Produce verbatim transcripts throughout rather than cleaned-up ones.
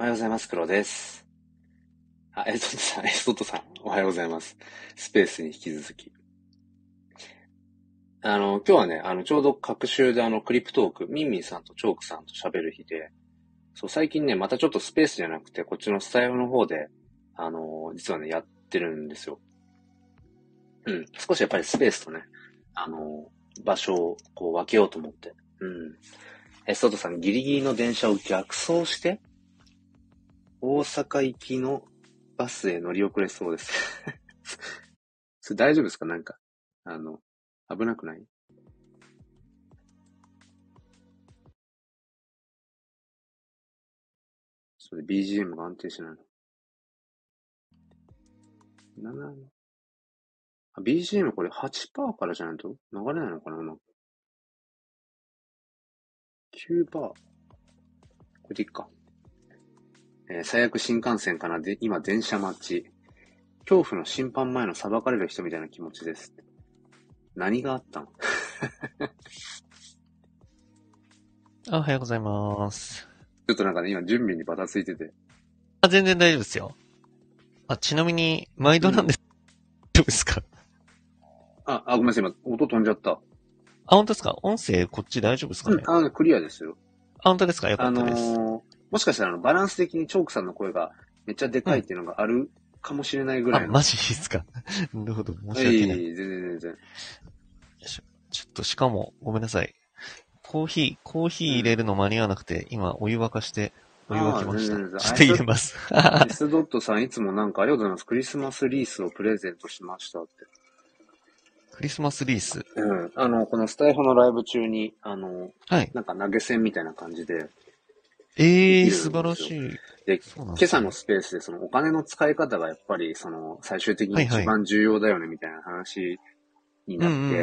おはようございます。黒です。あ、エストットさん、エストットさん、おはようございます。スペースに引き続き。あの、今日はね、あの、ちょうど各週であの、クリプトーク、ミンミンさんとチョークさんと喋る日で、そう、最近ね、またちょっとスペースじゃなくて、こっちのスタイルの方で、あの、実はね、やってるんですよ。うん。少しやっぱりスペースとね、あの、場所をこう分けようと思って。うん。エストットさん、ギリギリの電車を逆走して、大阪行きのバスへ乗り遅れそうです。それ大丈夫ですか？なんか、あの、危なくない？それ ビージーエム が安定しないの。なな、あ、ビージーエム これ はちパーセント からじゃないと流れないのかな、うまく。きゅうパーセント。これでいいか。えー最悪新幹線かなで、今電車待ち。恐怖の審判前の裁かれる人みたいな気持ちです。何があったの？ あ、おはようございます。 ちょっとなんかね、今準備にバタついてて。 あ、全然大丈夫ですよ。あ、ちなみに、毎度なんです、うん、大丈夫ですか？ あ、あ、ごめんなさい、今、音飛んじゃった。あ、 本当ですか？音声こっち大丈夫ですかね？ うん、あの、クリアですよ。 あ、本当ですか？よかったです。 あのー、もしかしたらあの、バランス的にチョークさんの声がめっちゃでかいっていうのがあるかもしれないぐらいの。 あ、マジですか？なるほど。申し訳ない。 いえいえ、全然全然。 ちょ、ちょっとしかも、ごめんなさい。コーヒー、コーヒー入れるの間に合わなくて、うん、今お湯沸かして、お湯沸きました。ちょっと入れます。 エスドットさんいつもなんかありがとうございます。クリスマスリースをプレゼントしましたって。 クリスマスリース。 うん。あの、このスタイフのライブ中に、あの、 はい。 なんか投げ銭みたいな感じで。 ええー、素晴らしい。 で、今朝のスペースでそのお金の使い方がやっぱりその最終的に一番重要だよねみたいな話になって、うん。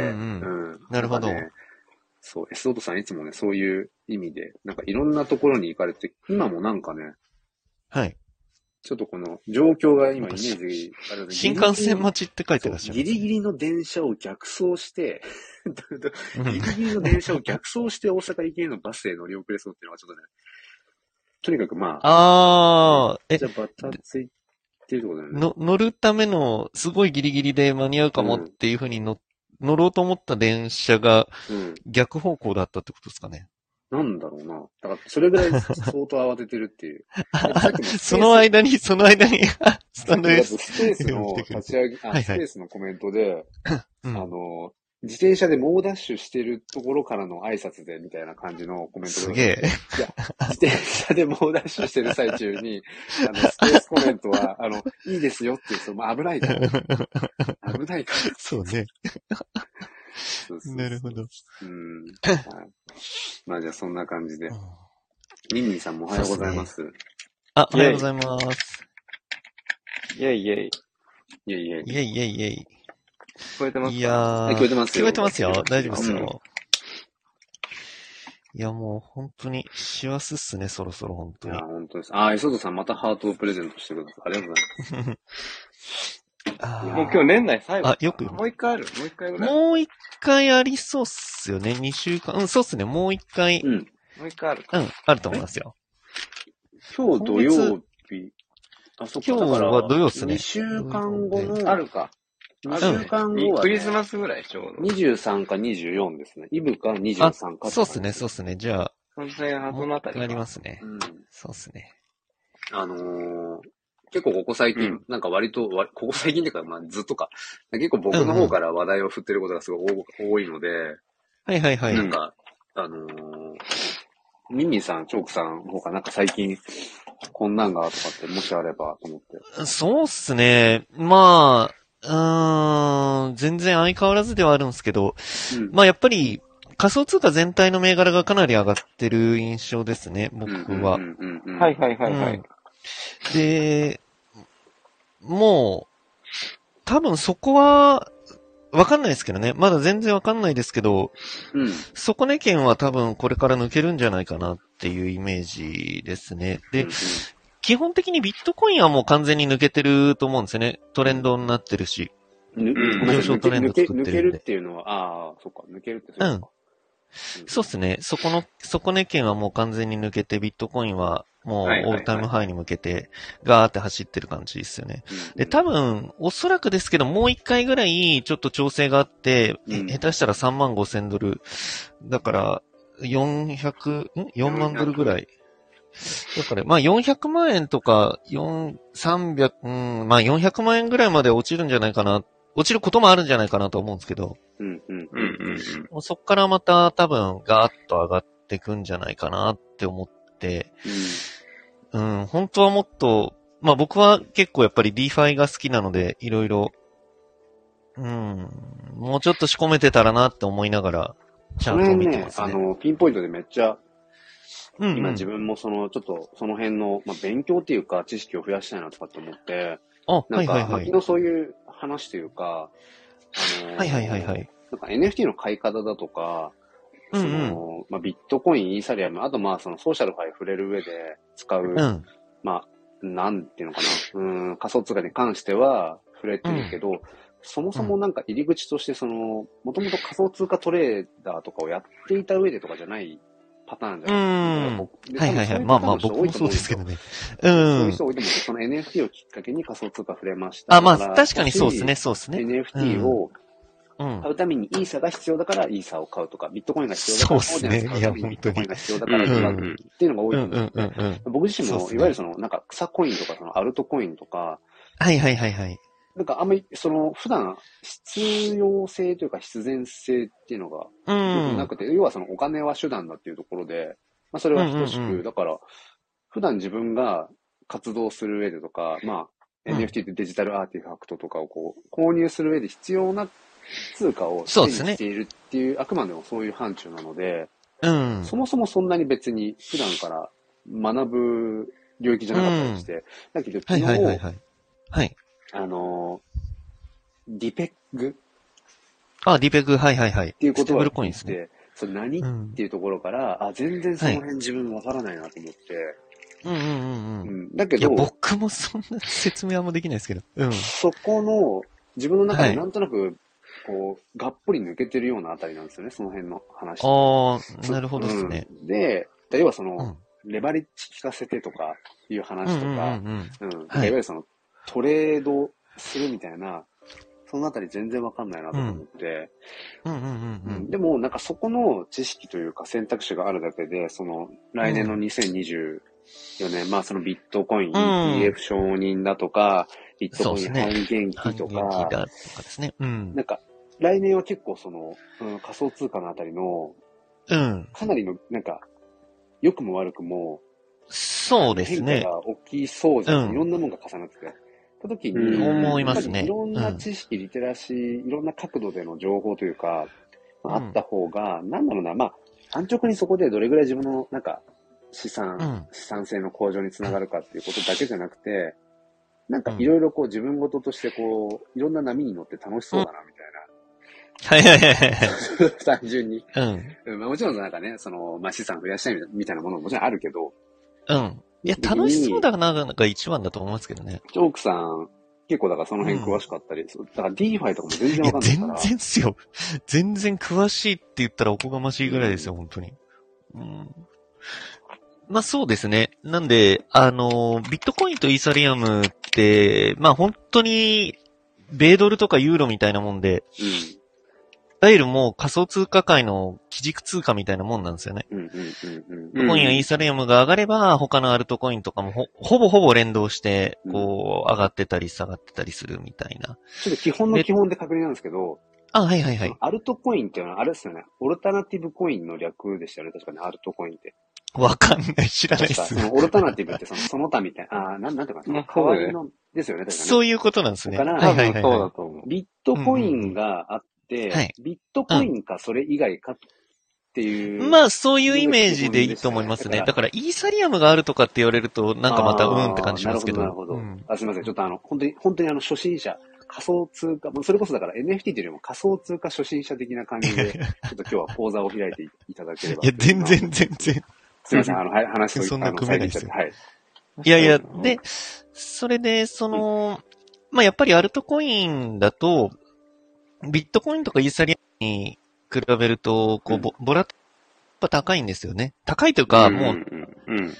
なるほど。 ね、そう、エスドットさんいつもね、そういう意味で、なんかいろんなところに行かれて、今もなんかね、 はい。 ちょっとこの状況が今イメージある新幹線待ちって書いてらっしゃる、 ね、ギリギリの電車を逆走して、ギリギリの電車を逆走して大阪行きのバスへ乗り遅れそうっていうのがちょっとね、とにかくまあ、 ああ、え、 じゃバタついてるってことだよね。 の、乗るための、すごいギリギリで間に合うかもっていうふうに乗、うん、乗ろうと思った電車が、逆方向だったってことですかね。 なんだろうな。だから、それぐらい相当慌ててるっていう。 その間に、その間に、スタンド S。スペースの立ち上げ、あ、はいはい、スペースのコメントで、うん、あの、自転車で猛ダッシュしてるところからの挨拶で、みたいな感じのコメントで。 すげえ。 いや、自転車で猛ダッシュしてる最中に、あの、スペースコメントは、あの、いいですよっていう、その、まあ、危ないから。危ないから。 そうね。そうそうそうなるほど。 うん。はい、まあじゃあそんな感じで。ミンミンさんもおはようございます。 ね、あ、おはようございます。 イェイイェイ。 イェイイェイ。 イェイイェイイェイ。 聞こえてますか？ いやー。 聞こえてますよ。 聞こえてますよ。大丈夫ですよ。うん、いやもう本当に幸せっすね、そろそろ本当に。 いや、本当です。あ、エソドさんまたハートをプレゼントしてください。ありがとうございます。 もう今日年内最後。 あ、よく。 もう一回あるもう一回ぐらい。 もう一回ありそうっすよね。二週間。うん、そうっすね。もう一回。 うん。 もう一回あるか。 うん、あると思いますよ。 今日土曜日。あ、そっか。 今日は土曜っすね。 二週間後の。 あるか。 二週間後は、ね、 クリスマスぐらいちょうど。 にじゅうさんかにじゅうよんですね。イブかにじゅうさんか。 そうっすね、そうっすね。じゃあ。 その辺はそのあたり。 ありますね。 うん。 そうっすね。 あのー、結構ここ最近、うん、なんか割と、ここ最近っていうか、まあずっとか、結構僕の方から話題を振ってることがすごい多いので、 はいはいはい。 なんか、あのー、ミンミンさん、チョークさんの方かなんか最近、こんなんがとかってもしあればと思って。 そうっすね。まあ、うーん、全然相変わらずではあるんですけど、うん、まあやっぱり仮想通貨全体の銘柄がかなり上がってる印象ですね、僕は。 はいはいはいはい。うん、 で、もう、多分そこは、わかんないですけどね。まだ全然わかんないですけど、 うん、 底値圏は多分これから抜けるんじゃないかなっていうイメージですね。で、うんうん、基本的にビットコインはもう完全に抜けてると思うんですよね。トレンドになってるし。 うん、上昇トレンド作ってるんで。抜けるっていうのは、ああ、そっか、抜けるってそうか。 うん。そうですね。そこの、底値圏はもう完全に抜けて、ビットコインはもう、オールタイムハイに向けて、ガーって走ってる感じですよね。で、多分、おそらくですけど、もう一回ぐらい、ちょっと調整があって、うん、下手したらさんまんごせんドル。だから、よんひゃく、ん ?よん 万ドルぐらい。だから、まあよんひゃくまん円とか、よん、さんびゃく、うん、まあよんひゃくまん円ぐらいまで落ちるんじゃないかな。落ちることもあるんじゃないかなと思うんですけど。うんうんうんうん。そっからまた多分ガーッと上がっていくんじゃないかなって思って、うん、うん、本当はもっと、まあ僕は結構やっぱり ディーファイ が好きなので、いろいろ、うん、もうちょっと仕込めてたらなって思いながら、チャートを見てますね。 その辺ね、あの、ピンポイントでめっちゃ、うんうん、今自分もその、ちょっとその辺の、まあ、勉強っていうか知識を増やしたいなとかって思って、 あ、 なんか、 はいはいはい、 昨日そういう話というか、あのー、 はいはいはいはい。 なんか エヌエフティー の買い方だとか、その、うんうん、まあ、ビットコイン、イーサリアム、あとまあそのソーシャルファイ触れる上で使う、うん、まあ、なんていうのかな、うん、仮想通貨に関しては触れてるけど、うん、そもそもなんか入り口としてその、もともと仮想通貨トレーダーとかをやっていた上でとかじゃないパターンじゃないですか。 はいはいはい。まあまあ僕もそうですけどね。うん。 そういう人多いと思うけど、その エヌエフティー をきっかけに仮想通貨触れました。 あ、まあ確かにそうですね、そうですね。 エヌエフティー を買うためにイーサが必要だからイーサを買うとか、ビットコインが必要だからそうですね。いや、本当に。 ビットコインが必要だから買うっていうのが多いと思うんで、僕自身もいわゆるそのなんか草コインとかそのアルトコインとか、 はいはいはいはい。 なんかあんまり、その、普段、必要性というか必然性っていうのが、よくなくて、うん、要はそのお金は手段だっていうところで、まあそれは等しく、うんうんうん、だから、普段自分が活動する上でとか、まあ、エヌエフティー ってデジタルアーティファクトとかをこう、購入する上で必要な通貨を手にしているっていう、うね、あくまでもそういう範疇なので、うん、そもそもそんなに別に普段から学ぶ領域じゃなかったりして、うん、だけど昨日、はいはいはいはい。はいあの、ディペッグあ、ディペッグ、はいはいはい。 っていうことは聞いて、ね、それ何、うん、っていうところから、あ、全然その辺自分わからないなと思って。 うんうんうんうん。うん、 だけど、 いや、僕もそんな説明はもできないですけど。うん。 そこの、自分の中でなんとなく、こう、がっぽり抜けてるようなあたりなんですよね、その辺の話。 ああ、なるほどですね。 うん、で、要はその、うん、レバレッジ聞かせてとかいう話とか、うん。いわゆるその、トレードするみたいな、そのあたり全然わかんないなと思って。でも、なんかそこの知識というか選択肢があるだけで、その来年のにせんにじゅうよねん、うん、まあそのビットコイン イーティーエフ 承認だとか、ビットコイン半減期とか、 半減期だとかですね。うん。 なんか来年は結構その、うん、仮想通貨のあたりの、うん。かなりの、なんか、良くも悪くも、 そうですね。 変化が起きそうじゃん。いろんなものが重なってて。た時に、 思いますね。 いろんな知識、リテラシー、いろんな角度での情報というか、まあ、あった方が、なんだろうな、まあ、安直にそこでどれぐらい自分の、なんか、資産、うん、資産性の向上につながるかっていうことだけじゃなくて、なんかいろいろこう自分事としてこう、いろんな波に乗って楽しそうだな、みたいな。 はいはいはいはい。 単純に。 うん。 まあ、もちろんなんかね、その、まあ、資産増やしたいみたいなものももちろんあるけど。 うん。いや、楽しそうだな、なんか一番だと思いますけどね。 チョークさん、結構だからその辺詳しかったり、うん、だから ディーファイ とかも全然わかんないから。 いや、全然っすよ。全然詳しいって言ったらおこがましいぐらいですよ、うん、本当に。うん。まあそうですね。なんで、あの、ビットコインとイーサリアムって、まあ本当に、米ドルとかユーロみたいなもんで、うん、いわゆるもう仮想通貨界の基軸通貨みたいなもんなんですよね。うんうんうんうん、コインやイーサリアムが上がれば、他のアルトコインとかも ほ, ほぼほぼ連動して、こう、上がってたり下がってたりするみたいな。 ちょっと基本の基本で確認なんですけど、 あ、はいはいはい。 アルトコインっていうのはあれですよね。オルタナティブコインの略でしたよね。確かにアルトコインって。 わかんない。知らないです。 そのオルタナティブってその、その他みたいな、あなん、なんていうかな。代わりの、ですよね。確かに、ね。 そういうことなんですね。 だから、 はいはいはい、 そうだと思う。 ビットコインがあって、うんはい、ビットコインかそれ以外かっていう、 うん。まあ、そういうイメージでいいと思いますね。だから、イーサリアムがあるとかって言われると、なんかまた、うんって感じしますけど。 なるほど、なるほど。うん、あすみません。ちょっとあの、本当に、本当にあの、初心者。仮想通貨、それこそだから エヌエフティー というよりも仮想通貨初心者的な感じで、ちょっと今日は講座を開いていただければ。 いや、全然全然。 すみません、あの、はい、話とそんな組めないですよ。 はい。 いやいや、で、それで、その、うん、まあ、やっぱりアルトコインだと、ビットコインとかイーサリアムに比べると、こう、ボ、ボラティリティが高いんですよね。高いというか、もう、うんうん、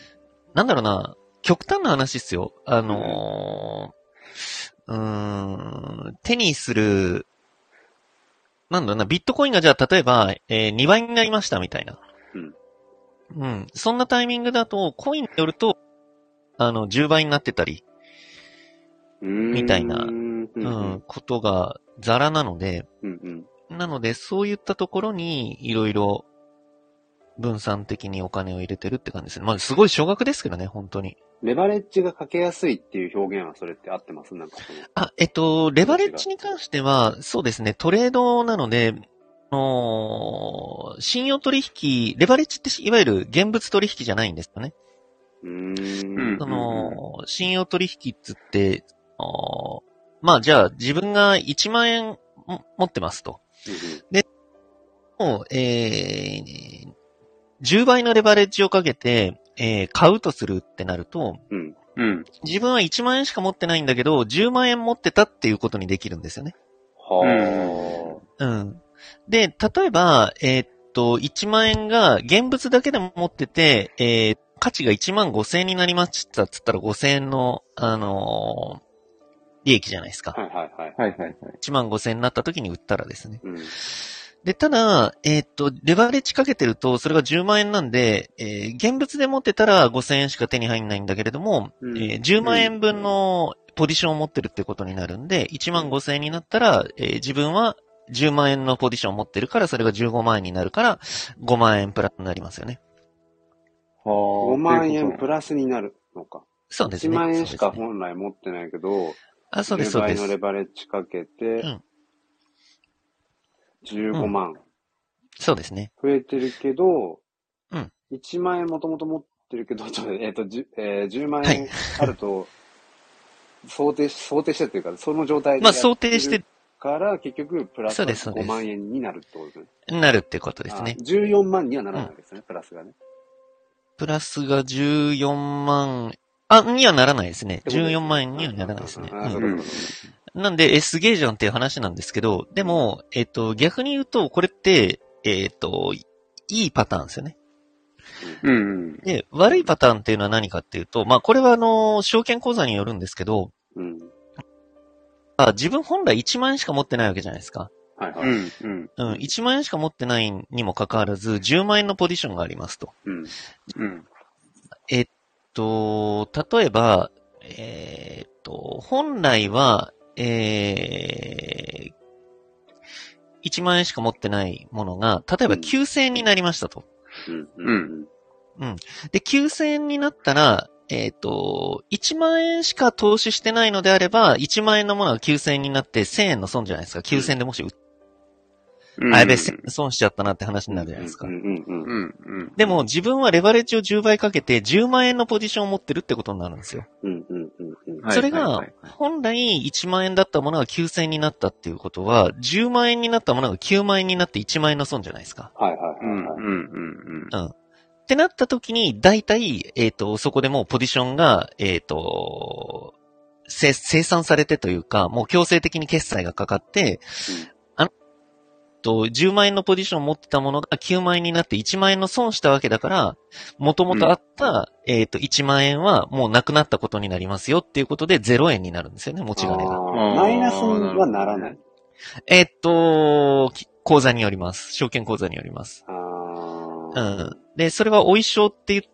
なんだろうな、極端な話っすよ。あのー、うーん、手にする、なんだろうな、ビットコインがじゃあ例えば、えー、にばいになりましたみたいな。うん。うん。そんなタイミングだと、コインによると、あの、じゅうばいになってたり、みたいな、うん、ことがザラなので、うんうん、なので、そういったところに、いろいろ、分散的にお金を入れてるって感じですね。まあ、すごい少額ですけどね、本当に。 レバレッジがかけやすいっていう表現はそれって合ってます？なんかそのあ、えっと、レバレッジに関しては、そうですね、トレードなので、あのー、信用取引、レバレッジっていわゆる現物取引じゃないんですよね。うーん。その、信用取引っつって、あまあじゃあ自分がいちまんえん持ってますと。で、もう、えー、じゅうばいのレバレッジをかけて、えー、買うとするってなると、うんうん、自分はいちまんえんしか持ってないんだけど、じゅうまんえん持ってたっていうことにできるんですよね。はあ。うん。で、例えば、えー、っと、いちまんえんが現物だけでも持ってて、えー、価値がいちまんごせんえんになりましたっつったらごせんえんの、あのー、利益じゃないですか。はいはいはい。はいはいはい。いちまんごせんえんになった時に売ったらですね。うん、で、ただ、えー、っと、レバレッジかけてると、それがじゅうまんえんなんで、えー、現物で持ってたらごせんえんしか手に入んないんだけれども、うん、えー、じゅうまんえん分のポジションを持ってるってことになるんで、いちまんごせんえんになったら、えー、自分はじゅうまんえんのポジションを持ってるから、それがじゅうごまんえんになるから、ごまんえんプラスになりますよね。 ごまんえんプラスになるのか。 そうですね。 いちまんえんしか本来持ってないけど、 あ、そうです、そうです。 じゅうばいのレバレッジかけて、うん、じゅうごまん、うん。 そうですね。 増えてるけど、うん。いちまんえんもともと持ってるけど、ちょっと、えっ、ー、と、じゅ、えー、じゅうまん円あると、はい、想定し、想定してっていうか、その状態でやってる。まあ、想定して。から、結局、プラスごまんえんになるってことですね。 なるってことですね。 じゅうよんまんにはならないですね、うん、プラスがね。 プラスがじゅうよんまん、あ、にはならないですね。じゅうよんまん円にはならないですね。なんで、え、すげえじゃんっていう話なんですけど、でも、えっと、逆に言うと、これって、えっと、いいパターンですよね。うん。で、悪いパターンっていうのは何かっていうと、まあ、これはあの、証券口座によるんですけど、うん。あ、自分本来いちまんえんしか持ってないわけじゃないですか。はいはい。うん。うん。いちまんえんしか持ってないにもかかわらず、じゅうまんえんのポジションがありますと。うん。うん。えっと、例えば、えー、っと、本来は、えー、いちまんえんしか持ってないものが、例えばきゅうせんえんになりましたと。うん。うん。うん。で、きゅうせんえんになったら、えっと、いちまんえんしか投資してないのであれば、いちまんえんのものがきゅうせんえんになってせんえんの損じゃないですか。きゅうせんえんでもし売っうん、あ、やべえ、損しちゃったなって話になるじゃないですか。でも自分はレバレッジをじゅうばいかけてじゅうまんえんのポジションを持ってるってことになるんですよ。それが、本来いちまんえんだったものがきゅうせんえんになったっていうことは、じゅうまんえんになったものがきゅうまんえんになっていちまんえんの損じゃないですか。はいはいはい、はい。うん。ってなった時に、大体、えっと、そこでもうポジションが、えっと、生産されてというか、もう強制的に決済がかかって、うんと、じゅうまんえんのポジションを持ってたものがきゅうまんえんになっていちまんえんの損したわけだから、もともとあった、うん、えっと、いちまんえんはもうなくなったことになりますよっていうことでゼロえんになるんですよね、持ち金が。 マイナスにはならない。 えっと、口座によります。証券口座によります。うん。で、それはお一生って言って、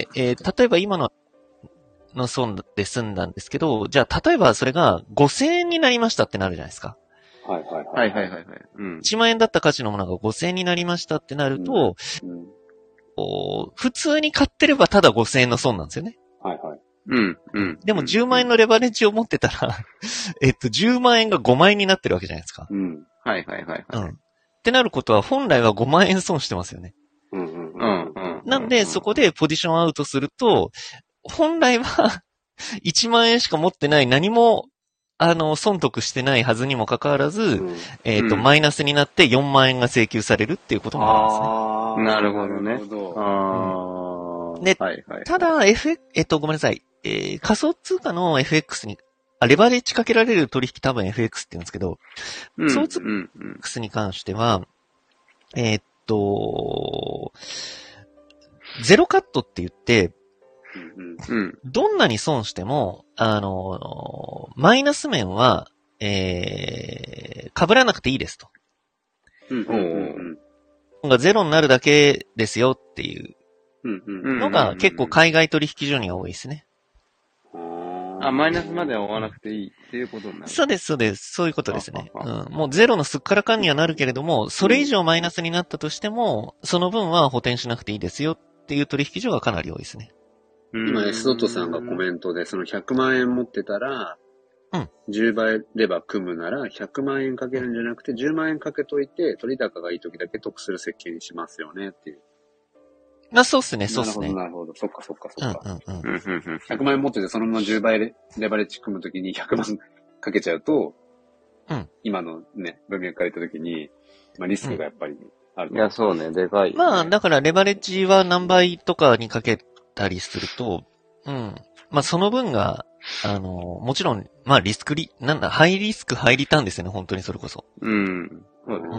えー、例えば今のの損で済んだんですけど、じゃあ例えばそれがごせんえんになりましたってなるじゃないですか。 はいはいはい。はいはいはい、はい。 うん。いちまんえんだった価値のものがごせんえんになりましたってなると、うんうん、普通に買ってればただごせんえんの損なんですよね。はいはい。うん、うん。でもじゅうまん円のレバレッジを持ってたら、えっと、じゅうまん円がごまん円になってるわけじゃないですか。うん。はいはいはい、はい。うん。ってなることは、本来はごまん円損してますよね。うんうんうん。うん。なんで、そこでポジションアウトすると、本来は、いちまん円しか持ってない何も、あの、損得してないはずにもかかわらず、うん、えっ、ー、と、うん、マイナスになってよんまん円が請求されるっていうこともあるんですね。 ああ、なるほどね。なるほど。 ああ、うん。で、はいはいはい、ただ、F、えっと、ごめんなさい。えー、仮想通貨の エフエックス に、あ、レバレッジかけられる取引多分 エフエックス って言うんですけど、仮想通貨 エフエックス に関しては、えー、っと、ゼロカットって言って、 うん、どんなに損しても、あの、マイナス面は、えー、被らなくていいですと。 うんうんうん、がゼロになるだけですよっていうのが結構海外取引所には多いですね。 あ、マイナスまでは追わなくていいっていうことになる。 そうです、そうです。そういうことですね。うん、もうゼロのすっからかんにはなるけれども、それ以上マイナスになったとしても、その分は補填しなくていいですよっていう取引所がかなり多いですね。 今、エスドットさんがコメントで、そのひゃくまんえん持ってたら、うん。じゅうばいレバー組むなら、ひゃくまんえんかけるんじゃなくて、じゅうまんえんかけといて、取り高がいい時だけ得する設計にしますよねっていう。 まあ、そうっすね、そうっすね。 なるほど、なるほど。そっかそっかそっか。 うんうんうん。 ひゃくまんえん持ってて、そのままじゅうばいレバレッジ組むときにひゃくまんかけちゃうと、うん。今のね、文脈から言ったときに、まあ、リスクがやっぱりある、 うん。いや、そうね、でかい、ね。 まあ、だからレバレッジは何倍とかにかけたりすると、うん。まあ、その分が、あの、もちろん、まあ、リスクリ、なんだ、ハイリスク、ハイリターンですよね、本当にそれこそ。 うん。 そうですね。うん。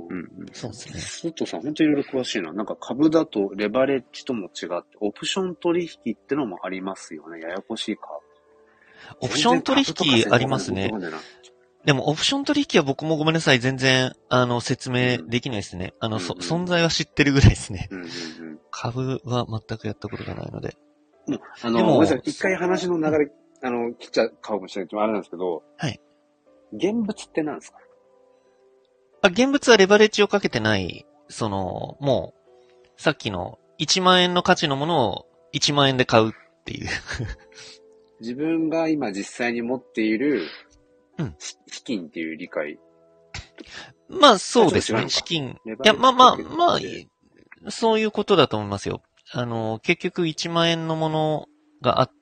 うん、そうですね。 スットさん、本当にいろいろ詳しいな。なんか株だとレバレッジとも違って、オプション取引ってのもありますよね。ややこしいか。 オプション取引ありますね。でも、オプション取引は僕もごめんなさい、全然、あの、説明できないですね。うん、あの、うんうん、存在は知ってるぐらいですね。うんうんうん、株は全くやったことがないので。 もう、あの、ごめんなさい、一回話の流れ、あの、切っちゃうかもしれないけど、あれなんですけど、 はい。 現物って何ですか？ あ、現物はレバレッジをかけてない、その、もう、さっきのいちまんえんの価値のものをいちまんえんで買うっていう。 自分が今実際に持っている、うん、資金っていう理解。 まあ、そうですね、資金。いや、まあまあ、まあ、そういうことだと思いますよ。あの、結局いちまんえんのものがあって、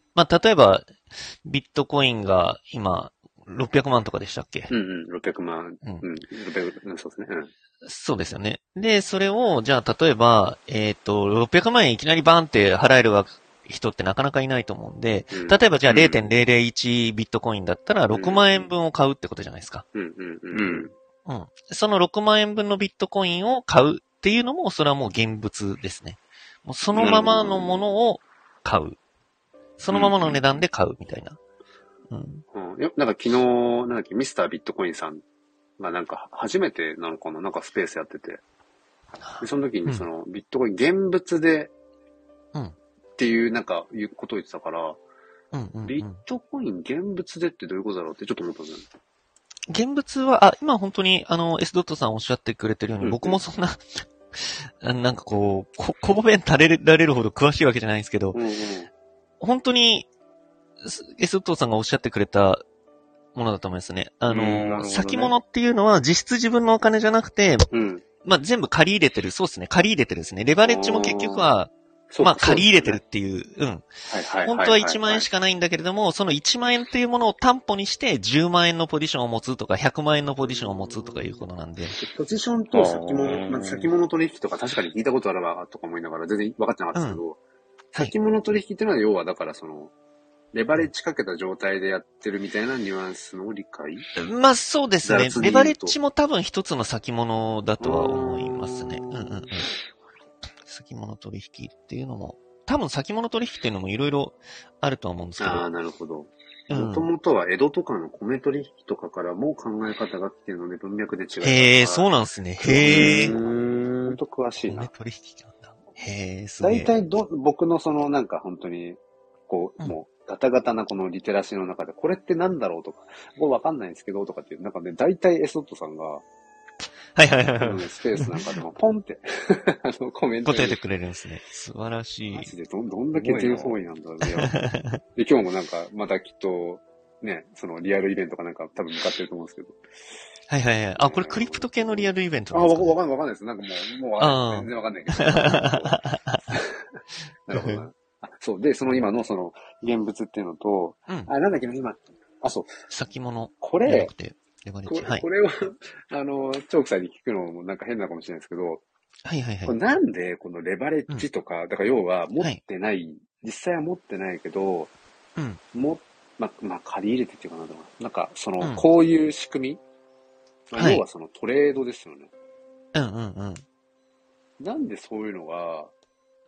まあ、例えば、ビットコインが今、ろっぴゃくまんとかでしたっけ？ うんうん、ろっぴゃくまん。うん、うん、ろっぴゃく、うん、そうですね。うん。 そうですよね。で、それを、じゃあ、例えば、えっと、ろっぴゃくまん円いきなりバーンって払える人ってなかなかいないと思うんで、うん、例えばじゃあ れいてんぜろぜろいち ビットコインだったらろくまんえん分を買うってことじゃないですか。 うんうんうん。 うん。そのろくまんえん分のビットコインを買うっていうのも、それはもう現物ですね。もうそのままのものを買う。そのままの値段で買うみたいな。 うん。うん、なんか昨日、なんだっけ、ミスタービットコインさんがなんか初めてなのかな、なんかスペースやってて。でその時にその、ビットコイン現物で、うん。っていうなんか、いうことを言ってたから、うんうんうん、ビットコイン現物でってどういうことだろうってちょっと思ったんですよ。 現物は、あ、今本当にあの、S ドットさんおっしゃってくれてるように、うんうん、僕もそんな、なんかこう、こ、こ弁垂れられるほど詳しいわけじゃないんですけど、うんうん、本当に、S ドットさんがおっしゃってくれたものだと思いますね。あの、ね、先物っていうのは実質自分のお金じゃなくて、うん、まあ、全部借り入れてる。そうですね。借り入れてるですね。レバレッジも結局は、まあ、借り入れてるっていう。うん。はいはい。本当はいちまん円しかないんだけれども、そのいちまん円っていうものを担保にしてじゅうまん円のポジションを持つとか、ひゃくまん円のポジションを持つとかいうことなんで。 ポジションと先物、まあ、先物取引とか確かに聞いたことあるわとか思いながら全然分かってなかったですけど、うん、先物取引っていうのは要はだからその、レバレッジかけた状態でやってるみたいなニュアンスの理解？ まあそうですね。レバレッジも多分一つの先物だとは思いますね。うんうんうん。先物取引っていうのも、多分先物取引っていうのもいろいろあるとは思うんですけど。 ああ、なるほど。もともとは江戸とかの米取引とかからも考え方がっていうので文脈で違います。 へえ、そうなんですね。へえ。 ほんと詳しいな。 米取引なんだ。へえ、すごい。 大体ど、僕のそのなんか本当に、こう、うん、もう、ガタガタなこのリテラシーの中で、これってなんだろうとか、これわかんないんですけど、とかっていう、なんかね、大体エソットさんが、 はいはいはいはい。 スペースなんかでも、ポンって、あの、コメント答えてくれるんですね。素晴らしい。 マジで、ど、どんだけ全方位なんだろうね。で、今日もなんか、またきっと、ね、そのリアルイベントかなんか多分向かってると思うんですけど。 はいはいはい。あ、これクリプト系のリアルイベントなんですか、 ね、あ、わかんないわかんないです。なんかもう、もうわかんない。全然わかんないけど。なるほどな。あ、そう。で、その今のその、現物っていうのと、うん、あ、なんだっけな、今、あ、そう。 先物。 これ、 これ、 はい、これを、あの、チョークさんに聞くのもなんか変なのかもしれないですけど、 はいはいはい。 これなんでこのレバレッジとか、うん、だから要は持ってない、はい、実際は持ってないけど、うん、も、ま、まあ、借り入れてっていうかな、なんか、その、うん、こういう仕組み、まあ、要はそのトレードですよね。 うんうんうん。 なんでそういうのが、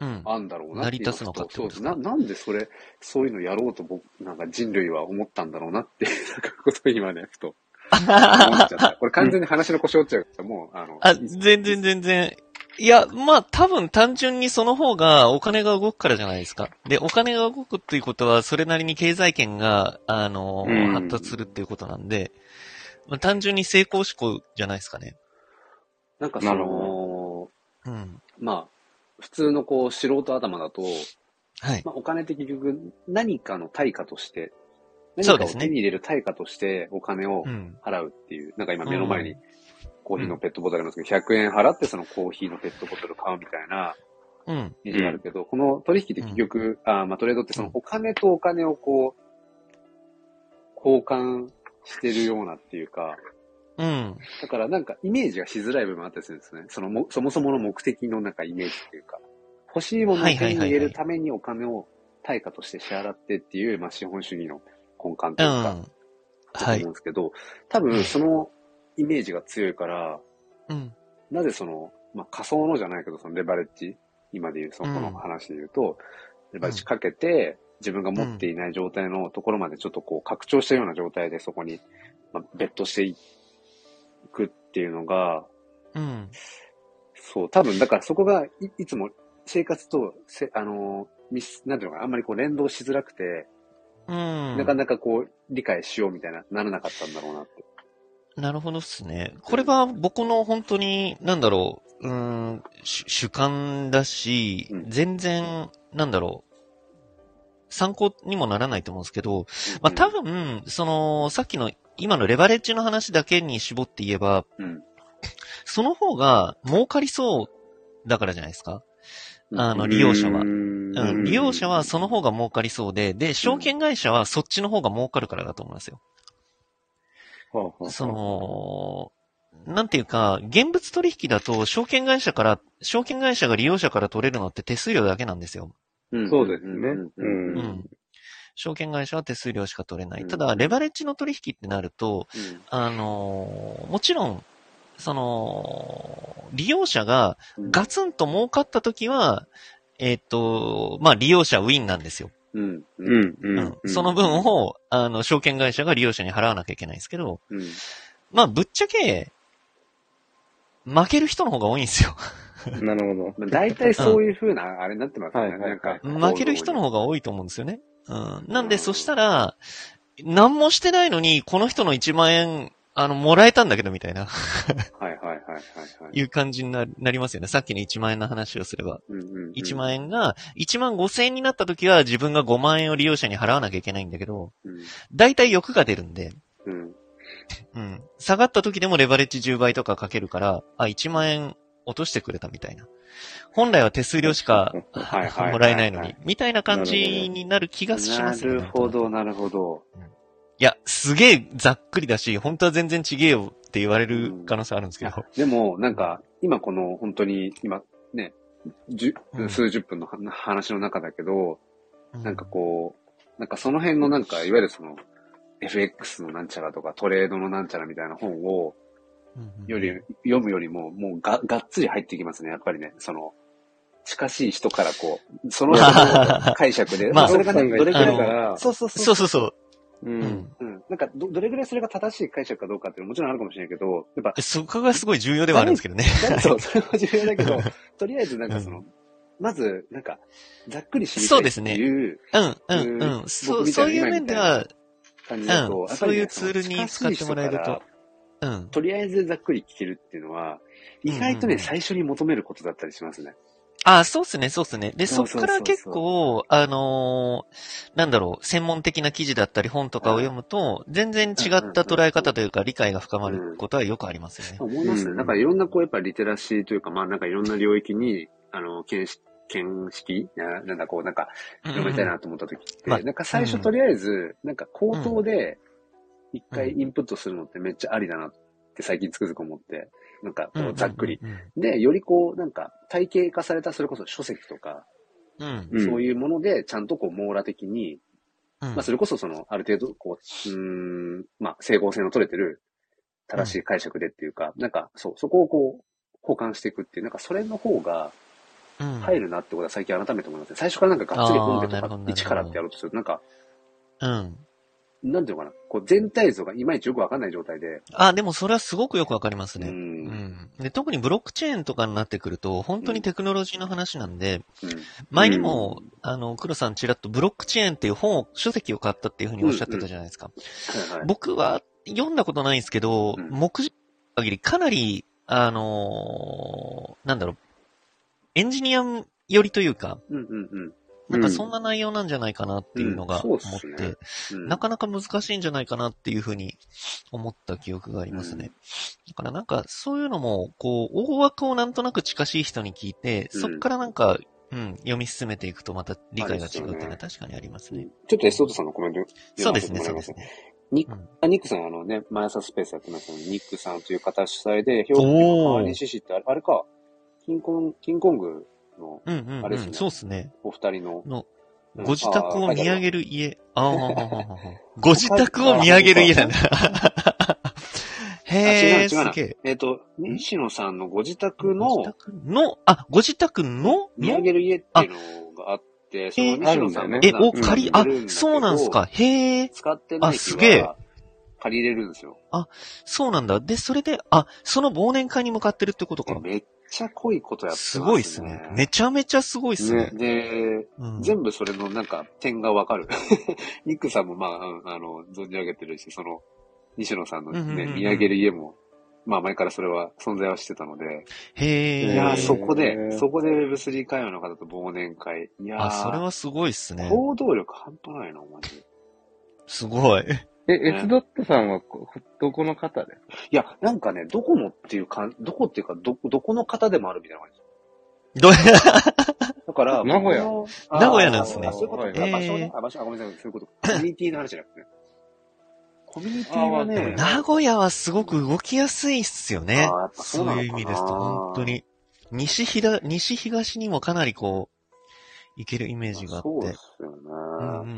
あんだろうなって成り立つのかってことですか。 そうな、なんでそれ、そういうのやろうと僕、なんか人類は思ったんだろうなっていう、なんかことを今ね、ふと思っちゃった。これ完全に話の腰折っちゃうから、もう、あの。 あ、全然全然。いや、まあ多分単純にその方がお金が動くからじゃないですか。で、お金が動くっていうことは、それなりに経済圏が、あの、発達するっていうことなんで、まあ、単純に成功志向じゃないですかね。 なんかその、 うん、 まあ、普通のこう、素人頭だと、 はい。 まあ、お金って結局何かの対価として、何かを手に入れる対価としてお金を払うっていう、うん、なんか今目の前にコーヒーのペットボトルありますけど、ひゃくえん払ってそのコーヒーのペットボトル買うみたいな、イメージがあるけど、うん、この取引って結局、うん、あまあトレードってそのお金とお金をこう、交換してるようなっていうか、 うん。 だからなんかイメージがしづらい部分あったりするんですね。そのも、そもそもの目的のなんかイメージっていうか、欲しいものを手に入れるためにお金を対価として支払ってっていう、まあ資本主義の根幹というか、うん、だと思うんですけど、はい、多分そのイメージが強いから、うん、なぜその、まあ仮想のじゃないけど、そのレバレッジ、今で言うそのこの話で言うと、レバレッジかけて、自分が持っていない状態のところまでちょっとこう拡張したような状態でそこに、まあ、ベットしていくっていうのが、うん、そう、多分だからそこが い, いつも生活とせ、あの、ミス、なんていうのかな、あんまりこう連動しづらくて、うん、なかなかこう理解しようみたいな、ならなかったんだろうなって。 なるほどっすね。これは僕の本当に、なんだろう、うーん、主観だし、うん、全然、なんだろう、参考にもならないと思うんですけど、まあ多分、その、さっきの、今のレバレッジの話だけに絞って言えば、うん、その方が儲かりそうだからじゃないですか。あの、利用者は。うん、利用者はその方が儲かりそうで、で、証券会社はそっちの方が儲かるからだと思いますよ。うん、その、なんていうか、現物取引だと、証券会社から、証券会社が利用者から取れるのって手数料だけなんですよ。 うん、そうですね。 うん。うん。証券会社は手数料しか取れない。ただ、レバレッジの取引ってなると、うん、あの、もちろん、その、利用者がガツンと儲かったときは、えっと、まあ、利用者ウィンなんですよ。うん。うん。うん。その分を、あの、証券会社が利用者に払わなきゃいけないんですけど、うん、まあ、ぶっちゃけ、負ける人の方が多いんですよ。 なるほど。 大体そういう風な、あれになってますね。うん、なんか負ける人の方が多いと思うんですよね。うん。なんで、そしたら、何もしてないのに、この人のいちまん円、あの、もらえたんだけど、みたいな。 はいはいはいはい、はい。 いう感じになりますよね。さっきのいちまん円の話をすれば。うんうんうん、いちまん円が、いちまんごせん円になった時は自分がごまん円を利用者に払わなきゃいけないんだけど、うん、大体欲が出るんで、うんうん、下がった時でもレバレッジじゅうばいとかかけるから、あ、いちまん円落としてくれたみたいな。本来は手数料しかもらえないのに、みたいな感じになる気がしますね。 なるほど、なるほど。 うん、いや、すげえざっくりだし、本当は全然ちげえよって言われる可能性あるんですけど。 うん、でも、なんか、今この本当に、今ね、じゅ数十分の話の中だけど、うん、なんかこう、なんかその辺のなんか、いわゆるその、エフエックス のなんちゃらとか、トレードのなんちゃらみたいな本を、より、読むよりも、もうが、がっつり入ってきますね、やっぱりね。その、近しい人からこう、その人の解釈で。まあ、それがね、どれくらいから、 そうそうそう。そうそうそう。 うん。うん。なんか、ど、どれくらいそれが正しい解釈かどうかっていうのももちろんあるかもしれないけど、やっぱ。 そこがすごい重要ではあるんですけどね。 そう、それは重要だけど、とりあえずなんかその、うん、まず、なんか、ざっくり知りたいっていう。そうですね。 うん、うん、うん。そう、そういう面では、感じだと、うん、そういうツールに使ってもらえると。 うん。とりあえずざっくり聞けるっていうのは、意外とね、うんうん、最初に求めることだったりしますね。 ああ、そうっすね、そうっすね。で、そっから結構、あのー、なんだろう、専門的な記事だったり本とかを読むと、全然違った捉え方というか理解が深まることはよくありますよね。 うん、思いますね。だからいろんなこう、やっぱりリテラシーというか、まあなんかいろんな領域に、あの、見識、見識なんだこう、なんか、広めたいなと思った時って、うんうん、なんか最初とりあえず、なんか口頭で一回インプットするのってめっちゃありだなって最近つくづく思って。なんか、こう、ざっくり、うんうんうん。で、よりこう、なんか、体系化された、それこそ書籍とか、うん、そういうもので、ちゃんとこう、網羅的に、うん、まあ、それこそその、ある程度、こう、うーん、まあ、整合性の取れてる、正しい解釈でっていうか、うん、なんか、そう、そこをこう、交換していくっていう、なんか、それの方が、 入るなってことは最近改めて思いますね。最初からなんかがっつり本でとか、一からってやろうとすると、なんか、 うん。 なんていうのかな、こう全体像がいまいちよくわかんない状態で。 あ、でもそれはすごくよくわかりますね。うん。うん。で、特にブロックチェーンとかになってくると、本当にテクノロジーの話なんで、うん、前にも、うん、あの、黒さんちらっとブロックチェーンっていう本を、書籍を買ったっていうふうにおっしゃってたじゃないですか。うんうんはいはい、僕は読んだことないんですけど、うん、目次限りかなり、あのー、なんだろう、エンジニア寄りというか、うんうんうんなんかそんな内容なんじゃないかなっていうのが思って、うんねうん、なかなか難しいんじゃないかなっていうふうに思った記憶がありますね。うん、だからなんかそういうのも、こう、大枠をなんとなく近しい人に聞いて、うん、そっからなんか、うん、読み進めていくとまた理解が違うっていうのは確かにありますね。 ちょっとエスオートさんのコメント読ませてもらいます。そうですね、そうですね。 ニック、うん、あニックさんあのね、毎朝スペースやってますので、ニックさんという方主催で、兵庫県の川西市ってあれ、あれか、キンコン、キンコングの、 うんうんうん、あれですね。そうですね。 お二人の。 のご自宅を見上げる家。ああ、ご自宅を見上げる家なんだ。へえ、すげえ。 えっと、西野さんのご自宅の、ご自宅の、あ、ご自宅の見上げる家っていうのがあって、その西野さんの、 え、お、借り、あ、そうなんすか。へえ。 使ってない日は借りれるんですよ。 あ、そうなんだ。で、それで、あ、その忘年会に向かってるってことか。 めっちゃ濃いことやってますね。 すごいっすね。めちゃめちゃすごいっすね。 ねで、うん、全部それのなんか点がわかる。ニックさんもまあ、あの、存じ上げてるし、その、西野さんのね、うんうんうんうん、見上げる家も、まあ前からそれは存在はしてたので。 へー。 いやー、そこで、そこで ウェブスリー 会話の方と忘年会。いやー。 あ、それはすごいっすね。 行動力半端ないな、マジで。 すごい。 え、エスドットさんはどこの方ですか？ いや、なんかね、どこのっていうか、どこっていうか、ど、どこの方でもあるみたいな感じ。 どうだから、 名古屋。 名古屋なんですね。 あ、そういうこと。えー、場所ね。あ、場所、あ、ごめんなさい、そういうこと。コミュニティの話じゃなくてね。コミュニティはね。 名古屋はすごく動きやすいっすよね。あそういう意味ですと、本当に。西東、西東にもかなりこう、いけるイメージがあって。そうですよね。うんうんうんうん。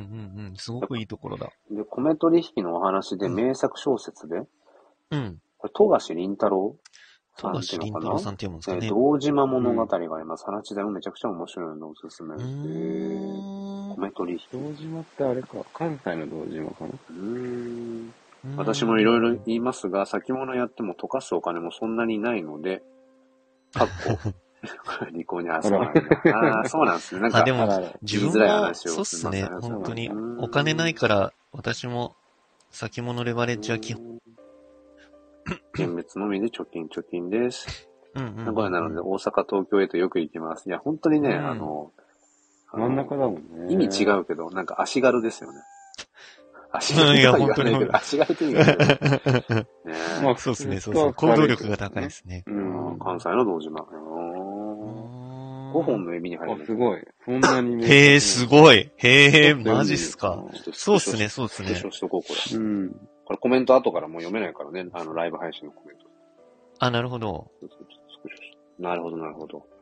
すごくいいところだ。 で、米取引のお話で名作小説で、 うん。 これ、富樫林太郎さんっていうのかな。富樫林太郎さんって読むんですかね。 堂島物語があります。話自体もめちゃくちゃ面白いのでおすすめです。米取引。 堂島ってあれか。関西の堂島かな。うーん。私もいろいろ言いますが、先物やっても溶かすお金もそんなにないので、かっこ。利口に、あ、そうなんだ。ああ、そうなんですね。なんか、 あでも、自分も、そうっすね。本当に。お金ないから、私も、先物レバレッジは基本。 現滅のみで貯金、貯金です。うんうん、うん。名古屋なので、大阪、東京へとよく行きます。いや、本当にね、うん、あの、 真ん中だもんね。 意味違うけど、なんか足軽ですよね。足軽とは言わないけど、足軽って意味がね。 まあ、そうですね、そうそう。行動力が高いですね。 うん、関西の堂島。ごほんの指に入る。 あ、すごい。そんなに。 へえ、すごい。へえ、マジっすか。そうっすね、そうっすね。 スクショしとこう、これ。うん。これコメント後からもう読めないからね、あの、ライブ配信のコメント。 あ、なるほど。 なるほど、なるほど。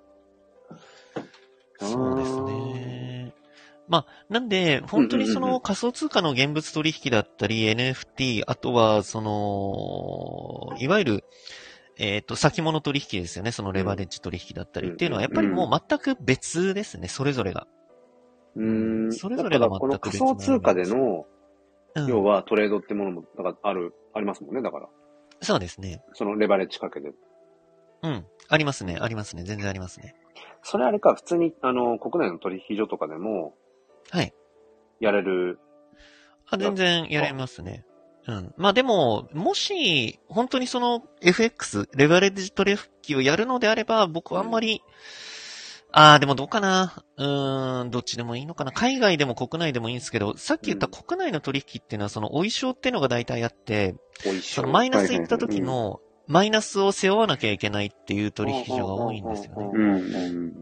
そうですね。まあ、なんで、本当にその仮想通貨の現物取引だったり、エヌエフティー、あとは、その、いわゆる、えっと、先物取引ですよね。そのレバレッジ取引だったりっていうのは、やっぱりもう全く別ですね。それぞれが。 うん。それぞれが全く別。この仮想通貨での、要はトレードってものも、だからある、ありますもんね、だから。 そうですね。 そのレバレッジかけて。 うん。ありますね、ありますね。全然ありますね。 それあれか、普通に、あの、国内の取引所とかでも、 はい。 やれる。 あ、全然やれますね。うん。まあでも、もし、本当にその エフエックス、レバレッジ取引をやるのであれば、僕はあんまり、うん、ああ、でもどうかな。うーん、どっちでもいいのかな。海外でも国内でもいいんですけど、さっき言った国内の取引っていうのは、その、お衣装っていうのが大体あって、そのマイナス行った時の、マイナスを背負わなきゃいけないっていう取引所が多いんですよね。 うん。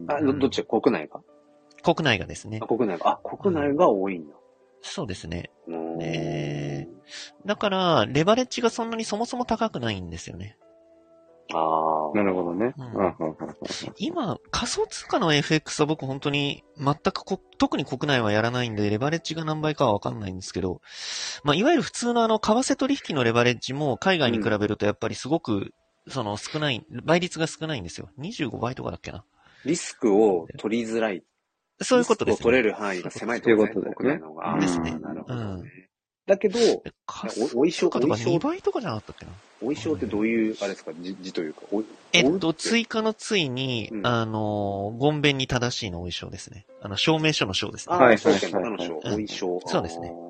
あ、どっち国内が国内がですね。 あ、国内が。あ、国内が多いんだ。 そうですね。で、だから、レバレッジがそんなにそもそも高くないんですよね。 ああ。 なるほどね。うん、 今、仮想通貨の エフエックス は僕本当に全くこ、特に国内はやらないんで、レバレッジが何倍かはわかんないんですけど、まあ、いわゆる普通のあの、為替取引のレバレッジも海外に比べるとやっぱりすごく、その少ない、倍率が少ないんですよ。にじゅうごばいとかだっけな。 リスクを取りづらい。 そういうことですね。 リスクを取れる範囲が狭いってことですね。国内の方が。 ですね。 なるほどね。だけど、 お衣装とかにばいとかじゃなかったっけな。 お衣装ってどういう、あれですか、字、字というか。 えっと、追加の追に、うん、あの、ごんべんに正しいのお衣装ですね。あの、証明書の章ですね。 はい、証券の章、お衣装。 そうですね。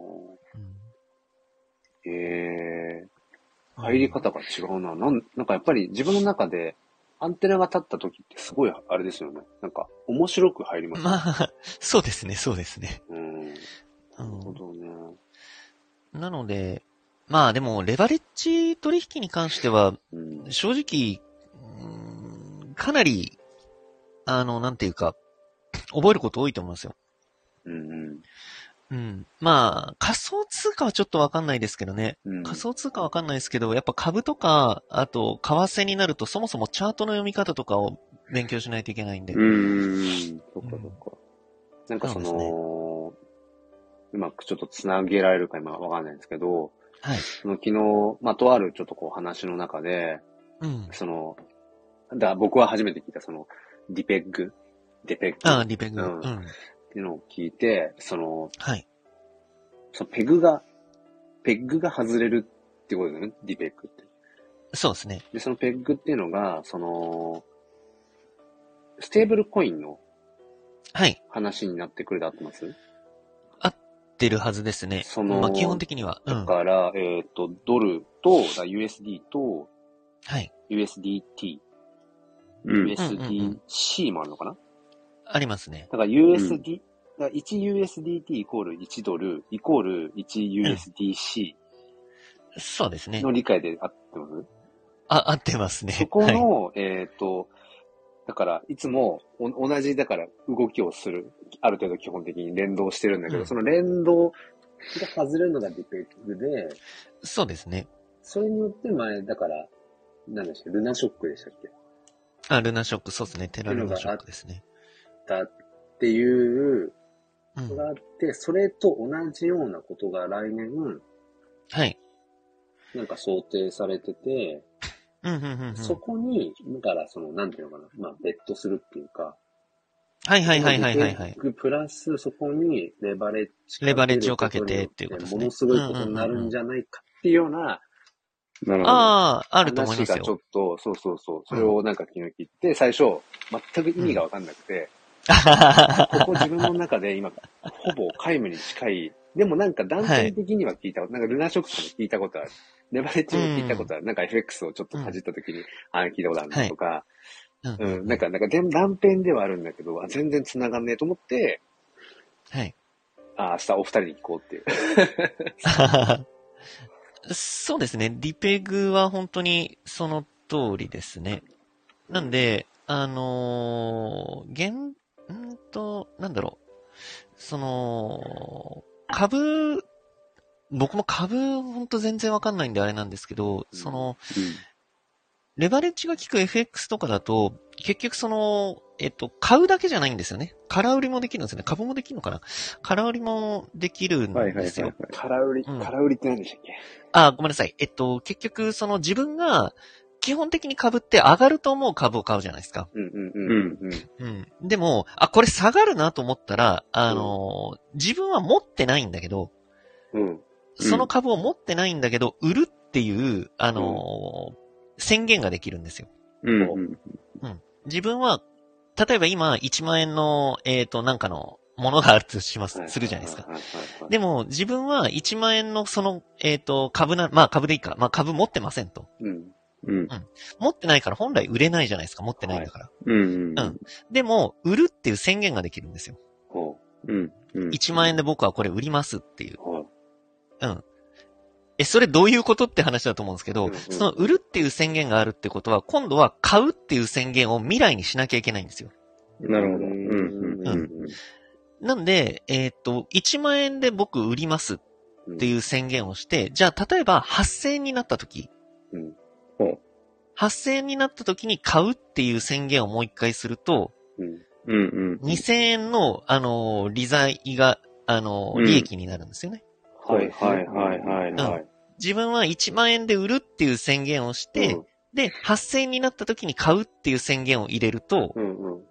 へえー、入り方が違うな。なん、なんかやっぱり自分の中で、アンテナが立った時ってすごい、あれですよね。なんか、面白く入りますね。 まあ、そうですね、そうですね。 うん。なるほどね。 なので、まあでも、レバレッジ取引に関しては、うん、正直、うん、かなり、あの、なんていうか、覚えること多いと思いますよ。 うんうん。 うん。まあ、仮想通貨はちょっとわかんないですけどね。うん、仮想通貨わかんないですけど、やっぱ株とか、あと、為替になると、そもそもチャートの読み方とかを勉強しないといけないんで。 うーん。そっかそっか。 なんかその、う, ね、うまくちょっとつなげられるか今わかんないんですけど、 はい。 その昨日、まあ、とあるちょっとこう話の中で、 うん。 その、だ僕は初めて聞いたその、ディペッグデペッグああ、ディペッグ。うん。うん、 っていうのを聞いて、その、 はい。 そのペグが、ペッグが外れるってことだよね、ディペッグって。 そうですね。 で、そのペッグっていうのが、その、ステーブルコインの、 はい。 話になってくるで合ってます？ 合ってるはずですね。その、まあ、基本的には。 だから、うん、えっ、ー、と、ドルと、ユーエスディー と、 はい。 ユーエスディーティー、 うん、 ユーエスディーシー もあるのかな？ ありますね。 だから ユーエスディー、うん、だから いちユーエスディーティー イコールいちドルイコール いちユーエスディーシー、 うん、そうですね。 の理解で合ってます？ あ、合ってますね。 そこの、はい、えっ、ー、と、だから、いつもお同じ、だから動きをする、ある程度基本的に連動してるんだけど、うん、その連動が外れるのがディペッグで、 そうですね。 それによって前、だから、何でしたっけ、ルナショックでしたっけ？ あ、ルナショック、そうですね。テラルナショックですね。 だっていうのがあって、うん、それと同じようなことが来年、 はい。 なんか想定されてて、 うんうんうんうん、 そこに、だからその、なんていうのかな、まあ、ベットするっていうか、 はいはいはいはいはいはい。 プラス、そこにレバレッジ。 レバレッジをかけてっていうことですね。 ものすごいことになるんじゃないかっていうような、 なるほど。 ああ、あると思いますよ。 話がちょっと、そうそうそう、それをなんか気抜きって、最初、全く意味がわかんなくて、うん、ここ自分の中で今、ほぼ皆無に近い、でもなんか断片的には聞いたこと、はい、なんかルナショックとか聞いたことある。レバレッジも聞いたことある。うん、なんか エフエックス をちょっとかじった時に、うん、あ聞いたことあるとか、はい、うん、なんか、なんか断片ではあるんだけど、全然繋がんねえと思って、 はい。 あ、明日お二人に聞こうっていう。 そうですね。ディペグは本当にその通りですね。なんで、あのー、現、んと、なんだろう。その、株、僕も株本当全然わかんないんであれなんですけど、その、うん、レバレッジが効く エフエックス とかだと、結局その、えっと、買うだけじゃないんですよね。空売りもできるんですよね。株もできるのかな？空売りもできるんですよ。 空売り、空売りって何でしたっけ？ あ、ごめんなさい。えっと、結局その自分が、基本的に株って上がると思う株を買うじゃないですか。 うんうんうんうん。 うん。でも、あ、これ下がるなと思ったら、あの、うん、自分は持ってないんだけど、 うん。 その株を持ってないんだけど、売るっていう、あの、うん、宣言ができるんですよ。 うん。うん。 自分は、例えば今、いちまん円の、えっと、なんかの、ものがあるとします、するじゃないですか。でも、自分はいちまん円のその、えっと、株な、まあ株でいいか。まあ株持ってませんと。 うん。 うん。うん。 持ってないから本来売れないじゃないですか。持ってないんだから。 はい、うん、うん。 でも、売るっていう宣言ができるんですよ。 ほう。うん。うん。 いちまん円で僕はこれ売りますっていう。 ほう。 うん。え、それどういうことって話だと思うんですけど、うんうん、その売るっていう宣言があるってことは、今度は買うっていう宣言を未来にしなきゃいけないんですよ。 なるほど。うん。うん。うん。 なんで、えー、っと、いちまん円で僕売りますっていう宣言をして、じゃあ例えばはっせんえんになった時、 うん、 はっせんえんになった時に買うっていう宣言をもう一回すると、 うんうんうん、 にせんえんの、あのー、利財が、あのー、利益になるんですよね。 うん、はいはいはいはい、はいうん。自分はいちまん円で売るっていう宣言をして、うん、で、はっせんえんになった時に買うっていう宣言を入れると、 うんうん、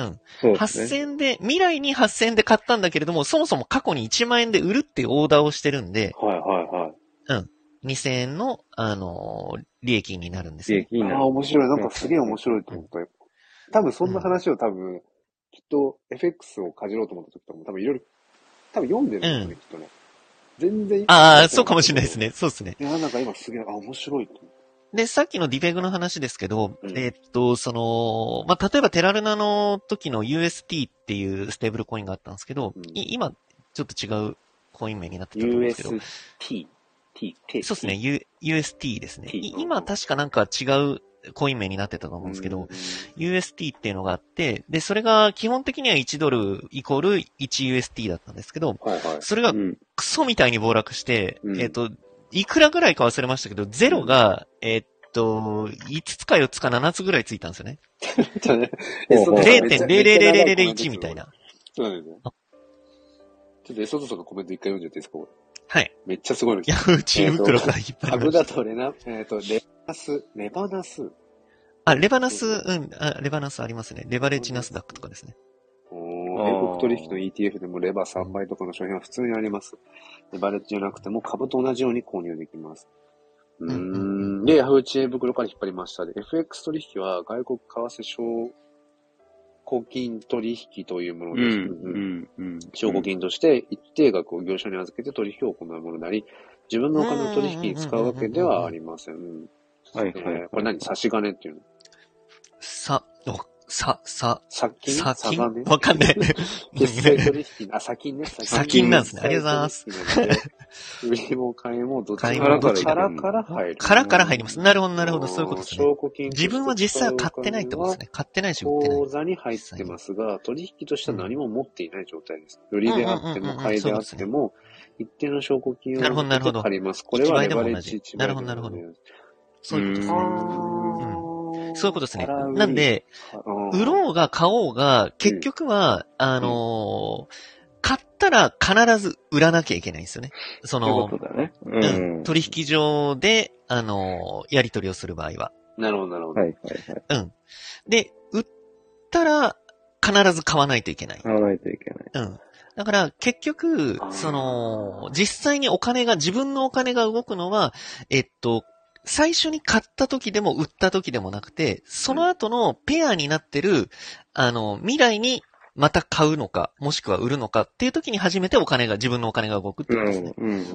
うん。 そうはっせんえんで、未来にはっせんえんで買ったんだけれども、そもそも過去にいちまんえんで売るっていうオーダーをしてるんで、 はいはいはい。 うん。にせんえんの、あのー、利益になるんですよ、ね。 利益になる。 ああ、面白い。なんかすげえ面白いと思ったよ。多分そんな話を多分、きっと エフエックス をかじろうと思った時とかも多分いろいろ、多分読んでるんですよね、 うん、 きっとね。全然。 ああ、そうかもしれないですね。そうですね。 いや、なんか今すげえ、あ、面白いと思って。 で、さっきのディペグの話ですけど、 うん、 えー、っと、その、まあ、例えばテラルナの時の ユーエスティー っていうステーブルコインがあったんですけど、うん、今、ちょっと違うコイン名になってたと思うんですけど。 ユーエスティー。T、T。 そうですね、U、ユーエスティー ですね。今、確かなんか違うコイン名になってたと思うんですけど、ユーエスティー っていうのがあって、で、それが基本的にはいちドルイコール いちユーエスティー だったんですけど、 はいはい、 それがクソみたいに暴落して、うん、えっと、いくらぐらいか忘れましたけど、ゼロが、うん、えっと、いつつかよっつかななつぐらいついたんですよね。れいてんれいれいれいれいれいち みたいな。 そうなんですね。ちょっとエソトとかコメント一回読んじゃっていいですか、これ。 はい。 めっちゃすごいの。 ヤフーチームクロから引っ張りました。 株だとレナ、えっ、ー、と、レバナス、レバナス。 あ、レバナス、うんあ、レバナスありますね。レバレッジナスダックとかですね。 おー、米国取引の イーティーエフ でもレバーさんばいとかの商品は普通にあります。レバレッジじゃなくても株と同じように購入できます。うーん。で、ヤフー知恵袋から引っ張りましたで、エフエックス 取引は外国為替証拠金取引というものです。うんうんうん、証拠金として一定額を業者に預けて取引を行うものであり、自分のお金を取引に使うわけではありません。はいはい。これ何？差し金っていうの？ さ、さ、さ、 殺金殺金わかんない。 決済取引、あ、先金ね。 先金なんですね。ありがとうございます。 売りも買いもどちらからから入る。 からから入ります。なるほど、なるほど。そういうことですね。証拠金。自分は実際は買ってないってことですね。買ってないし売ってない。 口座に入ってますが、取引としては何も持っていない状態です。売りであっても買いであっても、一定の証拠金を借ります。これはレバレッジ一倍でも同じ。 なるほど、なるほど。そういうことですね。そういうことですね。なんで、売ろうが買おうが、結局は、うん、あのー、買ったら必ず売らなきゃいけないんですよね。その、 そういうことだね。 うん。うん、取引上で、あのー、やり取りをする場合は。 なるほど、なるほど。 はい、はい、はい。 うん。で、売ったら必ず買わないといけない。 買わないといけない。 うん。だから、結局、その、実際にお金が、自分のお金が動くのは、えっと、最初に買った時でも売った時でもなくて、その後のペアになってる、あの、未来にまた買うのか、もしくは売るのかっていう時に初めてお金が、自分のお金が動くってことですね。うん、うん、うん。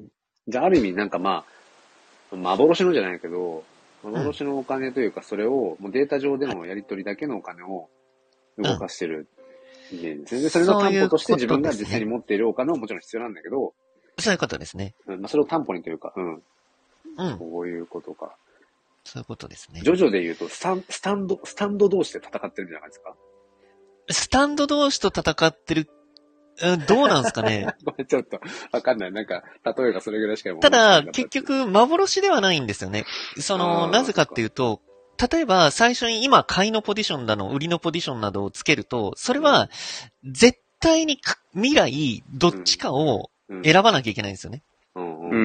じゃあ、ある意味なんかまあ、幻のじゃないけど、幻のお金というか、それを、もうデータ上でのやり取りだけのお金を動かしてるイメージですね。で、それの担保として自分が実際に持っているお金ももちろん必要なんだけど、 そういうことですね。 うん、まあ、それを担保にというか、うん。 うん。 こういうことか。 そういうことですね。 ジョジョで言うと、スタン、スタンド、スタンド同士で戦ってるんじゃないですか？ スタンド同士と戦ってる、うん、どうなんですかね。 ごめん、ちょっと、わかんない。なんか、例えがそれぐらいしかただ、結局、幻ではないんですよね。その、なぜかっていうと、例えば、最初に今、買いのポジションだの、売りのポジションなどをつけると、それは、絶対に未来、どっちかを選ばなきゃいけないんですよね。 うん。 うん。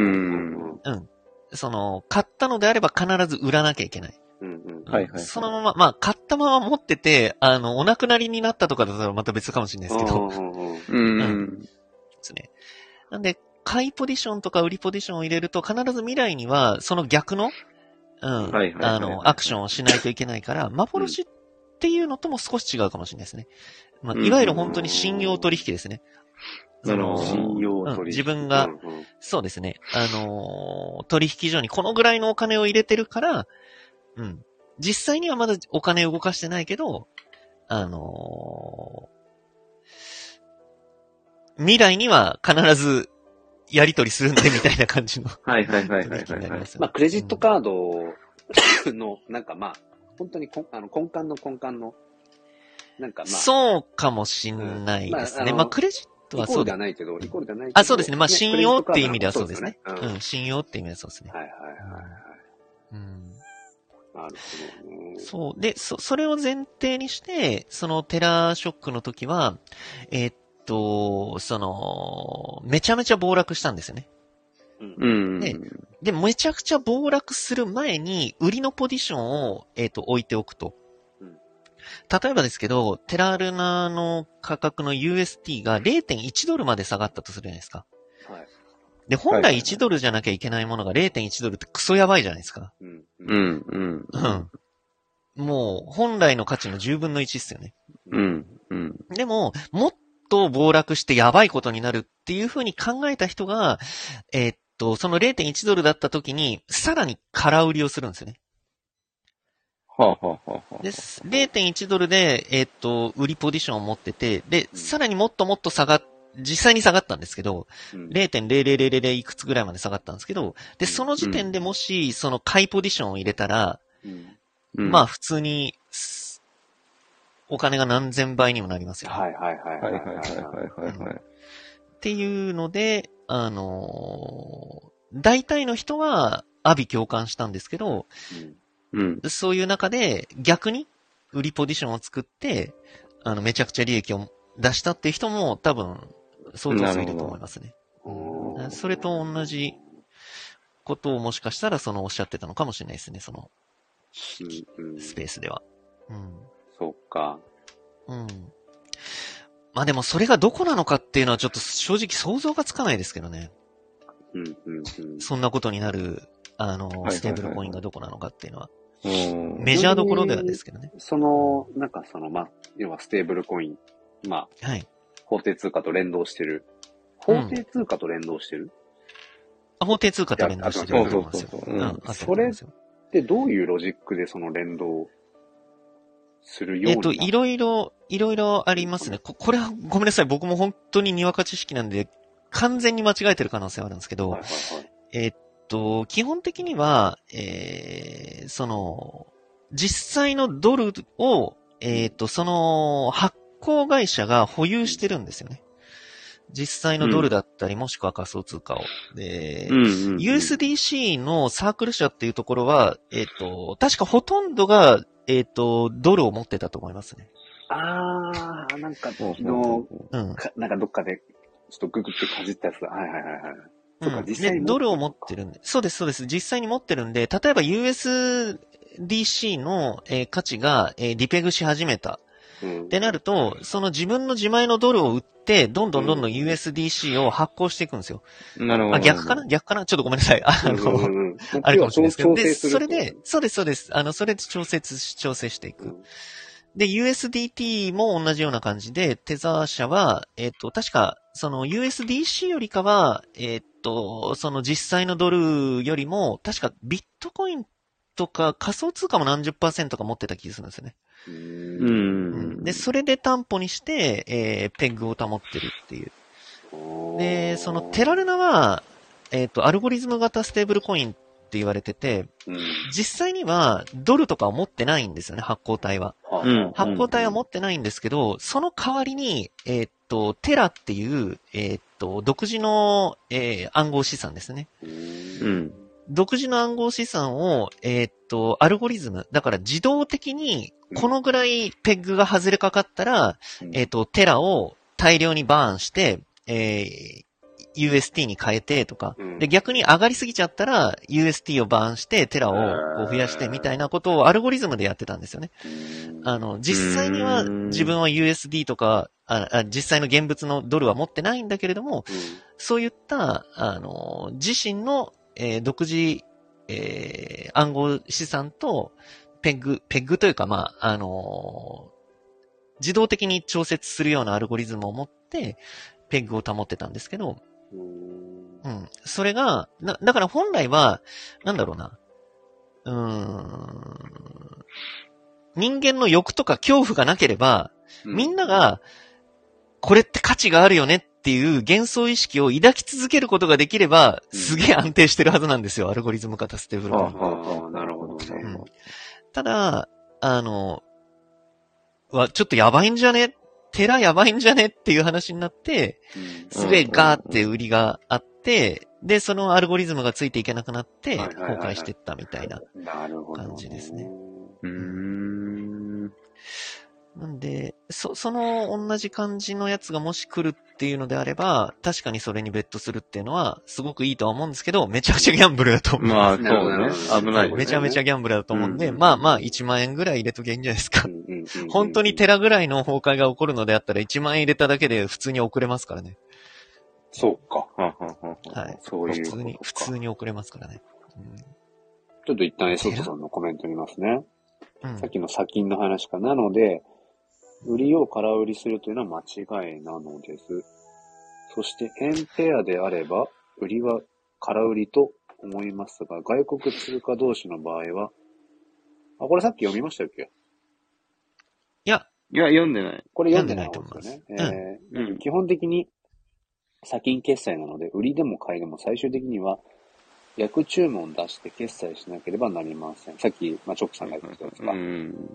うん。その、買ったのであれば必ず売らなきゃいけない。 うんうん。 はいはい。 そのまま、まあ、買ったまま持ってて、あの、お亡くなりになったとかだったらまた別かもしれないですけど。 うん。うん。 ですね。なんで、買いポジションとか売りポジションを入れると必ず未来には、その逆の、うん。はいはい。あの、アクションをしないといけないから、幻っていうのとも少し違うかもしれないですね。まあ、いわゆる本当に信用取引ですね。 その、信用取引、 うん、自分が、うんうん、そうですね。あのー、取引所にこのぐらいのお金を入れてるから、うん。実際にはまだお金を動かしてないけど、あのー、未来には必ずやり取りするんでみたいな感じの。 はいはいはいはい、はい。 まあ、クレジットカードの、なんかまあ、本当にこあの根幹の根幹の、なんかまあ。 そうかもしんないですね。うん、まあ、まあ、クレジットはそうではないけど、イコールではないけど。 あ、そうですね。まあ、信用っていう意味ではそうですね。うすねうん、うん。信用っていう意味ではそうですね。 はいはいはいはい。 うん。 なるほどね。 そう。で、そ、それを前提にして、そのテラーショックの時は、えー、っと、その、めちゃめちゃ暴落したんですよね。 うん。 で、で、めちゃくちゃ暴落する前に、売りのポジションを、えー、っと、置いておくと。 例えばですけど、テラルナの価格の ユーエスティー が れいてんいち ドルまで下がったとするじゃないですか。はい。で、本来いちドルじゃなきゃいけないものが れいてんいち ドルってクソやばいじゃないですか。 うん。うん。うん。 うん。もう、本来の価値のじゅうぶんのいちっすよね。 うん。うん。 でも、もっと暴落してやばいことになるっていう風に考えた人が、えー、っと、その れいてんいち ドルだった時に、さらに空売りをするんですよね。 はあ、はあはあ、 で、れいてんいち ドルで、えー、っと、売りポジションを持ってて、で、さらにもっともっと下がっ、実際に下がったんですけど、うん、れいてんぜろぜろぜろぜろ いくつぐらいまで下がったんですけど、で、その時点でもし、その買いポジションを入れたら、うん、まあ普通に、お金が何千倍にもなりますよ、ね。 はいはいはいはいはいはいはい。っていうので、あのー、大体の人は、阿ビ共感したんですけど、 うん、 そういう中で逆に売りポジションを作って、あの、めちゃくちゃ利益を出したっていう人も多分、相当数いると思いますね。それと同じことをもしかしたらそのおっしゃってたのかもしれないですね、その、スペースでは。うん。 そっか。 うん。まあでもそれがどこなのかっていうのはちょっと正直想像がつかないですけどね。 うんうんうん。 そんなことになる、あの、ステーブルコインがどこなのかっていうのは。メジャーどころではですけどね。 その、なんかその、まあ、要はステーブルコイン、まあ、 はい。 法定通貨と連動してる。法定通貨と連動してる、うん、 あ、法定通貨と連動してる。 そうそうそう。 うん。 それってどういうロジックでその連動するようになえっと、いろいろ、いろいろありますね。こ、これはごめんなさい。僕も本当ににわか知識なんで、完全に間違えてる可能性はあるんですけど、はいはいはい、えっと、基本的には、えー、その、実際のドルを、えっと、その、発行会社が保有してるんですよね。実際のドルだったり、うん、もしくは仮想通貨を。で、 うんうんうん、 ユーエスディーシー のサークル社っていうところは、えっと、確かほとんどが、えっと、ドルを持ってたと思いますね。 あー、なんか昨日、うん、なんかどっかで、ちょっとググってかじったやつだ。はいはいはいはい。 そうか、実際にドルを持ってるんで。そうです、そうです。実際に持ってるんで、例えば ユーエスディーシー の、えー、価値が、えー、リペグし始めた。うん、ってなると、その自分の自前のドルを売って、どんどんどんどん ユーエスディーシー を発行していくんですよ。 なるほど。 あ、逆かな逆かなちょっとごめんなさい。あの、うんうん、あれかもしれないですけど。で、それで、そうです、そうです。あの、それで調節、調整していく。うん、で、ユーエスディーティー も同じような感じで、テザー社は、えっと、確か、その ユーエスディーシー よりかは、えっと、その実際のドルよりも、確かビットコインとか仮想通貨も何十パーセントか持ってた気がするんですよね。 うん。 で、それで担保にして、えー、ペグを保ってるっていう。で、そのテラルナは、えっと、アルゴリズム型ステーブルコインって言われてて、うん、実際にはドルとかを持ってないんですよね、発行体は。 うん、 発行体は持ってないんですけど、その代わりに、えっと、テラっていう、えっと、独自の、えー、暗号資産ですね。 うん独自の暗号資産を、えー、っと、アルゴリズム、だから自動的に、このぐらいペッグが外れかかったら、うん、えー、っと、テラを大量にバーンして、えー、ユーエスティー に変えてとか、うん、で、逆に上がりすぎちゃったら、ユーエスティー をバーンして、テラをこう増やしてみたいなことをアルゴリズムでやってたんですよね。あの、実際には自分は ユーエスディー とか、ああ実際の現物のドルは持ってないんだけれども、うん、そういった、あの、自身のえー、独自、えー、暗号資産と、ペグ、ペグというか、まあ、あのー、自動的に調節するようなアルゴリズムを持って、ペグを保ってたんですけど、うん。それが、な、だから本来は、なんだろうな、うーん、人間の欲とか恐怖がなければ、みんなが、これって価値があるよねっていう幻想意識を抱き続けることができれば、すげえ安定してるはずなんですよ、アルゴリズム型ステーブルコイン。 ああ、なるほどね、うん。 ただ、あの、は、ちょっとやばいんじゃねテラやばいんじゃねっていう話になって、すげえガーって売りがあって、で、そのアルゴリズムがついていけなくなって、崩壊していったみたいな感じですね。 うーん。 なんで、そ、その同じ感じのやつがもし来るっていうのであれば、確かにそれにベットするっていうのは、すごくいいとは思うんですけど、めちゃくちゃギャンブルだと思う。 まあ、そうね。危ない、ね。 めちゃめちゃギャンブルだと思うんで、うん、まあまあ、いちまん円ぐらい入れときゃいいんじゃないですか。 うんうん本当にテラぐらいの崩壊が起こるのであったらいちまんえん入れただけで普通に送れますからね。 そうか。 はい。 そういう普通に、普通に送れますからね。 うん、ちょっと一旦エソットさんのコメント見ますね。うん、さっきの先金の話かなので、売りを空売りするというのは間違いなのです。そして円ペアであれば、売りは空売りと思いますが、外国通貨同士の場合は、あ、これさっき読みましたっけ？ いや、 いや、読んでない。 これ読んでないと思うんですよね。えーうん、基本的に先金決済なので、売りでも買いでも最終的には逆注文出して決済しなければなりません。さっき、まあ、チョックさんが言ってたんですか。うん。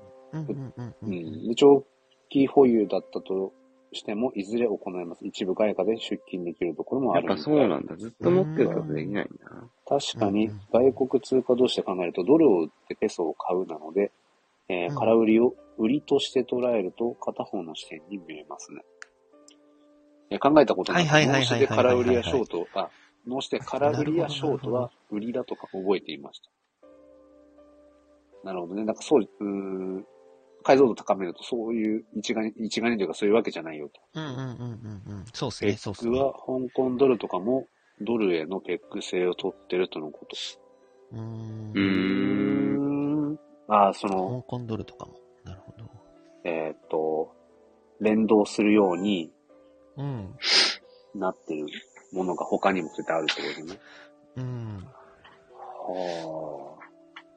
うん。長期保有だったとしても、いずれ行います。一部外貨で出金できるところもある。 やっぱそうなんだ。ずっと持ってるとできないんだな。 確かに、外国通貨同士で考えると、ドルを売ってペソを買うなので、えー、空売りを売りとして捉えると、片方の視点に見えますね。えー、考えたことなく、脳死で空売りやショート、あ、脳死で空売りやショートは売りだとか覚えていました。なるほどね。なんかそう、うーん、解像度高めるとそういう一概に、一概にというかそういうわけじゃないよと。 うんうんうんうんうん。そうですね、そうですね。 ペックは香港ドルとかもドルへのペック性を取ってるとのこと。 うーん。 うーん。ああ、その。 香港ドルとかも。なるほど。 えっと、連動するように、 うん。 なってるものが他にも絶対あるってことね。 うん。 はあ。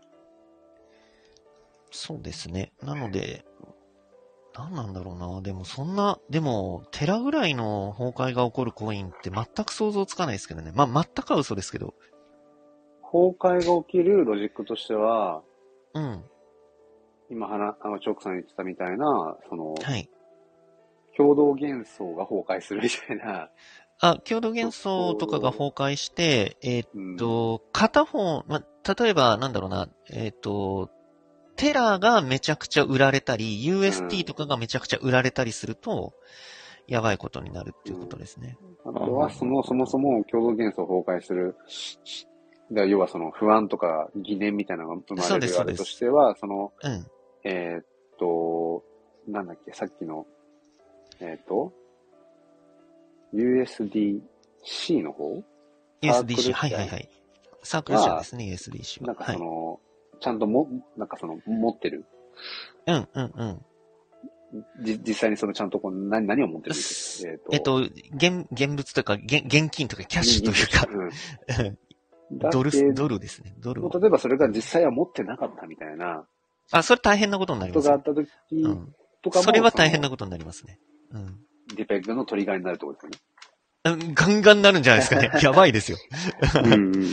そうですね。なので、何なんだろうな。でもそんな、でも、テラぐらいの崩壊が起こるコインって全く想像つかないですけどね。まあ、全くは嘘ですけど。 崩壊が起きるロジックとしては、 うん。 今、はな、あの、チョークさん言ってたみたいな、その、 はい。 共同幻想が崩壊するみたいな。 あ、共同幻想とかが崩壊して、えー、っと、うん、片方、ま、例えば、なんだろうな、えー、っと、テラがめちゃくちゃ売られたり、ユーエスティー とかがめちゃくちゃ売られたりすると、うん、やばいことになるっていうことですね。 うん、あとは、その、そもそも共同幻想崩壊する、要はその不安とか疑念みたいなのが生まれるあれとしては、その、うん、えー、っと、なんだっけ、さっきの、えー、っと、ユーエスディーシー の方ユーエスディーシー、はいはいはい。サークル社ですね、ユーエスディーシー は。 なんかその、はい、ちゃんとも、なんかその、持ってる。 うんうんうん。 じ、実際にそのちゃんとこう、何、何を持ってるえっ、ー、と、えっと、現、現物というか、現、現金とかキャッシュというか、うん、ドル、ドルですね、ドルを。 例えばそれが実際は持ってなかったみたいな。 あ、それ大変なことになります。 ことがあった時とかも、 うん、それは大変なことになりますね。うん。 ディペックのトリガーになるってことですよね。 ガンガンなるんじゃないですかね。やばいですよ。 うん、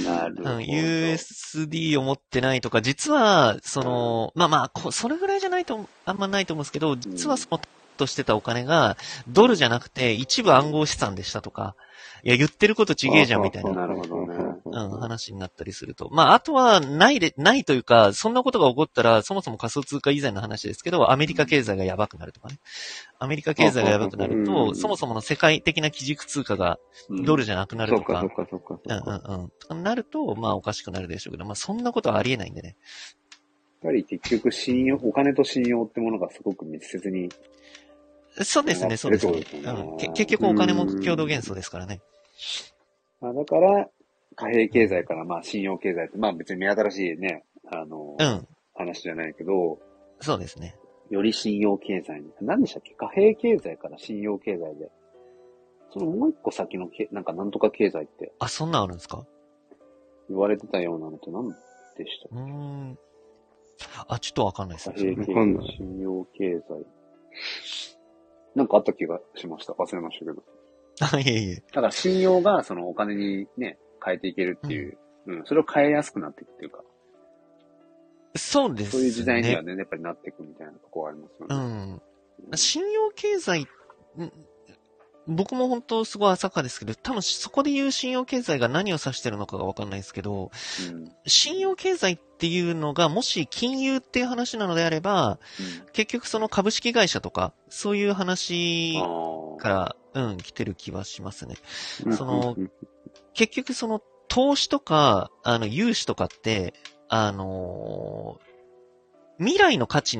なるほど。 ユーエスディー を持ってないとか、実は、その、うん、まあまあ、それぐらいじゃないと、あんまないと思うんですけど、実はその、としてたお金が、ドルじゃなくて、一部暗号資産でしたとか、いや、言ってることちげえじゃんみたいな、 なるほどね。 うん、話になったりすると。まあ、あとは、ないで、ないというか、そんなことが起こったら、そもそも仮想通貨以前の話ですけど、アメリカ経済がやばくなるとかね。アメリカ経済がやばくなると、そもそもの世界的な基軸通貨がドルじゃなくなるとか、 うん、そうかそうかそうか。 うんうんうん。とかなると、まあおかしくなるでしょうけど、まあそんなことはありえないんでね。 やっぱり結局信用、お金と信用ってものがすごく密接に。 そうですね、そうですね。うん、結局お金も共同元素ですからね。 まあ、だから、貨幣経済からまあ信用経済って、まあ別に目新しいね、あの、うん、話じゃないけど、 そうですね。 より信用経済に。何でしたっけ？貨幣経済から信用経済で。そのもう一個先のけ、なんかなんとか経済って。 あ、そんなんあるんですか？ 言われてたようなのって何でしたっけ？ うーん。あ、ちょっとわかんないですね。貨幣経済、信用経済。なんかあった気がしました。忘れましたけど。 あ、いえいえ。 だから信用がそのお金にね、変えていけるっていう。うん。うん、それを変えやすくなっていくっていうか。 そうですね。 そういう時代にはね、やっぱりなっていくみたいなところはありますよね。 うん。信用経済、僕も本当すごい浅かですけど、多分そこで言う信用経済が何を指してるのかがわかんないですけど、うん、信用経済っていうのがもし金融っていう話なのであれば、うん、結局その株式会社とか、そういう話から、うん、来てる気はしますね。その、結局その投資とか、あの、融資とかって、あのー、未来の価値に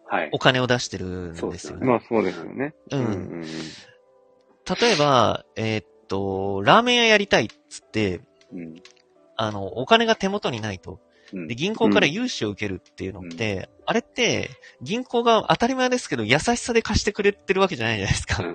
お金を出してるんですよね。 まあそうですよね。 うん。うんうん、例えば、えー、っと、ラーメン屋やりたいっつって、うん、あの、お金が手元にないと。で、銀行から融資を受けるっていうのって、うん、あれって、銀行が当たり前ですけど、優しさで貸してくれてるわけじゃないじゃないですか。うん。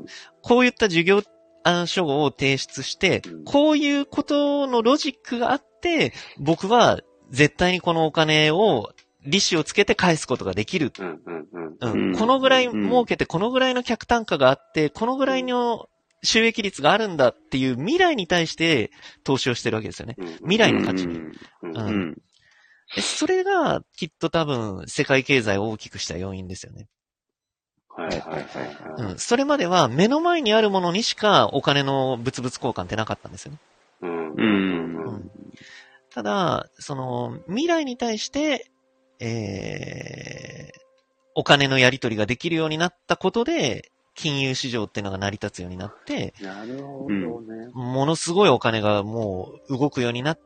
こういった事業案書を提出して、うん、こういうことのロジックがあって、僕は絶対にこのお金を、利子をつけて返すことができる。うんうんうん、このぐらい儲けて、このぐらいの客単価があって、このぐらいの収益率があるんだっていう未来に対して投資をしてるわけですよね。未来の価値に。うんうん、それがきっと多分世界経済を大きくした要因ですよね。はいはいはい、はいうん。それまでは目の前にあるものにしかお金の物々交換ってなかったんですよね。うんうんうん、ただ、その未来に対して、えー、お金のやり取りができるようになったことで、金融市場っていうのが成り立つようになって、なるほどね。ものすごいお金がもう動くようになって、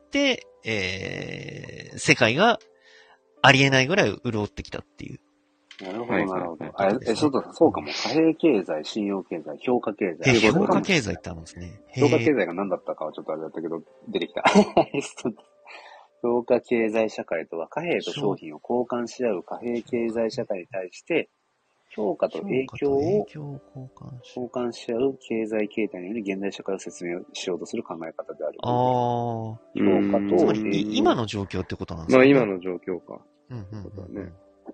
えー、世界がありえないぐらい潤ってきたっていう。 なるほど、なるほど。あれ、え、そうだ、そうかも。貨幣経済、信用経済、評価経済。 評価経済ってあるんですね。 評価経済が何だったかはちょっとあれだったけど、出てきた。評価経済社会とは貨幣と商品を交換し合う貨幣経済社会に対して、評価と影響を交換し合う経済形態により現代社会を説明しようとする考え方である。ああ。評価と影響。今の状況ってことなんですか？ まあ今の状況か。うんうんうんうん、ね。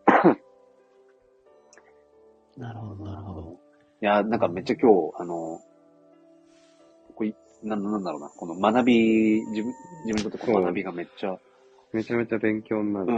なるほど、なるほど。 いや、なんかめっちゃ今日、あの、これ、な、なんだろうな、この学び、自分、自分にとってこの学びがめっちゃ、 めちゃめちゃ勉強になる。 うん。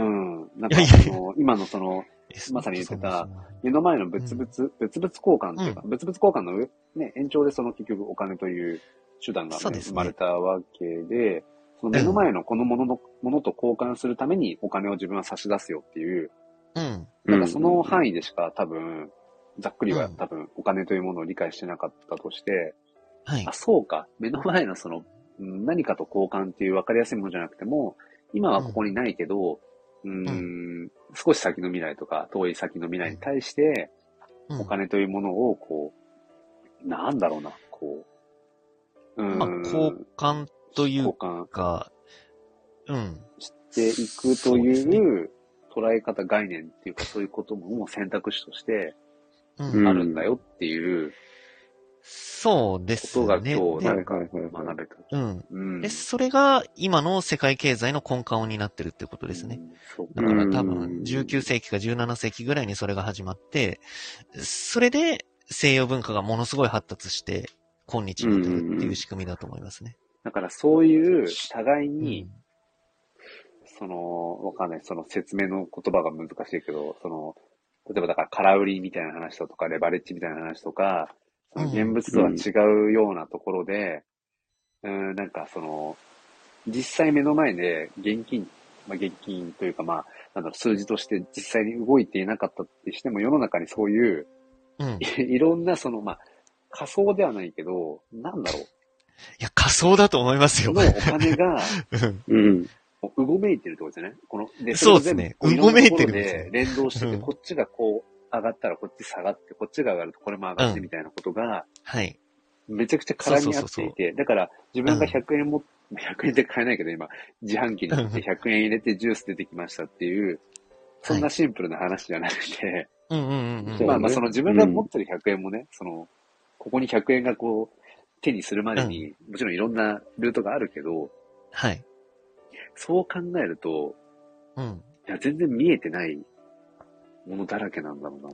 なんかあの、今のその、まさに言ってた、目の前の物々、物々交換っていうか、物々交換のね、延長でその結局お金という手段が、ねね、生まれたわけで、その目の前のこのものの、ものと交換するためにお金を自分は差し出すよっていう、うん。なんかその範囲でしか多分、ざっくりは多分お金というものを理解してなかったとして、はい。あ、そうか。目の前のその、何かと交換っていう分かりやすいものじゃなくても、今はここにないけど、うん、うーん少し先の未来とか遠い先の未来に対して、お金というものをこう、なんだろうな、こう、うん、まあ、交換というか、 うん。していくという捉え方、概念っていうかそういうことも選択肢としてあるんだよっていう、 そうですね。 ことが今日なんか学べた。 うん。うん、で、それが今の世界経済の根幹を担ってるってことですね。うん、だから多分じゅうきゅうせいきかじゅうななせいきぐらいにそれが始まって、それで西洋文化がものすごい発達して今日に至るっていう仕組みだと思いますね。 だからそういう互いに、うん、その、わかんない、その説明の言葉が難しいけど、その、例えばだから空売りみたいな話とか、レバレッジみたいな話とか、その現物とは違うようなところで、うん、うん、なんかその、実際目の前で現金、まあ、現金というかまあ、なんだろう、数字として実際に動いていなかったってしても世の中にそういう、うん、い, いろんなその、まあ、仮想ではないけど、なんだろう。いや、仮想だと思いますよ。 のお金が、うん。うごめいてるってことですよね。この、 で、そうですね。うごめいてるんですね。連動してて、うん、こっちがこう、上がったらこっち下がって、こっちが上がるとこれも上がってみたいなことが、うん、はい。めちゃくちゃ絡み合っていて、だから自分がひゃくえんも、うん、ひゃくえんで買えないけど今、自販機に行ってひゃくえん入れてジュース出てきましたっていう、そんなシンプルな話じゃなくて、はい、まあまあその自分が持ってるひゃくえんもね、その、ここにひゃくえんがこう、手にするまでに、うん、もちろんいろんなルートがあるけど、はい。そう考えると、うん。いや、全然見えてないものだらけなんだろうな。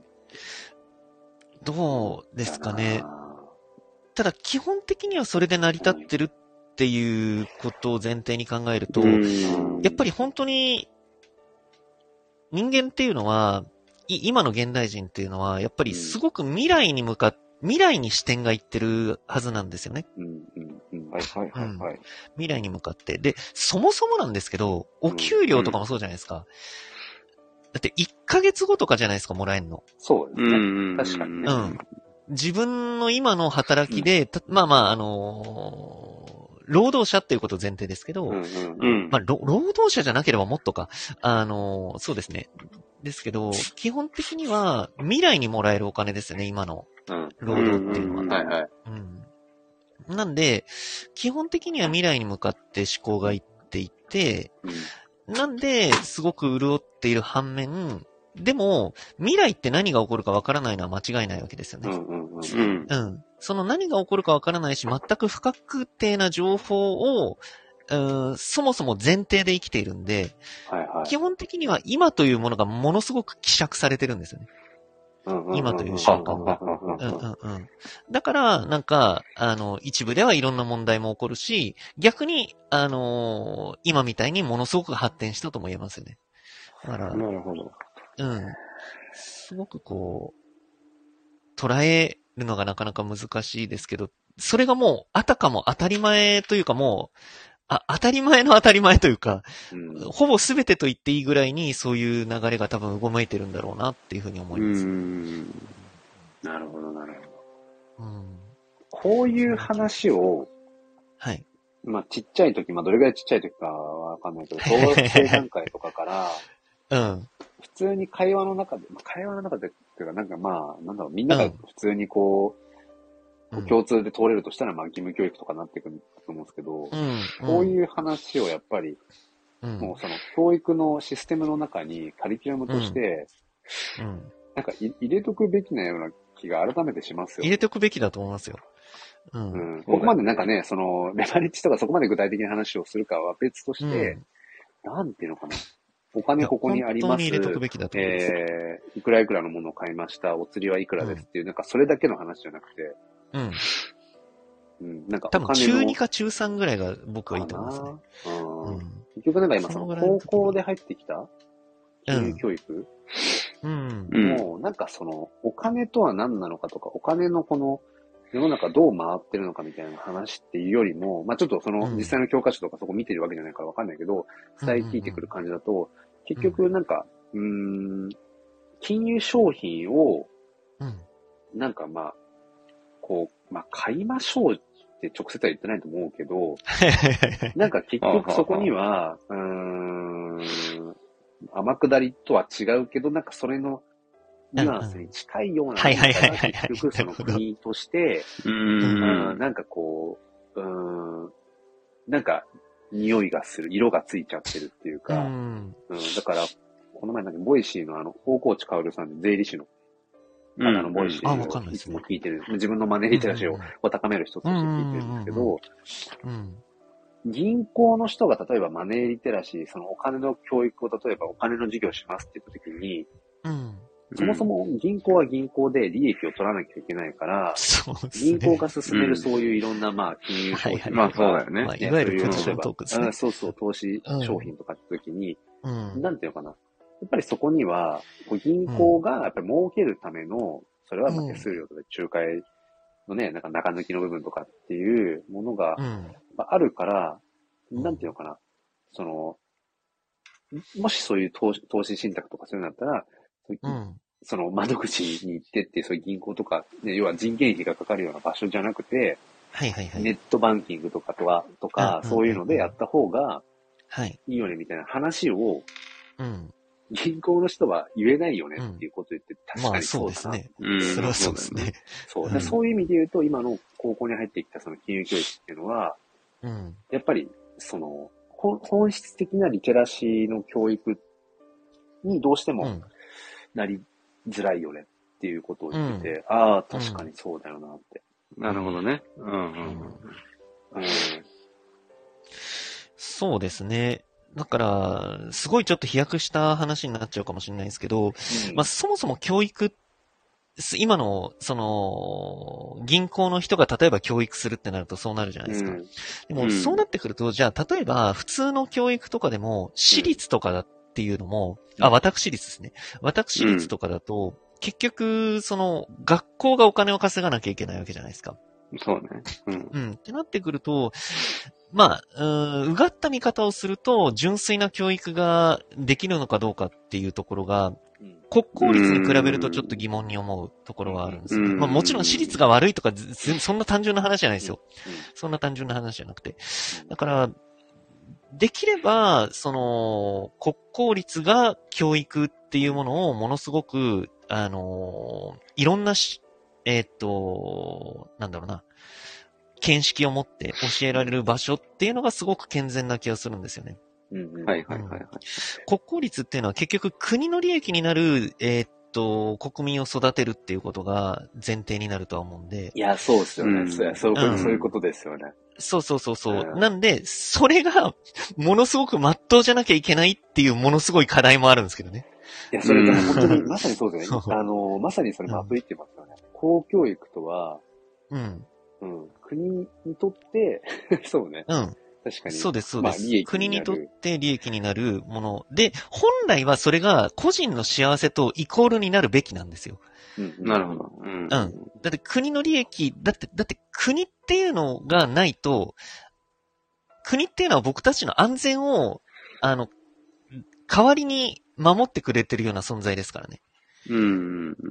どうですかね。ただ、基本的にはそれで成り立ってるっていうことを前提に考えると、うん、やっぱり本当に、人間っていうのは、今の現代人っていうのは、やっぱりすごく未来に向かって、未来に視点がいってるはずなんですよね。うんうんうん、はいはいはい、はい、うん。未来に向かって。で、そもそもなんですけど、お給料とかもそうじゃないですか。うんうん、だっていっかげつごとかじゃないですか、もらえるの。 そうですね。うん、確かにね。うん。 自分の今の働きで、うん、まあまあ、あのー、 労働者っていうこと前提ですけど、 うんうんうん。 まあ、労働者じゃなければもっとか、あの、そうですね。ですけど、基本的には未来にもらえるお金ですよね、今のうん。 労働っていうのは。 うんはいはい。 うん。なんで、基本的には未来に向かって思考がいっていて、 うん。 なんで、すごく潤っている反面、でも、未来って何が起こるかわからないのは間違いないわけですよね。 うんうんうん。 うん。 うん。その何が起こるかわからないし、全く不確定な情報を、うん、そもそも前提で生きているんで、 はいはい。 基本的には今というものがものすごく希釈されてるんですよね。今という瞬間が。うんうんうん。だから、なんか、あの、一部ではいろんな問題も起こるし、逆に、あのー今みたいにものすごく発展したとも言えますよね。だから、 なるほど。 うん。すごくこう、捉えるのがなかなか難しいですけど、それがもう、あたかも当たり前というかもう、あ、当たり前の当たり前というか、 うん。 ほぼ全てと言っていいぐらいにそういう流れが多分動めいてるんだろうなっていうふうに思ういます。 ん。 なるほどなるほど。 うん。 こういう話を、 はい。 まあちっちゃい時、まあどれぐらいちっちゃい時かわかんないけど、小学生段階とかから、 うん。 普通に会話の中で、まあ会話の中でっていうか、なんかまあ、なんだろう、みんなが普通にこう、 うん共通で通れるとしたら、まあ義務教育とかなってくると思うんですけど、 うん。 こういう話をやっぱり、 うん、 もうその教育のシステムの中にカリキュラムとして、 うん。 なんかい入れとくべきなような気が改めてしますよ。 入れておくべきだと思いますよ。う。 うんん。ここまでなんかね、その、レバレッジとかそこまで具体的な話をするかは別として、なんていうのかな。お金ここにあります。 本当に入れとくべきだと思います。 えー、いくらいくらのものを買いました。お釣りはいくらですっていう、なんかそれだけの話じゃなくて、 うん。 うん、なんか多分お金の中にか中さんぐらいが僕はいいと思いますね。 かな。うんうん。 結局なんか今その高校で入ってきた金融教育、 うん。 うん。 もうなんかそのお金とは何なのかとか、お金のこの世の中どう回ってるのかみたいな話っていうよりも、まあちょっとそのうん実際の教科書とかそこ見てるわけじゃないからわかんないけど、伝え聞いてくる感じだと、結局なんか、うーん、金融商品を、 うん。 なんかまあ、こう、まあ買いましょうって直接は言ってないと思うけど、なんか結局そこには、うーん、天下りとは違うけど、なんかそれのニュアンスに近いようなはいはいはい何はいかが結局その国として、 ううんん。 なんかこう、うん、なんか匂いがする、色がついちゃってるっていううか、 ん。 うん、だから、この前なんかボイシーのあの、大河内薫さんで税理士のうん方のボイシーあわかんないをいつですねも聞いてる、自分のマネーリテラシーをこう高める一つとして聞いてるんですけど、 うん。 銀行の人が例えばマネーリテラシー、そのお金の教育を例えばお金の授業しますって言った時に、 うん。 そもそも銀行は銀行で利益を取らなきゃいけないから、 そうですね。 銀行が進めるそういういろんなまあ金融商品とか、 まあそうだよね。 まあ、いわゆるポジショントークですね。 そうそう、投資商品とかって時に、 うん。 なんていうのかな。やっぱりそこには、こう銀行がやっぱり儲けるための、それはまあ手数料とか仲介のね、なんか中抜きの部分とかっていうものがうん。 あるから、なんていうのかな。その、もしそういう投資投資信託とかそういうのだったら、 うん。 その窓口に行ってって、そういう銀行とか、ね、要は人件費がかかるような場所じゃなくて、 はいはいはい。 ネットバンキングとかとは、とか、 うんそういうのでやった方がはい。 いいよねみたいな話を、 うん。 銀行の人は言えないよねっていうことを言って、確かにまあそそううだな。 ですね。 うん。 それはそうですね。 そう。 うんそういう意味で言うと、今の高校に入ってきたその金融教育っていうのは、 うん。 やっぱり、その、本本質的なリテラシーの教育にどうしてもうん。 なりづらいよねっていうことを言ってて、ああ、確かにそうだよなって。 なるほどね。うんうん。 うん。 そうですね。だから、すごいちょっと飛躍した話になっちゃうかもしれないですけど、まあそもそも教育、す今の、その、銀行の人が例えば教育するってなるとそうなるじゃないですか。 うんでも、 うんそうなってくると、じゃあ、例えば、普通の教育とかでも、私立とかだっていうのも、あ、私立ですね。私立とかだと、結局、その、学校がお金を稼がなきゃいけないわけじゃないですか。 そうね。うん。 うん。ってなってくると、まあ、うーん、うがった見方をすると、純粋な教育ができるのかどうかっていうところが、 うん国公立に比べるとちょっと疑問に思うところはあるんですよね。まあもちろん私立が悪いとか、そんな単純な話じゃないですよ。そんな単純な話じゃなくて。だから、できれば、その、国公立が教育っていうものをものすごく、あの、いろんなし、えーっと、なんだろうな、見識を持って教えられる場所っていうのがすごく健全な気がするんですよね。 うんうん、 はいはいはいはい。 国公立っていうのは結局国の利益になる、えーっと、国民を育てるっていうことが前提になるとは思うんで。 いや、そうですよね。うん、そういうこと、 うん、 そういうことですよね。 そうそうそうそう。うん、なんで、それが、ものすごく真っ当じゃなきゃいけないっていうものすごい課題もあるんですけどね。 いや、それ、本当に、まさにそうですよね。あの、まさにそれまといってますよね。うん、公教育とは、 うん。 うん。国にとって、そうね。 うん。 確かに。 そうです、そうです。 まあ、利益国にとって利益になるもの。で、本来はそれが個人の幸せとイコールになるべきなんですよ。 うん、なるほど。 うん。うん。だって国の利益、だって、だって国っていうのがないと、国っていうのは僕たちの安全を、あの、代わりに守ってくれてるような存在ですからね。 うん。 うん。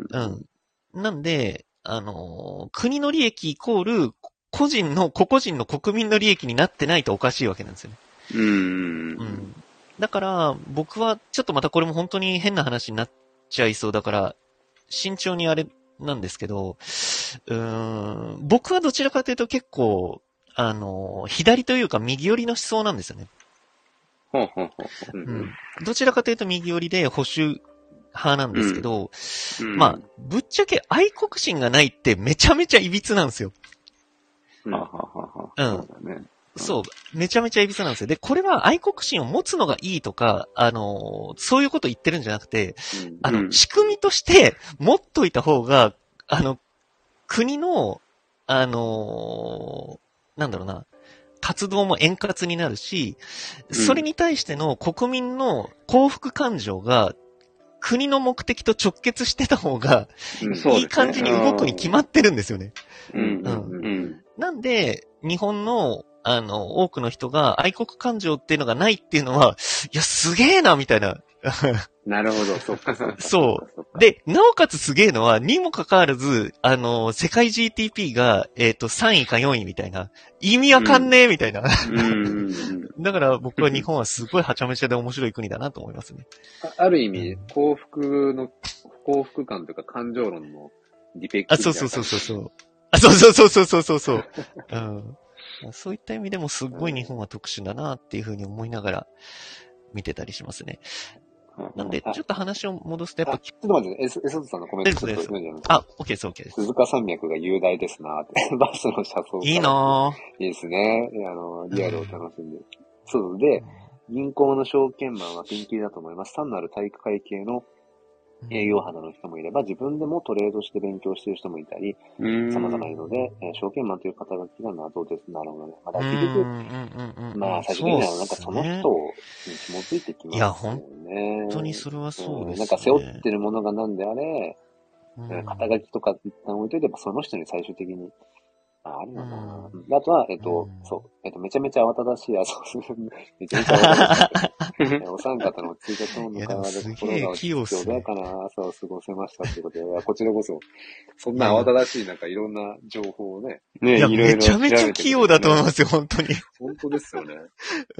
なんで、あの、国の利益イコール、個人の、個々人の国民の利益になってないとおかしいわけなんですよね。 うん。 うん。だから、僕は、ちょっとまたこれも本当に変な話になっちゃいそうだから、慎重にあれなんですけど、うーん、僕はどちらかというと結構、あの、左というか右寄りの思想なんですよね。 ほうほうほう。 うん。どちらかというと右寄りで保守派なんですけど、 うんうん、 まあ、ぶっちゃけ愛国心がないってめちゃめちゃ歪なんですよ。 うん。はははうん。 そうだね。 そう。めちゃめちゃ歪なんですよ。で、これは愛国心を持つのがいいとか、あのー、そういうこと言ってるんじゃなくて、うん、あの、仕組みとして持っといた方が、あの、国の、あのー、なんだろうな、活動も円滑になるし、それに対しての国民の幸福感情が、国の目的と直結してた方が、いい感じに動くに決まってるんですよね。 うんうんうん、 なんで、日本の、あの、多くの人が愛国感情っていうのがないっていうのは、いや、すげえな、みたいな。 なるほど、そっかそっか。 そう。で、なおかつすげえのは、にもかかわらず、あの、世界 ジーティーピー が、えっと、さんいかよんいみたいな。意味わかんねえ、みたいな。だから僕は日本はすごいはちゃめちゃで面白い国だなと思いますね。 あ, ある意味、幸福の、幸福感というか感情論のディペクト。 あ、そうそうそうそうそう。あ、そうそうそうそうそうそう。うん。そういった意味でもすっごい日本は特殊だなっていうふうに思いながら見てたりしますね。なんで、ちょっと話を戻すと、やっぱ、 ちょっと待ってね、エス、エスさんのコメントちょっと読んじゃいます。 あ、OK です、OK です。 鈴鹿山脈が雄大ですなって。バスの車窓。 いいなぁ。いいですね。あの、リアルを楽しんで。そうで、銀行の証券マンはピンキリだと思います。単なる体育会系の営業肌の人もいれば、自分でもトレードして勉強している人もいたり、様々いるので、えー、証券マンという肩書きが謎です。なるほどね。まあ、結局、まあ、最終的にはなんかその人に紐づいてきますよね。いや、 本当にそれはそうですね。 なんか背負ってるものが何であれ、肩書きとか一旦置いといてば、その人に最終的に、あ、あるのかな、うん、あとは、えっと、うん、そう、えっと、めちゃめちゃ慌ただしい、あ、そう、めちゃめちゃ慌ただしい。お三方の追加トーンの会話で心が落ち着き穏やかな朝を過ごせましたということで、こちらこそ、そんな慌ただしい、なんかいろんな情報をね、 ね、いや、いろいろめちゃめちゃ器用だと思いますよ、本当に。 本当ですよね。 うん。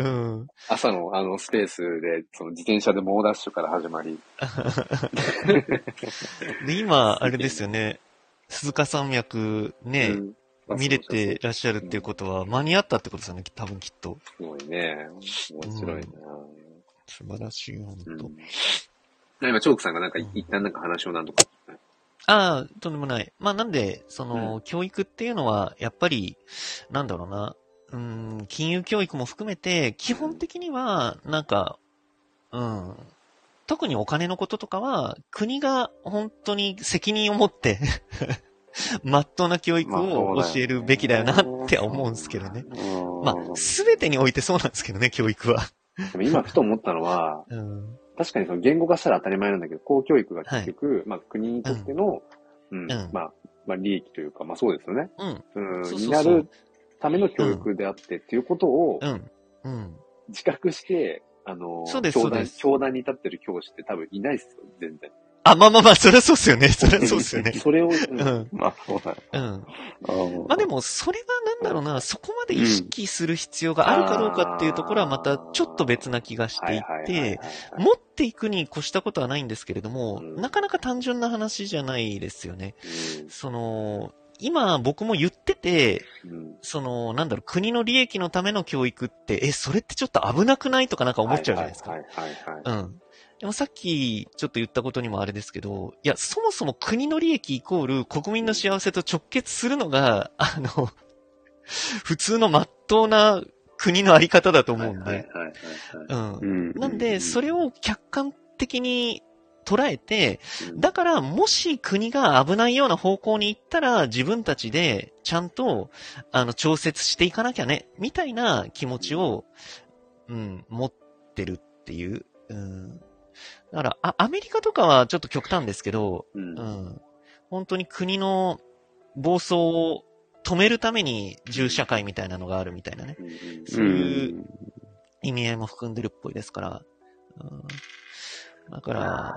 朝のあのスペースで、その自転車で猛ダッシュから始まり。 で、今、あれですよね、鈴鹿山脈ね、うん見れてらっしゃるっていうことは、間に合ったってことですよね、多分きっと。 すごいね。面白いな、うん、 素晴らしい、ほんと。 うん、今、チョークさんがなんか、一旦なんか話をなんとか。 ああ、とんでもない。まあなんで、その、うん、教育っていうのは、やっぱり、なんだろうな、うん、金融教育も含めて、基本的には、なんか、うん、特にお金のこととかは、国が本当に責任を持ってまっとうな教育を教えるべきだよなって思うんですけどね。まあ、すべてにおいてそうなんですけどね、教育は。 でも今ふと思ったのは、うん、確かにその言語化したら当たり前なんだけど、公教育が結局、はい、まあ国にとっての、うん、うん、まあ、まあ利益というか、まあそうですよね。うん。うん、になるための教育であってっていうことを、うん。うん。自覚して、あの、 そうです、そうです。 教壇に立ってる教師って多分いないですよ、全然。 あ、まあまあまあ、そりゃそうっすよね。そりゃそうっすよね。 それを、うん。うん。 まあ、そうだよ。 うん。まあでも、それがなんだろうな、そこまで意識する必要があるかどうかっていうところはまたちょっと別な気がしていて、持っていくに越したことはないんですけれども、うん、なかなか単純な話じゃないですよね。うん、その、今僕も言ってて、うん、その、なんだろう、国の利益のための教育って、え、それってちょっと危なくないとかなんか思っちゃうじゃないですか。はいはいはい、はい。うん。でもさっきちょっと言ったことにもあれですけど、いや、そもそも国の利益イコール国民の幸せと直結するのが、あの、普通の真っ当な国のあり方だと思うんで。うん。なんで、それを客観的に捉えて、だからもし国が危ないような方向に行ったら自分たちでちゃんと、あの、調節していかなきゃね、みたいな気持ちを、うん、持ってるっていう。うん。だからあ、アメリカとかはちょっと極端ですけど、うん、うん。本当に国の暴走を止めるために銃社会みたいなのがあるみたいなね。うん、そういう意味合いも含んでるっぽいですから。うん、だから、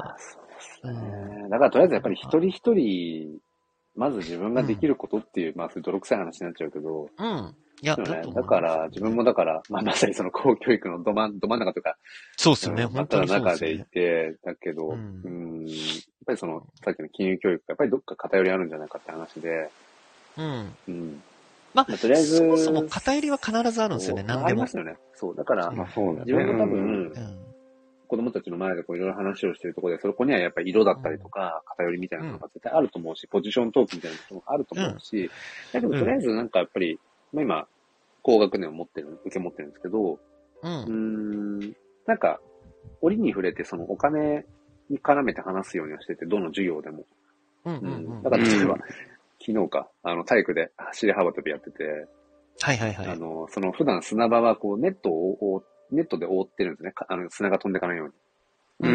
そうですね、うん。だからとりあえずやっぱり一人一人、まず自分ができることっていう、うん、まあ、そういう泥臭い話になっちゃうけど、 うん。いや、 ね、 だと思だから、自分もだから、まあ、まさにその公教育のど真ん、ど真ん中というか、 そうですよね、うん、本当にそうですね。中でいて、だけど、うん、うん、やっぱりその、さっきの金融教育がやっぱりどっか偏りあるんじゃないかって話で、 うん。 うん。 まあ、まあ、とりあえず、そもそも偏りは必ずあるんですよね、何でも。 ありますよね。そう。だから、まあそうね、自分も多分、うん、子供たちの前でこういろいろ話をしてるところで、そこにはやっぱり色だったりとか、偏りみたいなのが絶対あると思うし、ポジショントークみたいなのがあると思うし、だけどとりあえずなんかやっぱり、まあ今、高学年を持ってる、受け持ってるんですけど、うん、うーんなんか、折に触れてそのお金に絡めて話すようにはしてて、どの授業でも。 うんうんうん、 だから例えば、うん、昨日か、あの、体育で走り幅跳びやってて、 はいはいはい。 あの、その普段砂場はこうネットを、ネットで覆ってるんですね。あの、砂が飛んでいかないように。うん。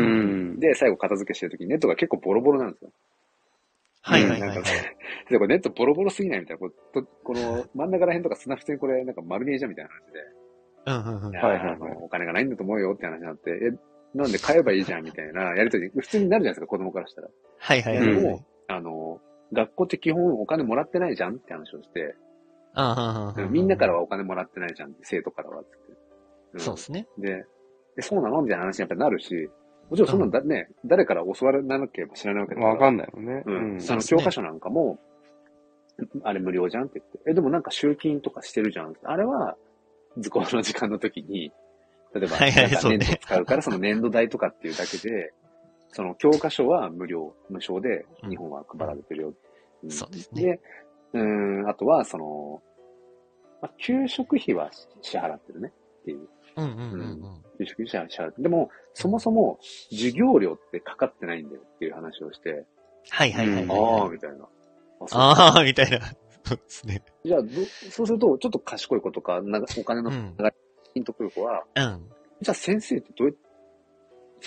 で、最後片付けしてるときにネットが結構ボロボロなんですよ。 はいはいはい、はい。 なんか、で、これネットボロボロすぎないみたいな。こここの真ん中ら辺とか砂普通にこれなんか丸見えじゃんみたいな話で。 うんうんうん。 はいはいはい。お金がないんだと思うよって話になって、え、なんで買えばいいじゃんみたいなやりとり、普通になるじゃないですか、子供からしたら。 はいはいはい、はい。 でも、あの、学校って基本お金もらってないじゃんって話をして、 ああ、 みんなからはお金もらってないじゃんって、生徒からはって、 うん。そうですね。 で、でそうなのみたいな話にやっぱりなるし、もちろんそんなだ、うん、ね、誰から教わらなければ知らないわけだから。 わかんないよね。 うん。その教科書なんかも、あれ無料じゃんって言って。え、でもなんか集金とかしてるじゃん。あれは、図工の時間の時に、例えば、 はいはい、 粘土使うから、その粘土代とかっていうだけで、その教科書は無料、無償で日本は配られてるよ。 うん、そうですね。 で、うん、あとは、その、まあ、給食費は支払ってるねっていう。 うんうんうんうん。うん、 給食費は支払ってる。でも、そもそも授業料ってかかってないんだよっていう話をして。 はいはいはい、はい、うん。 ああ、みたいな。 ああ、みたいな。そうですね。 じゃあど、そうすると、ちょっと賢い子とか、なお金の長いピンとくる子は、 うん。 じゃあ先生ってどうやって、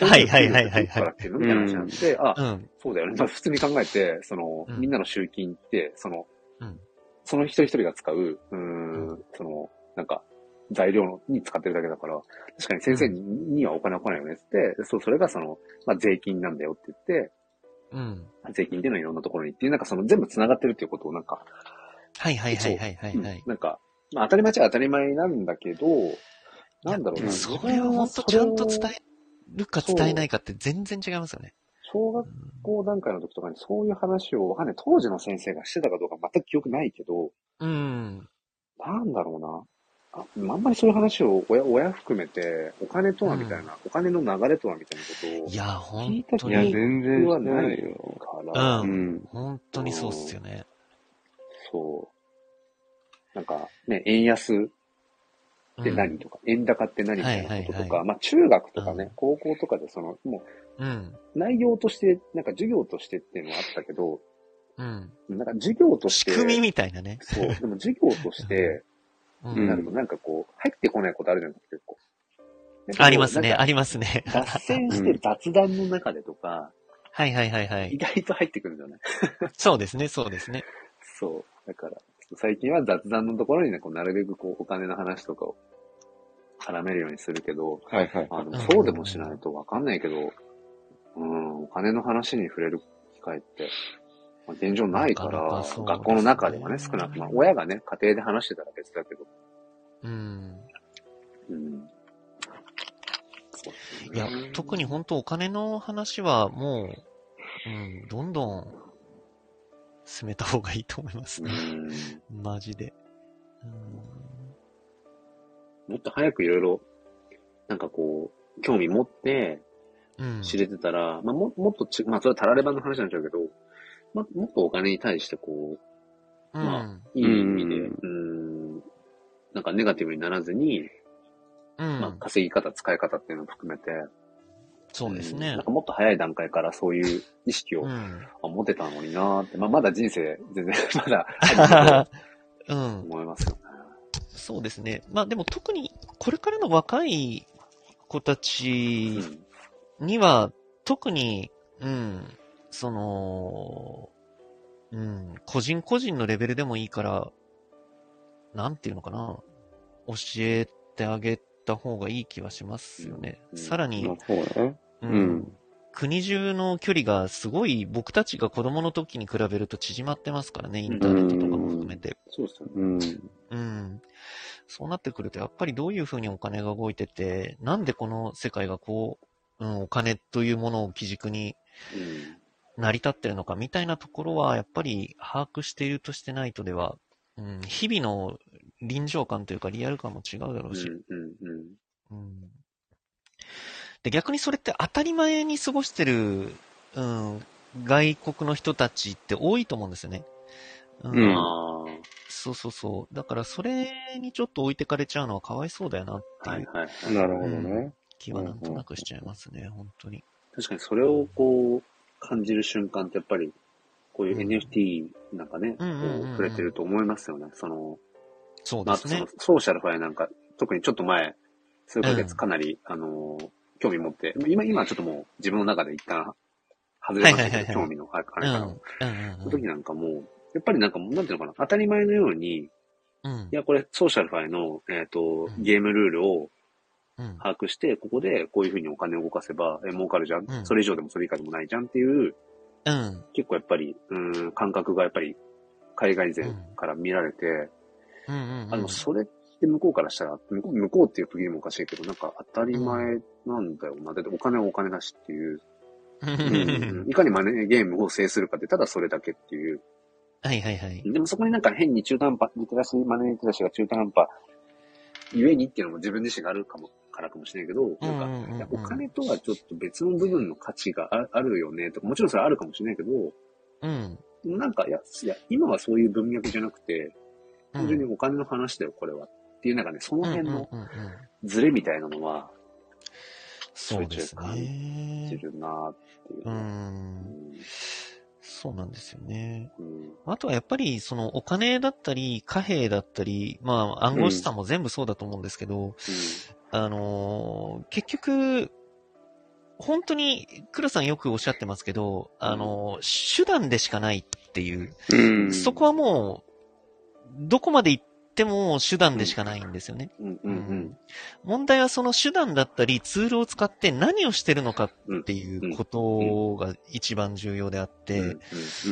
はいはいはいはい。 からっていうのみたいな話なんで、あ、うん、そうだよね。まあ普通に考えて、その、うん、みんなの集金って、その、うん、その一人一人が使う、うーん、うん、その、なんか、材料に使ってるだけだから、確かに先生に,、うん、にはお金は来ないよねって言って、そう、それがその、まあ税金なんだよって言って、 うん、 税金っていうのはいろんなところにっていう、なんかその全部繋がってるっていうことをなんか、 はいはいはいはいはい、はい、 うん。なんか、まあ当たり前っちゃ当たり前なんだけど、なんだろうな。 それは本当ちゃんと伝えるか伝えないかって全然違いますよね。 小学校段階の時とかにそういう話を、わかんない。当時の先生がしてたかどうか全く記憶ないけど、 うん。 なんだろうな。あ, あんまりそういう話を親、親含めて、お金とはみたいな、うん、お金の流れとはみたいなことを、 いや、本聞いた当に。いや、全然はないよ。 から、 うん。本当にそうっすよね。 そう。なんか、ね、円安って何とか、うん、円高って何みたいなこととか、はいはいはい、まあ中学とかね、うん、高校とかでその、もう、うん、内容として、なんか授業としてっていうのはあったけど、うん、なんか授業として、 仕組みみたいなね。 そう、でも授業として、うん、なるとなんかこう、入ってこないことあるじゃないですか、結構。 ありますね、ありますね。 脱線して雑談の中でとか、 はいはいはいはい。 意外と入ってくるんじゃないそうですね、そうですね。 そう。だから、最近は雑談のところにね、こうなるべくこう、お金の話とかを絡めるようにするけど、 はいはい。 あの、そうでもしないとわかんないけど、 うん、お金の話に触れる機会って、まあ、現状ないから、 なかなかそうですね、 学校の中ではね、少なく、まあ、親がね、家庭で話してたら別だけど。 うん。 うん。 いや、特に本当お金の話はもう、うん、どんどん進めた方がいいと思いますね。うん、マジで、うん。 もっと早くいろいろ、なんかこう、興味持って、知れてたら、うん、まあも、もっとち、まあそれはたらればの話なんだけど、まあ、もっとお金に対してこう、まあ、うん、いい意味で、うん、なんかネガティブにならずに、うん、まあ、稼ぎ方、使い方っていうのを含めて、 そうですね、うん。 なんかもっと早い段階からそういう意識を、うん、持てたのになーって、まあ、まだ人生全然まだあるけど、うん、思いますよね。 そうですね。まあでも特にこれからの若い子たちには、特に、うん、その、うん、個人個人のレベルでもいいから、なんていうのかな、教えてあげた方がいい気はしますよね。うん、さらに、 まあそうね、 うん、うん、国中の距離がすごい僕たちが子供の時に比べると縮まってますからね、インターネットとかも含めて。 うん、そうですよね。 うん。うん。そうなってくると、やっぱりどういう風にお金が動いてて、なんでこの世界がこう、うん、お金というものを基軸に成り立ってるのかみたいなところは、やっぱり把握しているとしてないとでは、うん、日々の臨場感というかリアル感も違うだろうし。うんうんうんうん、で、逆にそれって当たり前に過ごしてる、うん、外国の人たちって多いと思うんですよね。うん。うん、そうそうそう。だからそれにちょっと置いてかれちゃうのはかわいそうだよなっていう。 はいはいはい、なるほどね、うん。 気はなんとなくしちゃいますね、うんうん、本当に。 確かにそれをこう感じる瞬間ってやっぱりこういう エヌエフティー なんかね、うん、こう触れてると思いますよね。その、 そうですね。 まあ、そのソーシャルファイなんか特にちょっと前、数ヶ月かなり、うん、あの、興味持って、今、今はちょっともう自分の中で一旦外れましたけど、はいはいはいはい、興味のあれからの、うんうんうん、その時なんかもう、やっぱりなんかもう、なんていうのかな、当たり前のように、うん、いや、これソーシャルファイの、えっと、うん、ゲームルールを把握して、ここでこういう風にお金を動かせば、え、儲かるじゃん、うん。それ以上でもそれ以下でもないじゃんっていう、うん、結構やっぱり、うん、感覚がやっぱり海外勢から見られて、うん、あの、それって向こうからしたら、向こう、向こうっていう区切りもおかしいけど、なんか当たり前なんだよな。だってお金はお金だしっていう。うん、いかにマネーゲームを制するかって、ただそれだけっていう。 はいはいはい。 でもそこになんか変に中途半端、リテラシー、マネーリテラシーが中途半端、ゆえにっていうのも自分自身があるかも、からかもしれないけど、なんか、うんうんうん、お金とはちょっと別の部分の価値があるよねとか、もちろんそれはあるかもしれないけど、うん。なんか、いや、いや、今はそういう文脈じゃなくて、単純にお金の話だよ、これは。っていうなんかね、その辺のズレみたいなのは、 そうですね。 感じるなっていう、ね。うん。 うんそうなんですよね。うん、あとはやっぱり、そのお金だったり、貨幣だったり、まあ暗号資産も全部そうだと思うんですけど、うん、あのー、結局、本当に、黒さんよくおっしゃってますけど、あのー、手段でしかないっていう、うん、そこはもう、どこまで行っても手段でしかないんですよね。うんうんうん、問題はその手段だったりツールを使って何をしてるのかっていうことが一番重要であって、うんうん、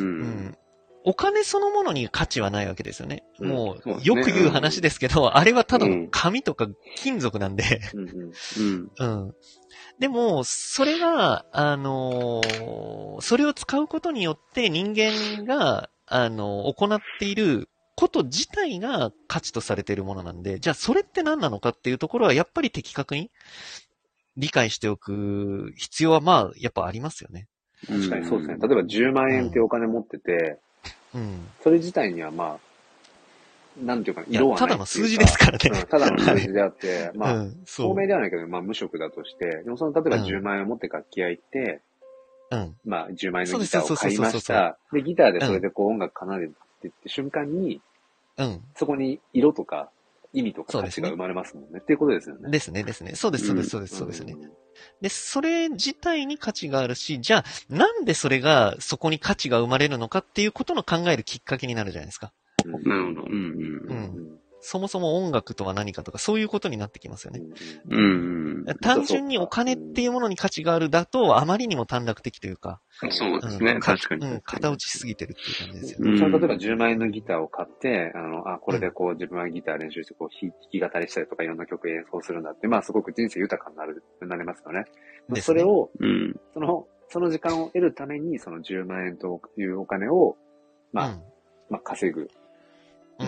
お金そのものに価値はないわけですよね。うん、もう、よく言う話ですけど、うん、あれはただの紙とか金属なんで、うんうん、でも、それが、あのー、それを使うことによって人間が、あのー、行っていること自体が価値とされているものなんで、じゃあそれって何なのかっていうところはやっぱり的確に理解しておく必要はまあやっぱありますよね。 確かにそうですね。例えばじゅうまんえんってお金持ってて、うん、それ自体にはまあ、なんていうか色はないただの数字ですからね。 うん、ただの数字であって、まあ、うん、透明ではないけど、まあ無色だとして、でもその例えばじゅうまんえんを持って楽器屋行って、うん、まあじゅうまんえんのギターを買いました。で、ギターでそれでこう音楽奏でていって瞬間に、うん。そこに色とか意味とか価値が生まれますもんね。っていうことですよね。 ですね、ですね。そうです、そうです、そうです、そうですね。で、それ自体に価値があるし、じゃあ、なんでそれが、そこに価値が生まれるのかっていうことの考えるきっかけになるじゃないですか。 なるほど。うんうん。 そもそも音楽とは何かとか、そういうことになってきますよね。 うん。 単純にお金っていうものに価値があるだと、あまりにも短絡的というか。 そうですね、 うん、 確かに。 うん、片落ちしすぎてるっていう感じですよね。 うん、それ例えばじゅうまんえんのギターを買って、あの、あ、これでこう自分はギター練習してこう弾き語りしたりとかいろんな曲演奏するんだって、まあすごく人生豊かになる、なりますよね。ね、それを、うん、その、その時間を得るために、そのじゅうまんえんというお金を、まあ、うん、まあ稼ぐ。うん。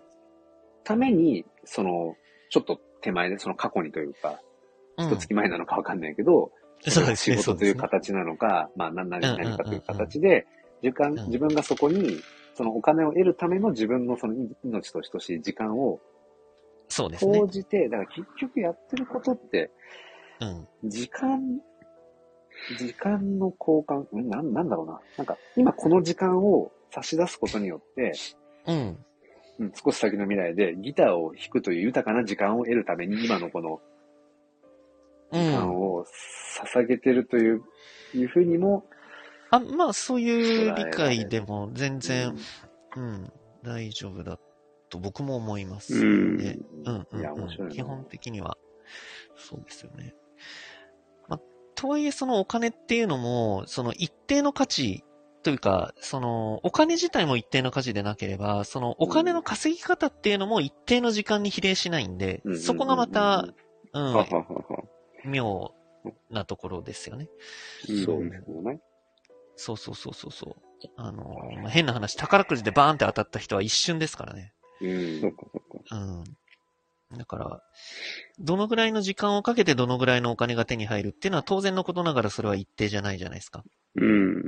ために、その、ちょっと手前で、その過去にというか、一月前なのかわかんないけど、そうですね。仕事という形なのか、まあ何何何かという形で、時間、自分がそこに、そのお金を得るための自分のその命と等しい時間を、 そうですね。 投じて、だから結局やってることって、うん、時間、時間の交換、んなん、なんだろうな。なんか、今この時間を差し出すことによって、うん。うん、少し先の未来でギターを弾くという豊かな時間を得るために、今のこの、時間を捧げてるという、うん、いうふうにも、 あ、まあ、そういう理解でも全然、うん、うん、大丈夫だと僕も思いますね。うん、うん、うん。いや、面白いな。基本的には、そうですよね。まあ、とはいえそのお金っていうのも、その一定の価値というか、そのお金自体も一定の価値でなければ、そのお金の稼ぎ方っていうのも一定の時間に比例しないんで、うん、そこがまた、うん、ははは妙なところですよね。 そうですよね。 そうそうそうそうそう。あの、まあ、変な話、宝くじでバーンって当たった人は一瞬ですからね。 うん。そっかそっか。 うん。だから、どのぐらいの時間をかけてどのぐらいのお金が手に入るっていうのは当然のことながらそれは一定じゃないじゃないですか。 うん。うん。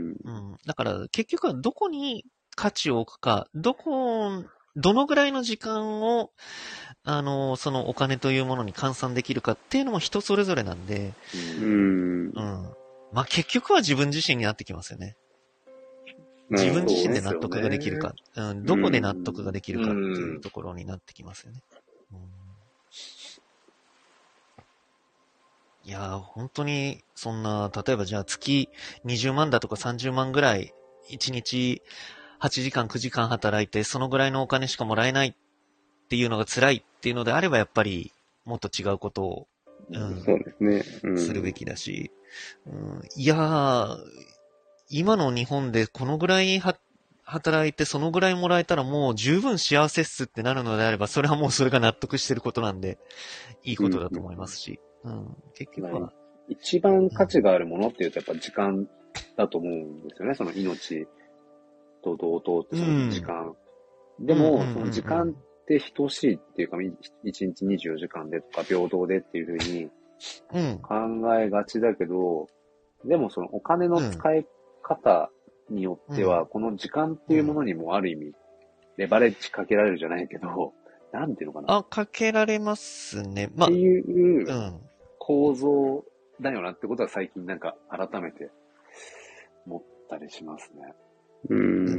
だから結局はどこに価値を置くか、どこ、どのぐらいの時間を、あの、そのお金というものに換算できるかっていうのも人それぞれなんで、 うん。 うん。まあ、結局は自分自身になってきますよね。自分自身で納得ができるか、うん、どこで納得ができるかっていうところになってきますよね。うん、いやー、本当に、そんな、例えばじゃあ月にじゅうまんだとかさんじゅうまんぐらい、いちにちはちじかんくじかん働いて、そのぐらいのお金しかもらえないっていうのが辛いっていうのであれば、やっぱりもっと違うことを、 うん、そうですね、 うん、するべきだし、うん、いやー、今の日本でこのぐらいは働いてそのぐらいもらえたらもう十分幸せっすってなるのであれば、それはもうそれが納得してることなんで、いいことだと思いますし、うんうん、結局は。 一番価値があるものっていうとやっぱ時間だと思うんですよね。その命と同等ってその時間。うん、でも、その時間って等しいっていうか、いちにちにじゅうよじかんでとか平等でっていうふうに考えがちだけど、でもそのお金の使い方によっては、この時間っていうものにもある意味、レバレッジかけられるじゃないけど、なんていうのかな。 あ、かけられますね。まあ、 っていう構造だよなってことは最近なんか改めて思ったりしますね。 うん。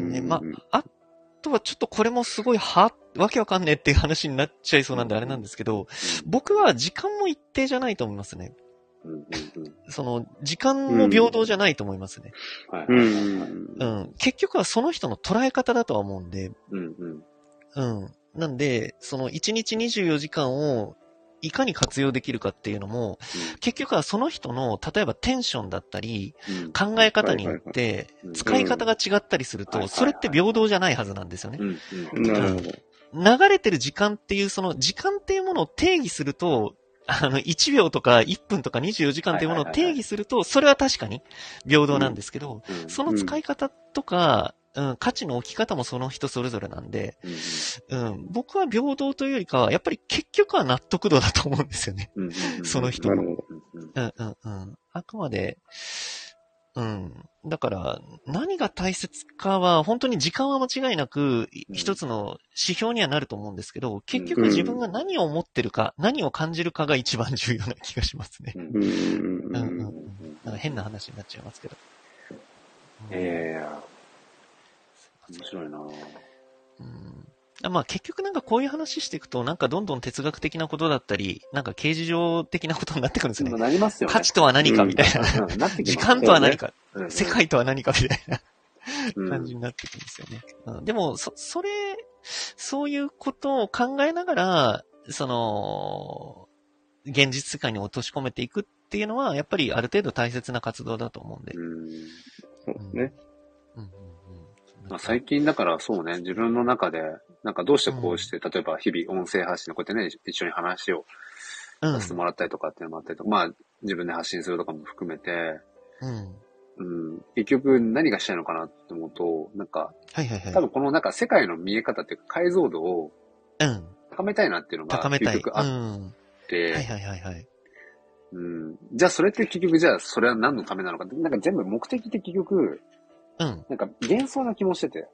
ね、まあ、あとはちょっとこれもすごいは、わけわかんねえっていう話になっちゃいそうなんであれなんですけど、うん、僕は時間も一定じゃないと思いますね。 うんうんうん、 その、時間も平等じゃないと思いますね。 うんうん。結局はその人の捉え方だとは思うんで、 うんうん、 うん。なんで、そのいちにちにじゅうよじかんをいかに活用できるかっていうのも、うん、結局はその人の、例えばテンションだったり、うん、考え方によって、使い方が違ったりすると、それって平等じゃないはずなんですよね。流れてる時間っていう、その時間っていうものを定義すると、あの、いちびょうとかいっぷんとかにじゅうよじかんっていうものを定義すると、それは確かに平等なんですけど、うんうん、その使い方とか、うん、価値の置き方もその人それぞれなんで、うん、うん、僕は平等というよりかは、やっぱり結局は納得度だと思うんですよね。うんうんうん、その人の。うんうんうん。あくまで、うん。だから、何が大切かは、本当に時間は間違いなく、一つの指標にはなると思うんですけど、結局自分が何を思ってるか、何を感じるかが一番重要な気がしますね。うんうんうん。なんか変な話になっちゃいますけど。 ええー、面白いなぁ。 うんまあ結局なんかこういう話していくと、なんかどんどん哲学的なことだったり、なんか刑事上的なことになってくるんですよね。 なりますよね。 価値とは何かみたいな。うんうん、なってきます時間とは何か、うんうん、世界とは何かみたいな感じになってくるんですよね。うん、でも、そ、それ、 そういうことを考えながら、その、現実世界に落とし込めていくっていうのは、やっぱりある程度大切な活動だと思うんで。 うん。 そうですね。 うんうんうんまあ、最近だからそうね、自分の中で、なんかどうしてこうして、うん、例えば日々音声発信でこうやってね、一緒に話をさせてもらったりとかっていうのもあったりとか、うん、まあ自分で発信するとかも含めて、うん。うん。結局何がしたいのかなって思うと、なんか、 はいはいはい。 多分このなんか世界の見え方っていうか解像度を高めたいなっていうのが結局あって、 うん、はいはいはいはい。 うん。じゃあそれって結局じゃあそれは何のためなのかって、なんか全部目的って結局、うん。なんか幻想な気もしてて。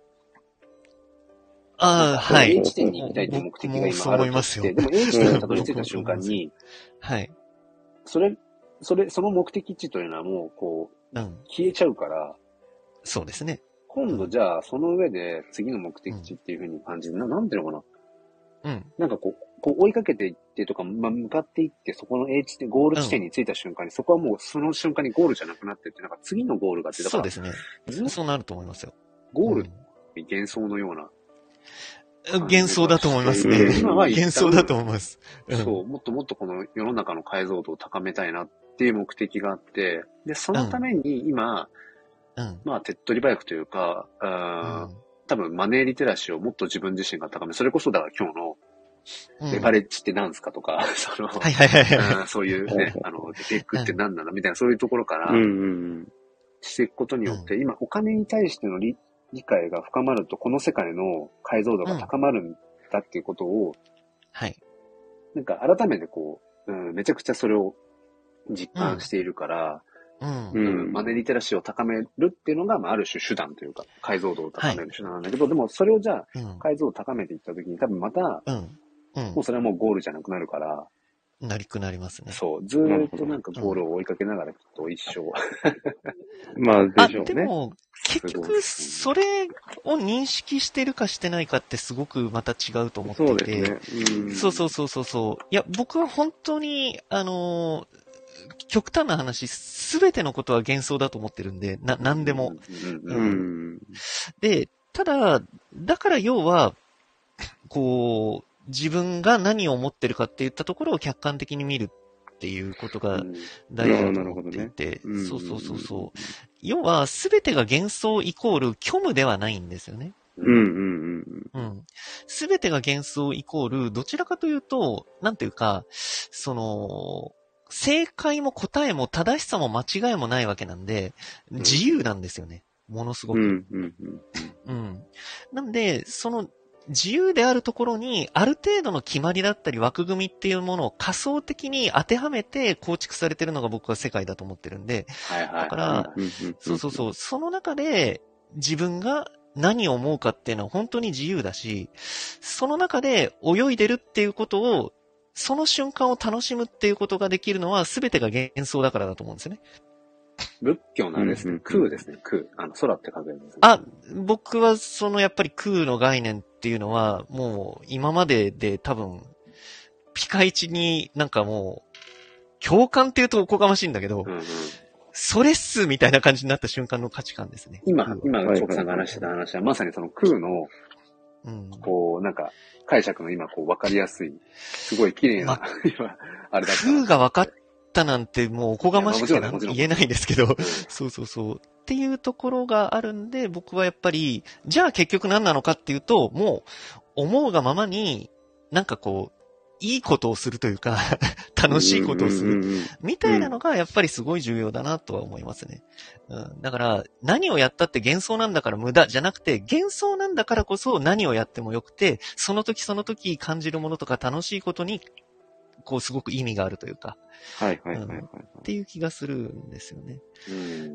ああ、はい。 A 地点に行きたいっていう目的が今あるとして、でも A 地点にたどり着いた瞬間に、 はい。 それ、それ、その目的地というのはもう、こう、うん、消えちゃうから、 そうですね。 今度じゃあ、その上で次の目的地っていう風に感じる、な、なんていうのかな。うん。なんかこう、こう追いかけていってとか、まあ、向かっていって、そこの A 地点、ゴール地点に着いた瞬間に、うん、そこはもうその瞬間にゴールじゃなくなってって、なんか次のゴールが出たから。 そうですね。そうなると思いますよ。 ゴール、うん、幻想のような。 幻想だと思いますね。今は幻想だと思います、 うん。そう、もっともっとこの世の中の解像度を高めたいなっていう目的があって、で、そのために今、うん、まあ、手っ取り早くというか、あうん、多分マネーリテラシーをもっと自分自身が高め、それこそだから今日の、レバレッジって何すかとか、うん、その、はいはいはいはい、そういうね、あの、テックって何なのみたいな、そういうところから、していくことによって、うん、今、お金に対しての理理解が深まると、この世界の解像度が高まるんだっていうことを、うん、 はい。 なんか改めてこう、うん、めちゃくちゃそれを実感しているから、うんうんうん、マネーリテラシーを高めるっていうのが、まあ、ある種手段というか、解像度を高める手段なんだけど、はい、でもそれをじゃあ、うん、解像度を高めていったときに多分また、うんうん、もうそれはもうゴールじゃなくなるから、 なりくなりますね。 そう。ずーっとなんかゴールを追いかけながらきっと一生。 まあ、でしょうね。 あ、でも、結局、それを認識してるかしてないかってすごくまた違うと思っていて。そうですね。うん、そうそうそうそうそう。いや、僕は本当に、あの、極端な話、すべてのことは幻想だと思ってるんで、な、なんでも。うんうん、で、ただ、だから要は、こう、自分が何を思ってるかっていったところを客観的に見るっていうことが大事だと思っていて、うんね、そうそうそうそう。要は、すべてが幻想イコール虚無ではないんですよね。 うんうんうんうん。すべてが幻想イコール、どちらかというと、なんていうか、その、正解も答えも正しさも間違いもないわけなんで、自由なんですよね。ものすごく。うんうんうんうん。なんで、その、自由であるところに、ある程度の決まりだったり枠組みっていうものを仮想的に当てはめて構築されてるのが僕は世界だと思ってるんで、はいはいはい、だから、そうそうそう、その中で自分が何を思うかっていうのは本当に自由だし、その中で泳いでるっていうことを、その瞬間を楽しむっていうことができるのは全てが幻想だからだと思うんですよね。 仏教のあれですね、空ですね、空。あの、空って書くんですね。 あ、僕はそのやっぱり空の概念っていうのは、もう今までで多分、ピカイチになんかもう、共感っていうとおこがましいんだけど、うんうん、それっすみたいな感じになった瞬間の価値観ですね。 今、今、チョクさんが話してた話は、まさにその空の、うん、こう、なんか、解釈の今、こう、わかりやすい、すごい綺麗な、ま、今、あれだった。 空が分かったなんてもうおこがましくて言えないんですけど、そうそうそう。っていうところがあるんで、僕はやっぱり、じゃあ結局何なのかっていうと、もう、思うがままに、なんかこう、いいことをするというか、楽しいことをする、みたいなのがやっぱりすごい重要だなとは思いますね。うん、だから、何をやったって幻想なんだから無駄じゃなくて、幻想なんだからこそ何をやってもよくて、その時その時感じるものとか楽しいことに、こうすごく意味があるというか。 はいはいはいはい、はいうん。 っていう気がするんですよね。 うん。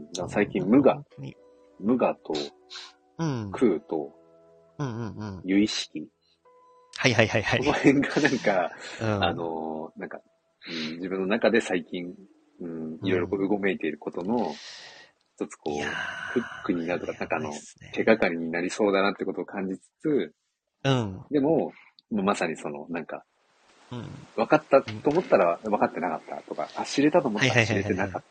だ最近無我、無我と、空と、うんうんうん、有意識。 はいはいはいはい。 この辺がなんか、うん、あの、なんか、うん、自分の中で最近、うん、いろいろこううごめいていることの、一つこう、フックになるとか、なんかあの、手がかりになりそうだなってことを感じつつ、うん。でも、まさにその、なんか、うん、分かったと思ったら分かってなかったとか、あ、知れたと思ったら知れてなかった。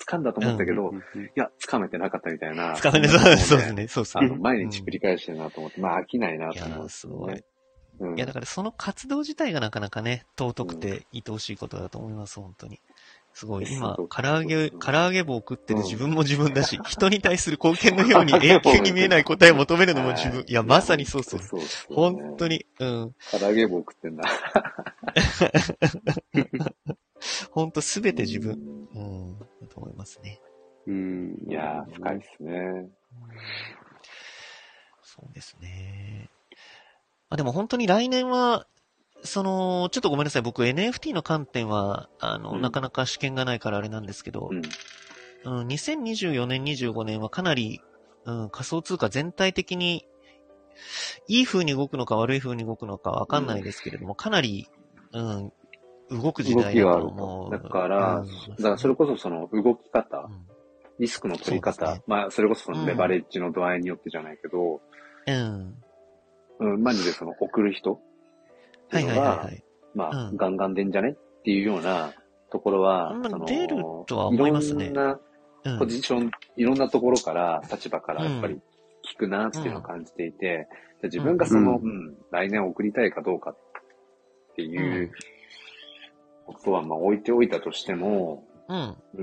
掴んだと思ったけど、うん、いや、掴めてなかったみたいな。 掴めてない、そうですね、そうですね。 あの、毎日繰り返してるなと思って、まあ飽きないなと思って、ね。 いや、すごい。うん、いや、だからその活動自体がなかなかね、尊くて愛おしいことだと思います、本当に。すごい。今、唐揚げ、唐揚げ棒を食ってる自分も自分だし、うん、人に対する貢献のように永久に見えない答えを求めるのも自分。いや、まさにそうっすよ。そうそうそうね、本当に。うん。 唐揚げ棒食ってんだ。 本当すべて自分。うん。だと思いますね。 うん。いやー、深いですね。 そうですね。あ、でも本当に来年は、その、ちょっとごめんなさい。僕 エヌエフティー の観点は、あの、うん、なかなか試験がないからあれなんですけど、うんうん、にせんにじゅうよねん、にじゅうごねんはかなり、うん、仮想通貨全体的に、いい風に動くのか悪い風に動くのかわかんないですけれども、うん、かなり、うん、動く時代だと思う。 だから、うん、だからそれこそその動き方、うん、リスクの取り方、ね、まあ、それこそそのレバレッジの度合いによってじゃないけど、 うん。 うん、マジでその送る人っていうのが、はいはいはいはい、まあ、うん、ガンガン出んじゃねっていうようなところは、 まあ、その出るとは思いますね。 いろんなポジション、うん、いろんなところから、立場からやっぱり聞くなっていうのを感じていて、うん、自分がその、うんうん、来年送りたいかどうかっていうことはまあ置いておいたとしても、うん、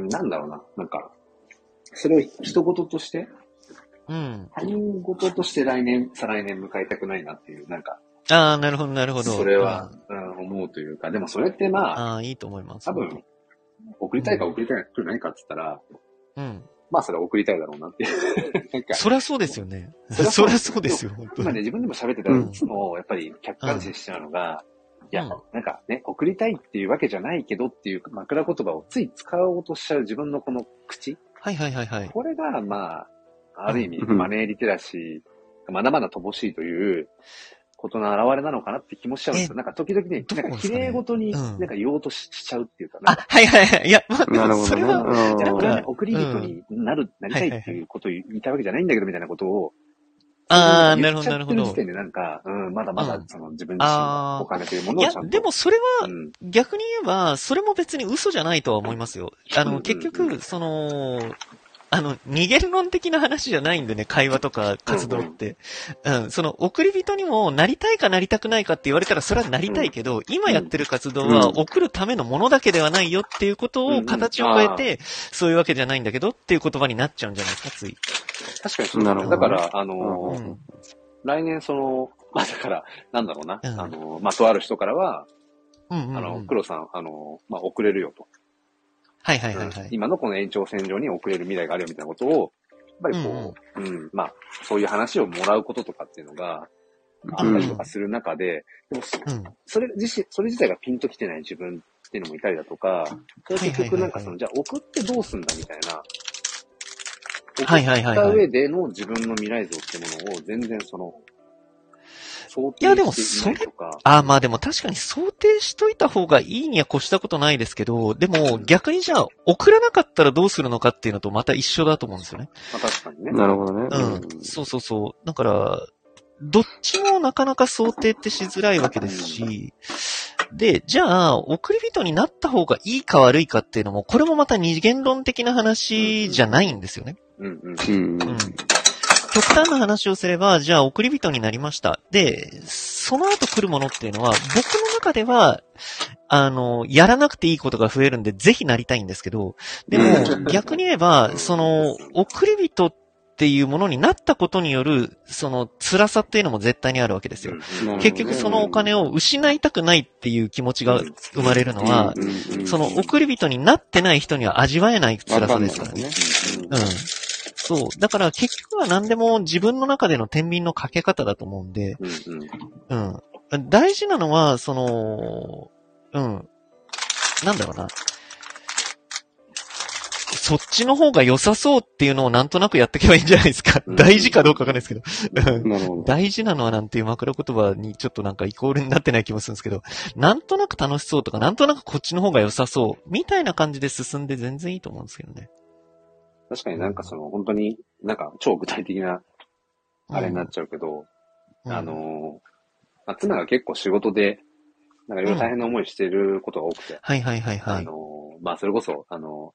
なんだろうな、なんか、それを人事として、うん、他人事として来年、再来年迎えたくないなっていう、なんか、 ああ、なるほど、なるほど。 それは、うん、思うというか、でもそれってまあ、 ああ、いいと思います。 多分、送りたいか送りたくないかって言ったら、うん。まあそれは送りたいだろうなっていう。なんかそりゃそうですよね。そりゃそうですよ、本当に。 今ね、自分でも喋ってたら、いつもやっぱり客観視しちゃうのが、うん、いや、なんかね、送りたいっていうわけじゃないけどっていう枕言葉をつい使おうとしちゃう自分のこの口。 はいはいはいはい。 これが、まあ、ある意味、マネーリテラシー、まだまだ乏しいという、ことの表れなのかなって気もしちゃうんですよ。なんか時々ね、なんか綺麗ごとになんか言おうと し,、うん、しちゃうっていうか。 あ、はいはいはい。いや、まあ、 なるほど、ね。 それは、 じゃあ、俺はね、送り人になる、うん、なりたいっていうことを言いたいわけじゃないんだけど、みたいなことを。 ああ、なるほど、なるほど。 言っちゃってる時点でなんか、うん、まだまだ、その自分自身のお金というものをちゃんと。 いや、でもそれは、逆に言えば、それも別に嘘じゃないとは思いますよ。あの、結局、その、あの、逃げる論的な話じゃないんでね、会話とか活動って。うん、うん、その、送り人にもなりたいかなりたくないかって言われたらそれはなりたいけど、うん、今やってる活動は送るためのものだけではないよっていうことを形を変えて、そういうわけじゃないんだけどっていう言葉になっちゃうんじゃないですか、つい。 確かにそうなるほど。だから、あのーうん、来年その、まあだから、なんだろうな、うん、あのー、まあとある人からは、うんうんうん、あの、黒さん、あのー、まあ送れるよと。 はいはいはいはい。 今のこの延長線上に送れる未来があるよみたいなことを、やっぱりこう、うん、うん、まあ、そういう話をもらうこととかっていうのがあったりとかする中で、うん、でも、うん、それ自身、それ自体がピンときてない自分っていうのもいたりだとか、それ結局なんかその、じゃあ送ってどうすんだみたいな、 はいはいはい。 送った上での自分の未来像っていうものを全然その、 いやでもそれ、あ、まあでも確かに想定しといた方がいいには越したことないですけど、でも逆にじゃあ送らなかったらどうするのかっていうのとまた一緒だと思うんですよね。 まあ確かにね。 なるほどね。 うん。そうそうそう。だから、どっちもなかなか想定ってしづらいわけですし、で、じゃあ、送り人になった方がいいか悪いかっていうのも、これもまた二元論的な話じゃないんですよね。 うんうん。 うん。うん極端な話をすれば、じゃあ送り人になりました。で、その後来るものっていうのは、僕の中では、あの、やらなくていいことが増えるんで、ぜひなりたいんですけど、でも、逆に言えば、その、送り人っていうものになったことによる、その、辛さっていうのも絶対にあるわけですよ。結局そのお金を失いたくないっていう気持ちが生まれるのは、その、送り人になってない人には味わえない辛さですからね。うん。そう。だから結局は何でも自分の中での天秤のかけ方だと思うんで、うん、うん。大事なのは、その、うん。なんだろうな。そっちの方が良さそうっていうのをなんとなくやっていけばいいんじゃないですか。うん、大事かどうかわかんないですけど。なるほど。大事なのはなんていう枕言葉にちょっとなんかイコールになってない気もするんですけど、なんとなく楽しそうとか、なんとなくこっちの方が良さそう、みたいな感じで進んで全然いいと思うんですけどね。 確かになんかその、本当になんか超具体的な、あれになっちゃうけど、うん、あの、まあ、妻が結構仕事で、なんかいろいろ大変な思いしてることが多くて。 うん、はいはいはいはい。 あの、まあそれこそ、あの、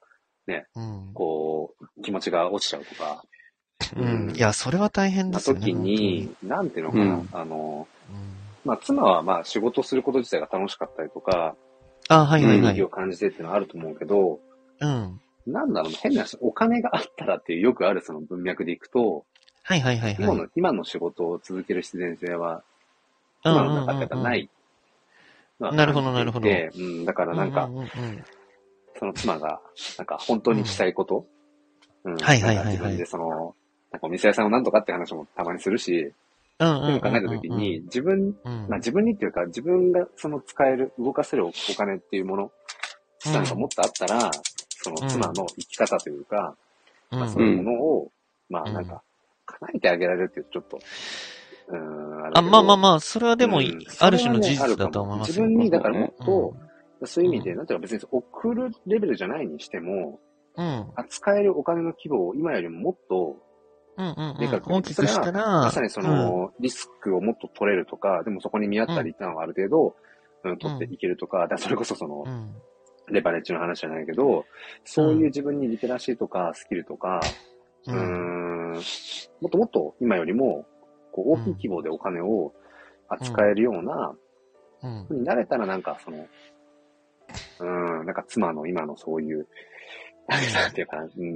ね、 うん。 こう、気持ちが落ちちゃうとか。 うん。うん、いや、それは大変ですよね。 時に、なんていうのかな、うん、あの、うん、まあ、妻はまあ、仕事すること自体が楽しかったりとか、 あ、はいはいはい。 意義を感じてっていうのはあると思うけど、 うん。 なんだろう、変な話、お金があったらっていうよくあるその文脈でいくと、 はいはいはいはい。 今の、今の仕事を続ける必然性は、今の中でやっぱない。 なるほどなるほど。 うん、だからなんか、うんうんうんうん、その妻が、なんか本当にしたいこと、うん、うん、はいはいはい、はい。自分でその、なんかお店屋さんをなんとかって話もたまにするし、うんうんうんうん、っていうのを考えたときに、自分、うん、まあ自分にっていうか、自分がその使える、動かせるお金っていうもの、資産がもっとあったら、その妻の生き方というか、うん、まあそういうものを、まあなんか、叶えてあげられるっていうとちょっと、うん、あ, あ、まあまあまあ、それはでも、うん、ある種の事実だと思いますよ。自分に、だからもっと、うん、そういう意味で、うん、なんていうか別に送るレベルじゃないにしても、うん、扱えるお金の規模を今よりももっと、 うんうんうん、大きくしたら、 まさにその、うん、リスクをもっと取れるとか、でもそこに見合ったリターンをある程度、うん、取っていけるとか、だからそれこそその、うん、レバレッジの話じゃないけど、そういう自分にリテラシーとかスキルとか、うん、うーんもっともっと今よりも、こう大きい規模でお金を扱えるような、うん、ふうになれたらなんかその、うん、なんか妻の今のそういう、なんていうかな、うん、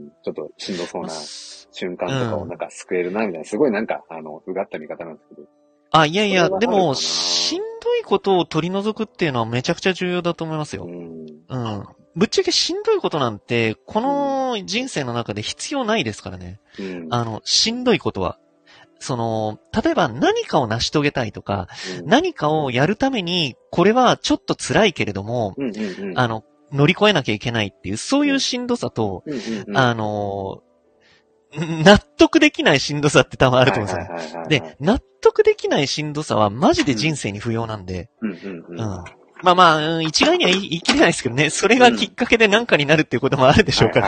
ちょっとしんどそうな瞬間とかをなんか救えるな、みたいな、すごいなんか、あの、うがった見方なんですけど。 あ、いやいや、でも、しんどいことを取り除くっていうのはめちゃくちゃ重要だと思いますよ。うん。うん。ぶっちゃけしんどいことなんて、この人生の中で必要ないですからね。うん。あの、しんどいことは。その、例えば何かを成し遂げたいとか、うん、何かをやるために、これはちょっと辛いけれども、うんうんうん、あの、乗り越えなきゃいけないっていう、そういうしんどさと、うんうんうん、あの、納得できないしんどさって多分あると思うんですよね。で、納得できないしんどさはマジで人生に不要なんで、うん。うんうんうんうんまあまあ、一概には言い切れないですけどね。それがきっかけで何かになるっていうこともあるでしょうから。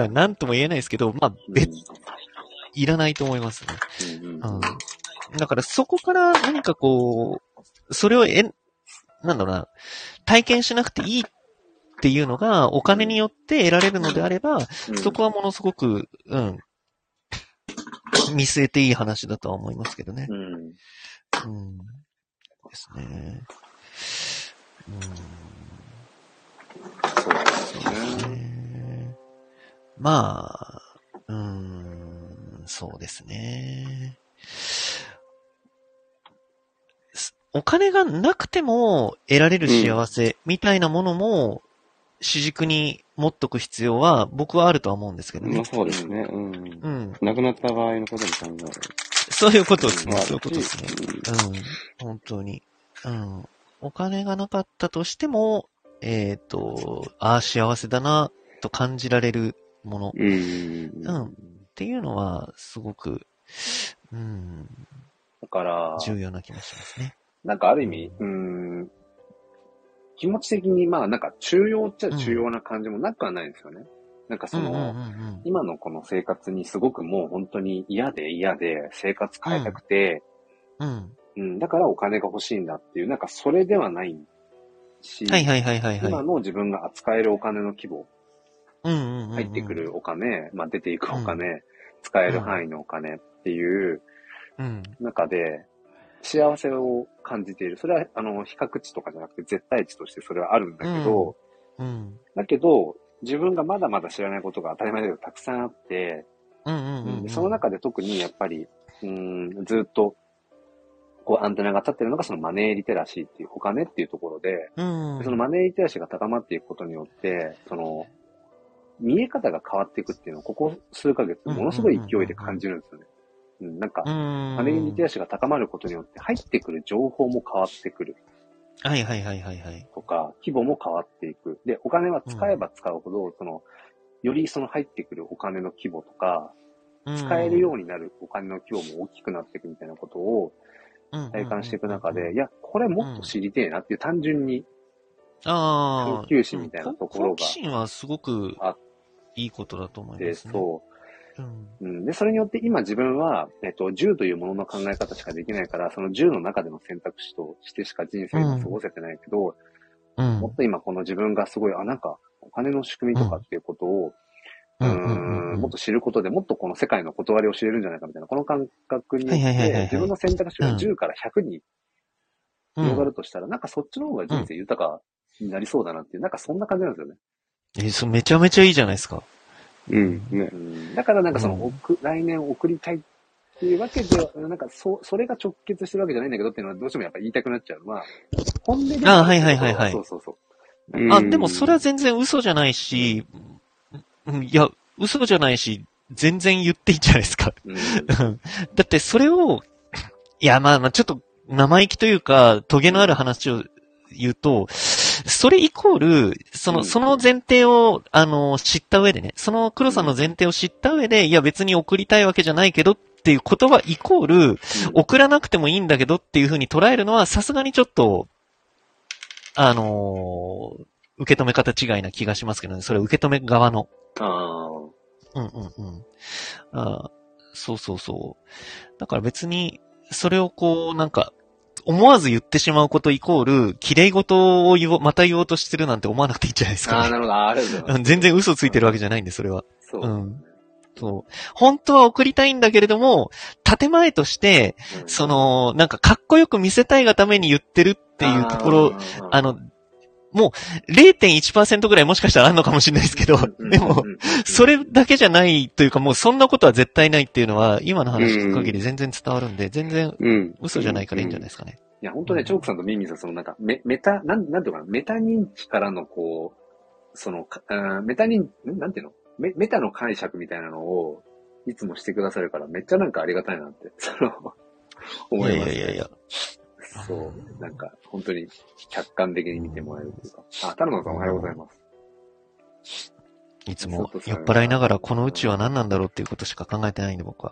なんとも言えないですけど、まあ別、いらないと思いますね。うん。だからそこから何かこう、それをえ、なんだろうな、体験しなくていいっていうのがお金によって得られるのであれば、うん、そこはものすごく、うん、見据えていい話だとは思いますけどね。うん。うん。ですね。うん。そうですね。まあ、うん、そうですね。お金がなくても得られる幸せみたいなものも主軸に持っとく必要は僕はあるとは思うんですけどね。 まあそうですね。うん。うん。亡くなった場合のことに考える。 そういうことですね。そういうことですね。うん。本当に。うん。お金がなかったとしても、えっと、ああ、幸せだな、と感じられるもの。うん。うん。っていうのは、すごく、うん。 だから、 重要な気もしますね。 なんかある意味、うん、ん気持ち的にまあなんか中庸っちゃ中庸な感じもなくはないんですよね。うん、なんかその、うんうんうんうん、今のこの生活にすごくもう本当に嫌で嫌で生活変えたくて、うん。うん、だからお金が欲しいんだっていう、なんかそれではないし、 はいはいはいはい、はい。 今の自分が扱えるお金の規模、うんうんうんうん、入ってくるお金、まあ出ていくお金、うん、使える範囲のお金っていう中で、幸せを感じている。それは、あの、比較値とかじゃなくて絶対値としてそれはあるんだけど、うんうん、だけど、自分がまだまだ知らないことが当たり前だけどたくさんあって、うんうんうんうん、その中で特にやっぱり、うん、ずっと、こう、アンテナが立ってるのがそのマネーリテラシーっていうお金っていうところで、うん、そのマネーリテラシーが高まっていくことによって、その、見え方が変わっていくっていうのをここ数ヶ月、ものすごい勢いで感じるんですよね。うん、なんか、マネーリテラシーが高まることによって入ってくる情報も変わってくる。 はいはいはいはいはい。 とか、規模も変わっていく。で、お金は使えば使うほど、うん、その、よりその入ってくるお金の規模とか、使えるようになるお金の規模も大きくなっていくみたいなことを体感していく中で、いや、これもっと知りてえなっていう単純に、 あ研究心みたいなところが。 好奇心はすごくいいことだと思いますね。 そう。うん、で、それによって今自分は、えっと、じゅうというものの考え方しかできないから、そのじゅうの中での選択肢としてしか人生を過ごせてないけど、うん、もっと今この自分がすごい、あ、なんか、 お金の仕組みとかっていうことを、うん、うんもっと知ることでもっとこの世界の断りを知れるんじゃないかみたいな、この感覚によって自分の選択肢がじゅうからひゃくに広がるとしたら、うん、なんかそっちの方が人生豊かになりそうだなっていう、なんかそんな感じなんですよね。 え、そめちゃめちゃいいじゃないですか。 うん。ね、 うん、だからなんかその、うん、来年送りたいっていうわけでは、なんかそ、それが直結してるわけじゃないんだけどっていうのはどうしてもやっぱ言いたくなっちゃうのは、本音で。 ああ、はいはいはいはい。 そうそうそう。 あ、でもそれは全然嘘じゃないし、うん、いや、嘘じゃないし、全然言っていいじゃないですか。うん、だってそれを、いやまあまあちょっと生意気というか、トゲのある話を言うと、それイコール、その、その前提を、あの、知った上でね、その黒さんの前提を知った上で、いや別に送りたいわけじゃないけどっていう言葉イコール、送らなくてもいいんだけどっていう風に捉えるのは、さすがにちょっと、あのー、受け止め方違いな気がしますけどね。それ受け止め側の。 ああ。 うんうんうん。あそうそうそう。だから別に、それをこう、なんか、思わず言ってしまうことイコール、綺麗事を言おう、また言おうとしてるなんて思わなくていいんじゃないですか、ね。 ああ、なるほど。ありがとうございます。 全然嘘ついてるわけじゃないんで、それは。 そう。 うん。そう。本当は送りたいんだけれども、建前として、うん、その、なんかかっこよく見せたいがために言ってるっていうところ、あ, あの、もう れいてんいちパーセント ぐらいもしかしたらあるのかもしれないですけど、でも、それだけじゃないというか、もうそんなことは絶対ないっていうのは、今の話聞く限り全然伝わるんで、全然嘘じゃないからいいんじゃないですかね。 いや、本当ね、チョークさんとミミさん、そのなんか、メ、メタ、なん、なんていうかな、メタ認知からのこう、その、あメタ認、なんていうのメ、メタの解釈みたいなのを、いつもしてくださるから、めっちゃなんかありがたいなって、その、思います、ね。 いやいやいやいや。 そう、なんか、本当に客観的に見てもらえるというか。あ、田野さんおはようございます。 いつも酔っ払いながらこの宇宙は何なんだろうっていうことしか考えてないんで、僕は。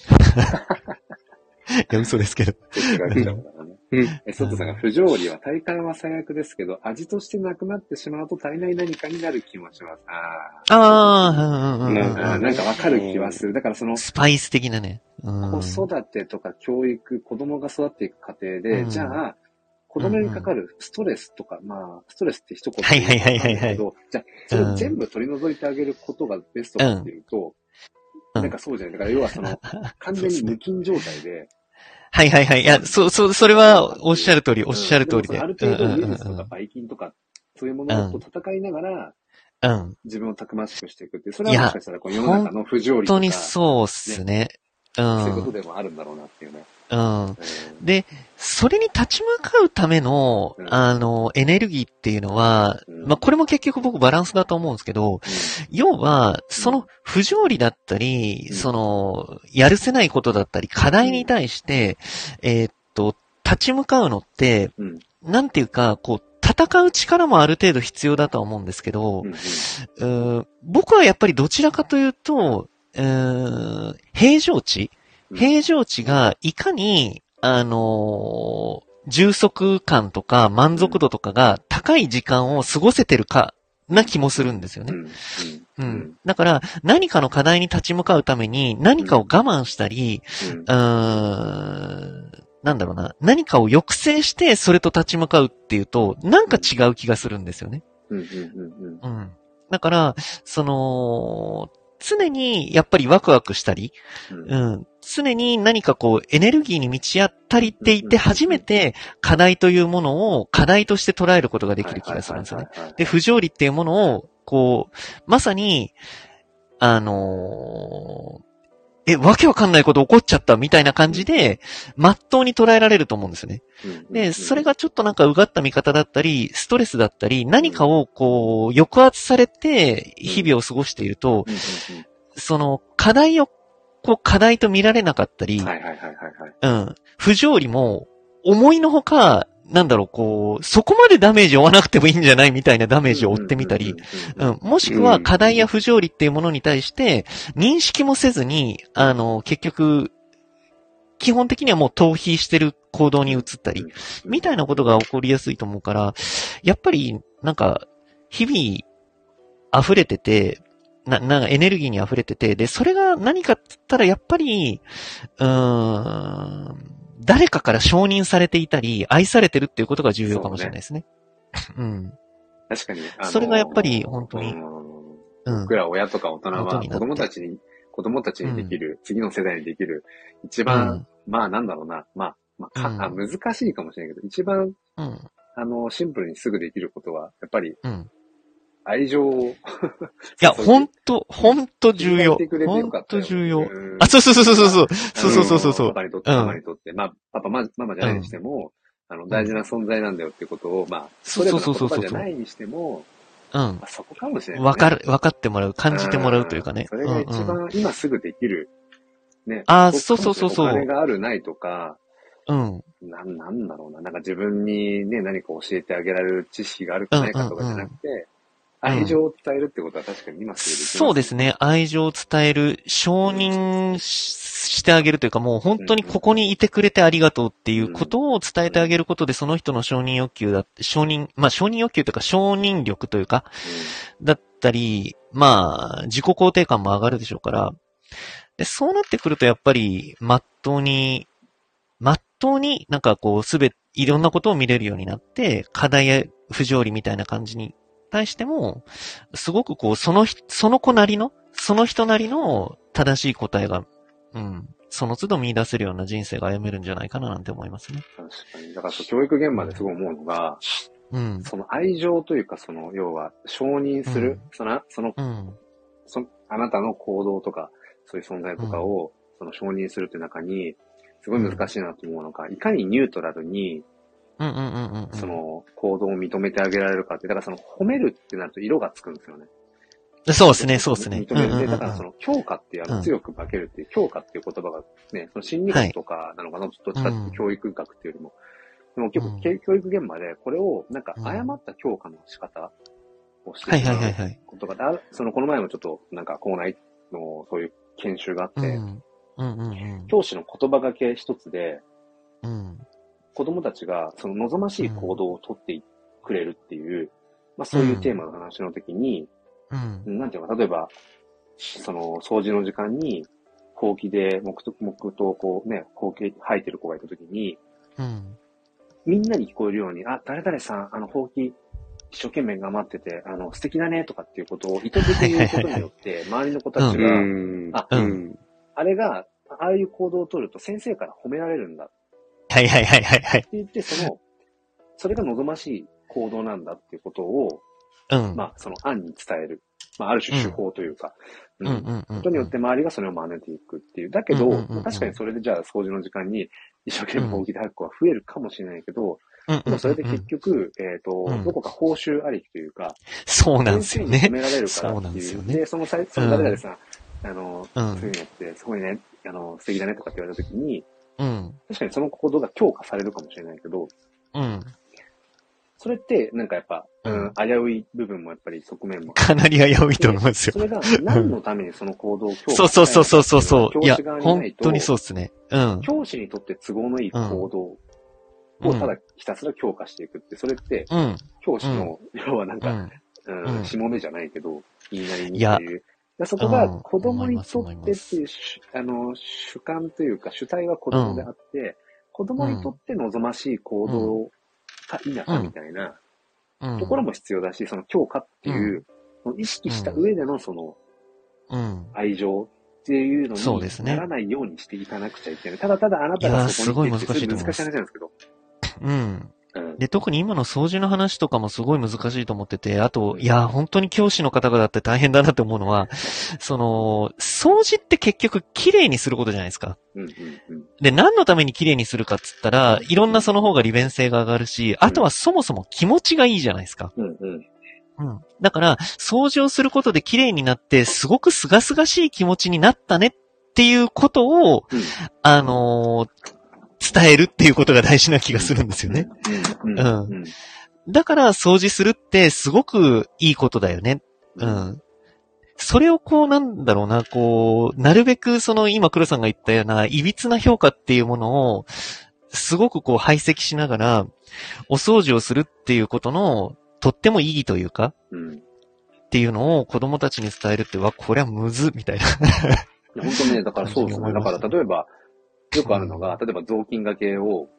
いや、嘘ですけど。 うん。え、ソットさんが不条理は体感は最悪ですけど、味としてなくなってしまうと足りない何かになる気もします。ああ。ああ、うんうんうん。 なんかわかる気はする。だからその、 スパイス的なね。 子育てとか教育、子供が育っていく過程で、うん、じゃあ、子供にかかるストレスとか、うん、まあ、ストレスって一言で言うとなんだけど、じゃあ、それを全部取り除いてあげることがベストかっていうと、うん、なんかそうじゃない。だから要はその、完全に無菌状態で、 はいはいはい。いや、そう、そう、それはおっしゃる通り、おっしゃる通りで。 ある程度ウイルスとかばい菌とか、そういうものと戦いながら、うん。自分をたくましくしていくっていう。それはもしかしたらこの世の中の不条理とか、 本当にそうっすね。うん。 そういうことでもあるんだろうなっていうね。 うん。で、それに立ち向かうための、うん、あの、エネルギーっていうのは、うん、まあ、これも結局僕バランスだと思うんですけど、うん、要は、その不条理だったり、うん、その、やるせないことだったり、課題に対して、うん、えー、っと、立ち向かうのって、うん、なんていうか、こう、戦う力もある程度必要だとは思うんですけど、うん、う僕はやっぱりどちらかというと、うーん平常値平常値がいかに、あのー、充足感とか満足度とかが高い時間を過ごせてるかな気もするんですよね。うん。うん、だから、何かの課題に立ち向かうために何かを我慢したり、うん、うーんなんだろうな、何かを抑制してそれと立ち向かうっていうと、なんか違う気がするんですよね。うん。だから、その、常にやっぱりワクワクしたり、うん、常に何かこうエネルギーに満ち足りていて初めて課題というものを課題として捉えることができる気がするんですよね。で、不条理っていうものを、こう、まさに、あのー、え、わけわかんないこと起こっちゃったみたいな感じで、まっとうに捉えられると思うんですよね。で、それがちょっとなんかうがった見方だったり、ストレスだったり、何かをこう、抑圧されて日々を過ごしていると、その課題をこう課題と見られなかったり、うん、不条理も思いのほか、なんだろう、こう、そこまでダメージを負わなくてもいいんじゃないみたいなダメージを負ってみたり、うん、もしくは課題や不条理っていうものに対して認識もせずに、あの、結局、基本的にはもう逃避してる行動に移ったり、みたいなことが起こりやすいと思うから、やっぱり、なんか、日々溢れてて、な、なんかエネルギーに溢れてて、で、それが何かって言ったら、やっぱり、うーん、誰かから承認されていたり、愛されてるっていうことが重要かもしれないですね。うねうん。 確かに。 あのー、それがやっぱり本当に。 うん、僕ら親とか大人は子供たちに、子供たちにできる、うん、次の世代にできる、一番、うん、まあなんだろうな、まあ、まあ、か、うん、あ難しいかもしれないけど、一番、うん、あの、シンプルにすぐできることは、やっぱり、うん愛情を。いや、ほんと、ほんと重要。ほんと重要。あ、そうそうそうそうそう。そうそうそうそうそう。 パパにとって、ママにとって。まあ、パパ、ママじゃないにしても、あの、大事な存在なんだよっていうことを、まあ、それぞれの言葉じゃないにしても、うん。そこかもしれない。 わかる、わかってもらう、感じてもらうというかね。 それが一番今すぐできる。ね。 あ、そうそうそうそう。 お金があるないとか、 うん。 なん、なんだろうな。なんか自分にね、何か教えてあげられる知識があるかないかとかじゃなくて、愛情を伝えるってことは確かに今すぐできます、ね、 そうですね。愛情を伝える、承認してあげるというか、もう本当にここにいてくれてありがとうっていうことを伝えてあげることで、その人の承認欲求だって、承認、まあ承認欲求というか承認力というか、だったり、まあ自己肯定感も上がるでしょうから、でそうなってくるとやっぱり、まっとうに、まっとうになんかこうすべて、いろんなことを見れるようになって、課題や不条理みたいな感じに対しても、すごくこう、その、その子なりの、その人なりの正しい答えが、うん、その都度見出せるような人生が歩めるんじゃないかななんて思いますね。 確かに。だから教育現場ですごい思うのが、うん、その愛情というか、その、要は、承認する、うん、その、その、うん、その、あなたの行動とか、そういう存在とかを、うん、その承認するという中に、すごい難しいなと思うのが、いかにニュートラルに、 うんうんうんうん、 その行動を認めてあげられるかって、だからその褒めるってなると色がつくんですよね。 そうですね、そうですね。 認めるで、だからその評価っていう、あの強く化けるっていう、評価っていう言葉がね、その心理学とかなのかな、どっちかっていうと教育学っていうよりも、でも結構、教育現場でこれをなんか誤った評価の仕方をしてしまうことが、そのこの前もちょっとなんか校内のそういう研修があって、教師の言葉がけ一つで、うん子供たちがその望ましい行動をとってくれるっていう、うん、まあそういうテーマの話の時に、うん、なんていうのか、例えば、その掃除の時間に、ほうきで黙々とこうね、ほうき吐いてる子がいた時に、うん、みんなに聞こえるように、あ、誰々さん、あのほうき一生懸命頑張ってて、あの素敵だねとかっていうことを意図的に言うことによって、周りの子たちが、あ、うん、あれが、ああいう行動を取ると先生から褒められるんだ。 はいはいはいはいはい。って言って、その、それが望ましい行動なんだっていうことを、うん、まあ、その案に伝える。まあ、ある種手法というか、うん。うんうんうん、ことによって周りがそれを真似ていくっていう。だけど、うんうんうんうん、確かにそれでじゃあ掃除の時間に一生懸命本気で吐く子は増えるかもしれないけど、うん、でもそれで結局、えっ、ー、と、うん、どこか報酬ありきというか、 そうなんですよね。 褒められるからっていう。で、ね、その際、その誰々さん、うん、あの、そういうのやって、すごいね、あの、素敵だねとかって言われた時に、うん、確かにその行動が強化されるかもしれないけど、うん、それって、なんかやっぱ、うん、危うい部分もやっぱり側面もかなり危ういと思いますよ。 それが何のためにその行動を強化そうそうそうそうそうそう。いや、本当にそうですね。うん。 教師にとって都合のいい行動をただひたすら強化していくって、それって、うん、教師の、要はなんか、うんうん、しもべじゃないけど、言いなりにっていう。そこが子供にとってっていう、あの、主観というか主体は子供であって、うん、子供にとって望ましい行動か否かみたいなところも必要だし、その強化っていう、うん、意識した上でのその、愛情っていうのにならないようにしていかなくちゃいけない。ただただあなたがそこに行って、すごい難しい話なんですけど。 うん。で、特に今の掃除の話とかもすごい難しいと思ってて、あと、いや、本当に教師の方々って大変だなって思うのは、その、掃除って結局綺麗にすることじゃないですか。うんうんうん、で、何のために綺麗にするかっつったら、いろんなその方が利便性が上がるし、あとはそもそも気持ちがいいじゃないですか。うんうんうん、だから、掃除をすることで綺麗になって、すごく清々しい気持ちになったねっていうことを、うん、あのー、伝えるっていうことが大事な気がするんですよね。うん。だから掃除するってすごくいいことだよね。うん。それをこうなんだろうな、こう、なるべくその今黒さんが言ったような歪な評価っていうものをすごくこう排斥しながらお掃除をするっていうことのとっても意義というか、うん、っていうのを子供たちに伝えるって、わ、これはむずみたいな。 本当ね、だからそうですね。だから例えば、よくあるのが、例えば雑巾掛けを、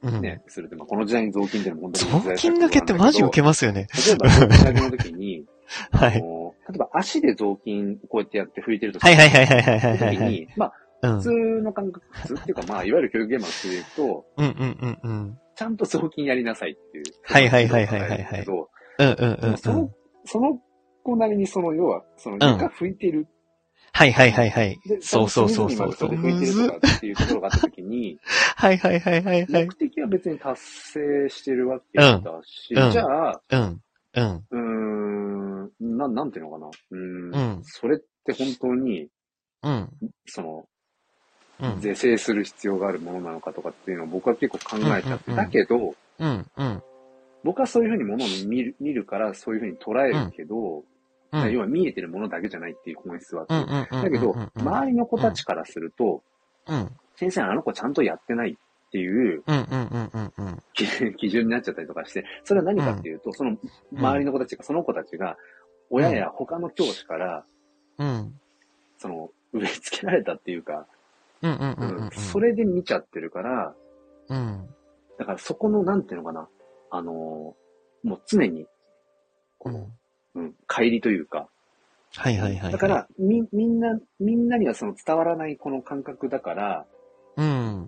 ね、するって、まあ、この時代に雑巾っていうのも本当に雑巾がけってマジ受けますよね。 例えば、雑巾がけの時に、 はい。 例えば足で雑巾こうやってやって拭いてるとはいはいはいはいはいはいはい。 時に、まあ、普通の感覚、普通っていうか、まあ、いわゆる教育現場の人で言うと、 うんうんうんうん。 ちゃんと雑巾やりなさいっていう。 はいはいはいはいはいはい。うんうんうん。 その、その子なりにその、要は、その床拭いてる。 はいはいはいはい。そうそうそうそう。それで拭いてるとかっていうところがあったときに、 はいはいはいはいはい。 目的は別に達成してるわけだし、じゃあ、 うん。うん。 うーん、な、なんていうのかな。うん。それって本当に、 うん。 その、是正する必要があるものなのかとかっていうのを僕は結構考えちゃって、だけど、 うん。うん。 僕はそういうふうにものを見る、見るからそういうふうに捉えるけど、うん、要は見えてるものだけじゃないっていう本質はあって。だけど、周りの子たちからすると、うん、先生あの子ちゃんとやってないっていう基準になっちゃったりとかして、それは何かっていうと、その周りの子たちが、その子たちが、親や他の教師から、うん、その植え付けられたっていうか、それで見ちゃってるから、うん、だからそこの、なんていうのかな、あのー、もう常に、この、うん、うん、乖離というか、 はいはいはい、はい。 だから、み、みんな、みんなにはその伝わらないこの感覚だから、うん。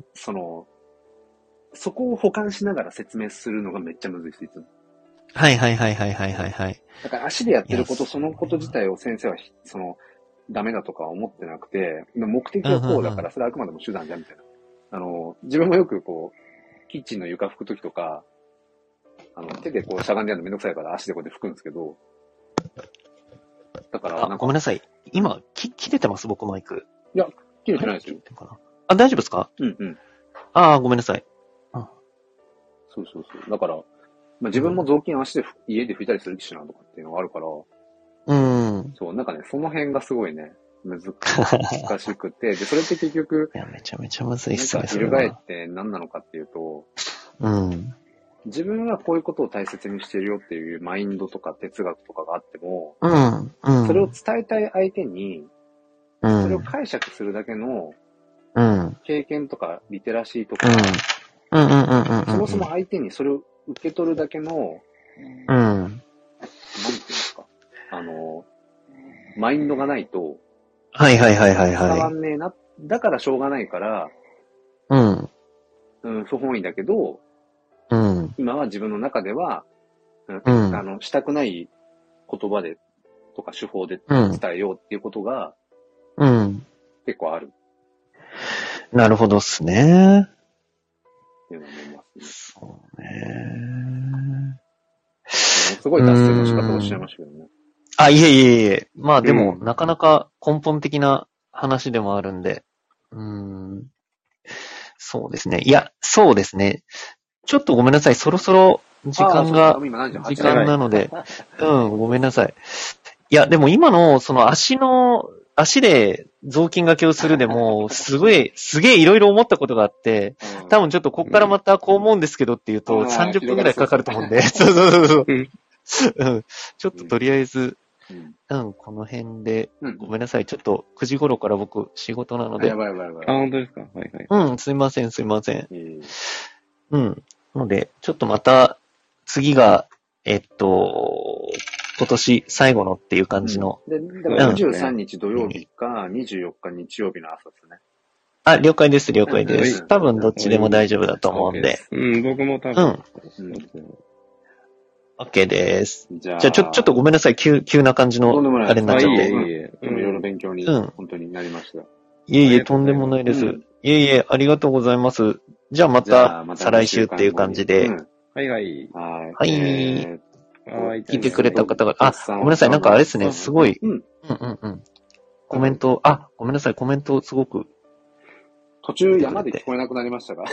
その、そこを補完しながら説明するのがめっちゃむずいです、いつも。 はいはいはいはいはいはいはい。 だから足でやってること、そのこと自体を先生は、その、ダメだとか思ってなくて、目的はこうだから、それはあくまでも手段じゃんみたいな。あの、自分もよくこう、キッチンの床拭くときとか、あの、手でこうしゃがんでやるのめんどくさいから足でこうやって拭くんですけど、だからなんか。 ごめんなさい。今、き、切れてます僕マイク。 いや、切れてないですよ。 あ、大丈夫ですか？ うんうん。 ああ、ごめんなさい。 あ、そうそうそう。だから、まあ、自分も雑巾足で、うん、家で拭いたりするしなとかっていうのがあるから、うん。そう、なんかね、その辺がすごいね、難しくて、で、それって結局、 いや、めちゃめちゃむずいっすね。 翻って何なのかっていうと、うん。自分はこういうことを大切にしてるよっていうマインドとか哲学とかがあっても、うん。うん、それを伝えたい相手に、うん、それを解釈するだけの、うん。経験とかリテラシーとか、うん。うんうんうんうん。そもそも相手にそれを受け取るだけの、うん。なんていうんですか。あの、マインドがないと、 はいはいはいはいはい。 伝わんねえな。だからしょうがないから、うん。うん、不本意だけど、うん、今は自分の中では、うん、あの、したくない言葉で、とか手法で伝えようっていうことが、うん。結構ある。 なるほどっすね。 っていうのを思いますね。そうね。 すごい脱線の仕方をしちゃいましたけどね。 あ、いえいえいえ。まあでも、うん、なかなか根本的な話でもあるんで。うーん。そうですね。いや、そうですね。ちょっとごめんなさい。そろそろ時間が、時間なので、うん、ごめんなさい。いや、でも今の、その足の、足で雑巾掛けをするでも、すごい、すげえいろいろ思ったことがあって、多分ちょっとこっからまたこう思うんですけどっていうと、さんじゅっぷんくらいかかると思うんで、そうそうそうそう。うん。ちょっととりあえず、うん、この辺で、ごめんなさい。ちょっとくじ頃から僕仕事なので。 やばいやばいやばい。あ、本当ですか？はいはい。 うん、すいません、すいません。うん。ので、ちょっとまた、次が、えっと、今年最後のっていう感じの。 うん、で、だからにじゅうさんにち土曜日か、にじゅうよっか日曜日の朝ですね。 あ、了解です、了解です。多分どっちでも大丈夫だと思うんで。 うん、僕も多分。うん。 OK です。じゃあ、ちょ、ちょっとごめんなさい。急、急な感じの、あれになっちゃって。 いえいえ。でもいろいろ勉強に、本当になりました。 いえいえ、とんでもないです。いえいえ、ありがとうございます。じゃあまた、再来週っていう感じで。 はいはい。 はい。聞いてくれた方が、あ、ごめんなさい。なんかあれですね。すごい。うん。うんうん。コメント、あ、ごめんなさい。コメントすごく。 途中山で聞こえなくなりましたが。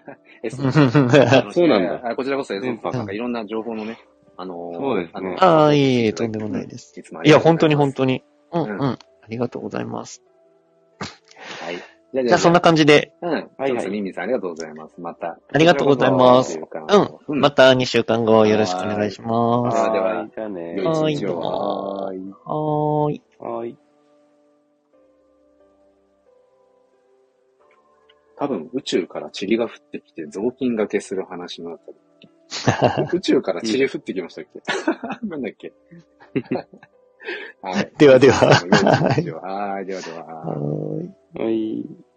そうなんだ。 こちらこそエスオーパーなんかいろんな情報のね、あのー、そうですね。 ああ、いえいえ、とんでもないです。いや、本当に本当に。うんうん。ありがとうございます。 はい。 じゃあそんな感じで。 うん。はいはい。ミミさんありがとうございます。また。 ありがとうございます。うん。またにしゅうかんごよろしくお願いします。 では、じゃあね。 はい。 はーい。 はーい。 はーい。 多分宇宙から塵が降ってきて雑巾掛けする話のあたり。宇宙から塵降ってきましたっけなんだっけはい。ではでは。 はい。ではでは。 はい。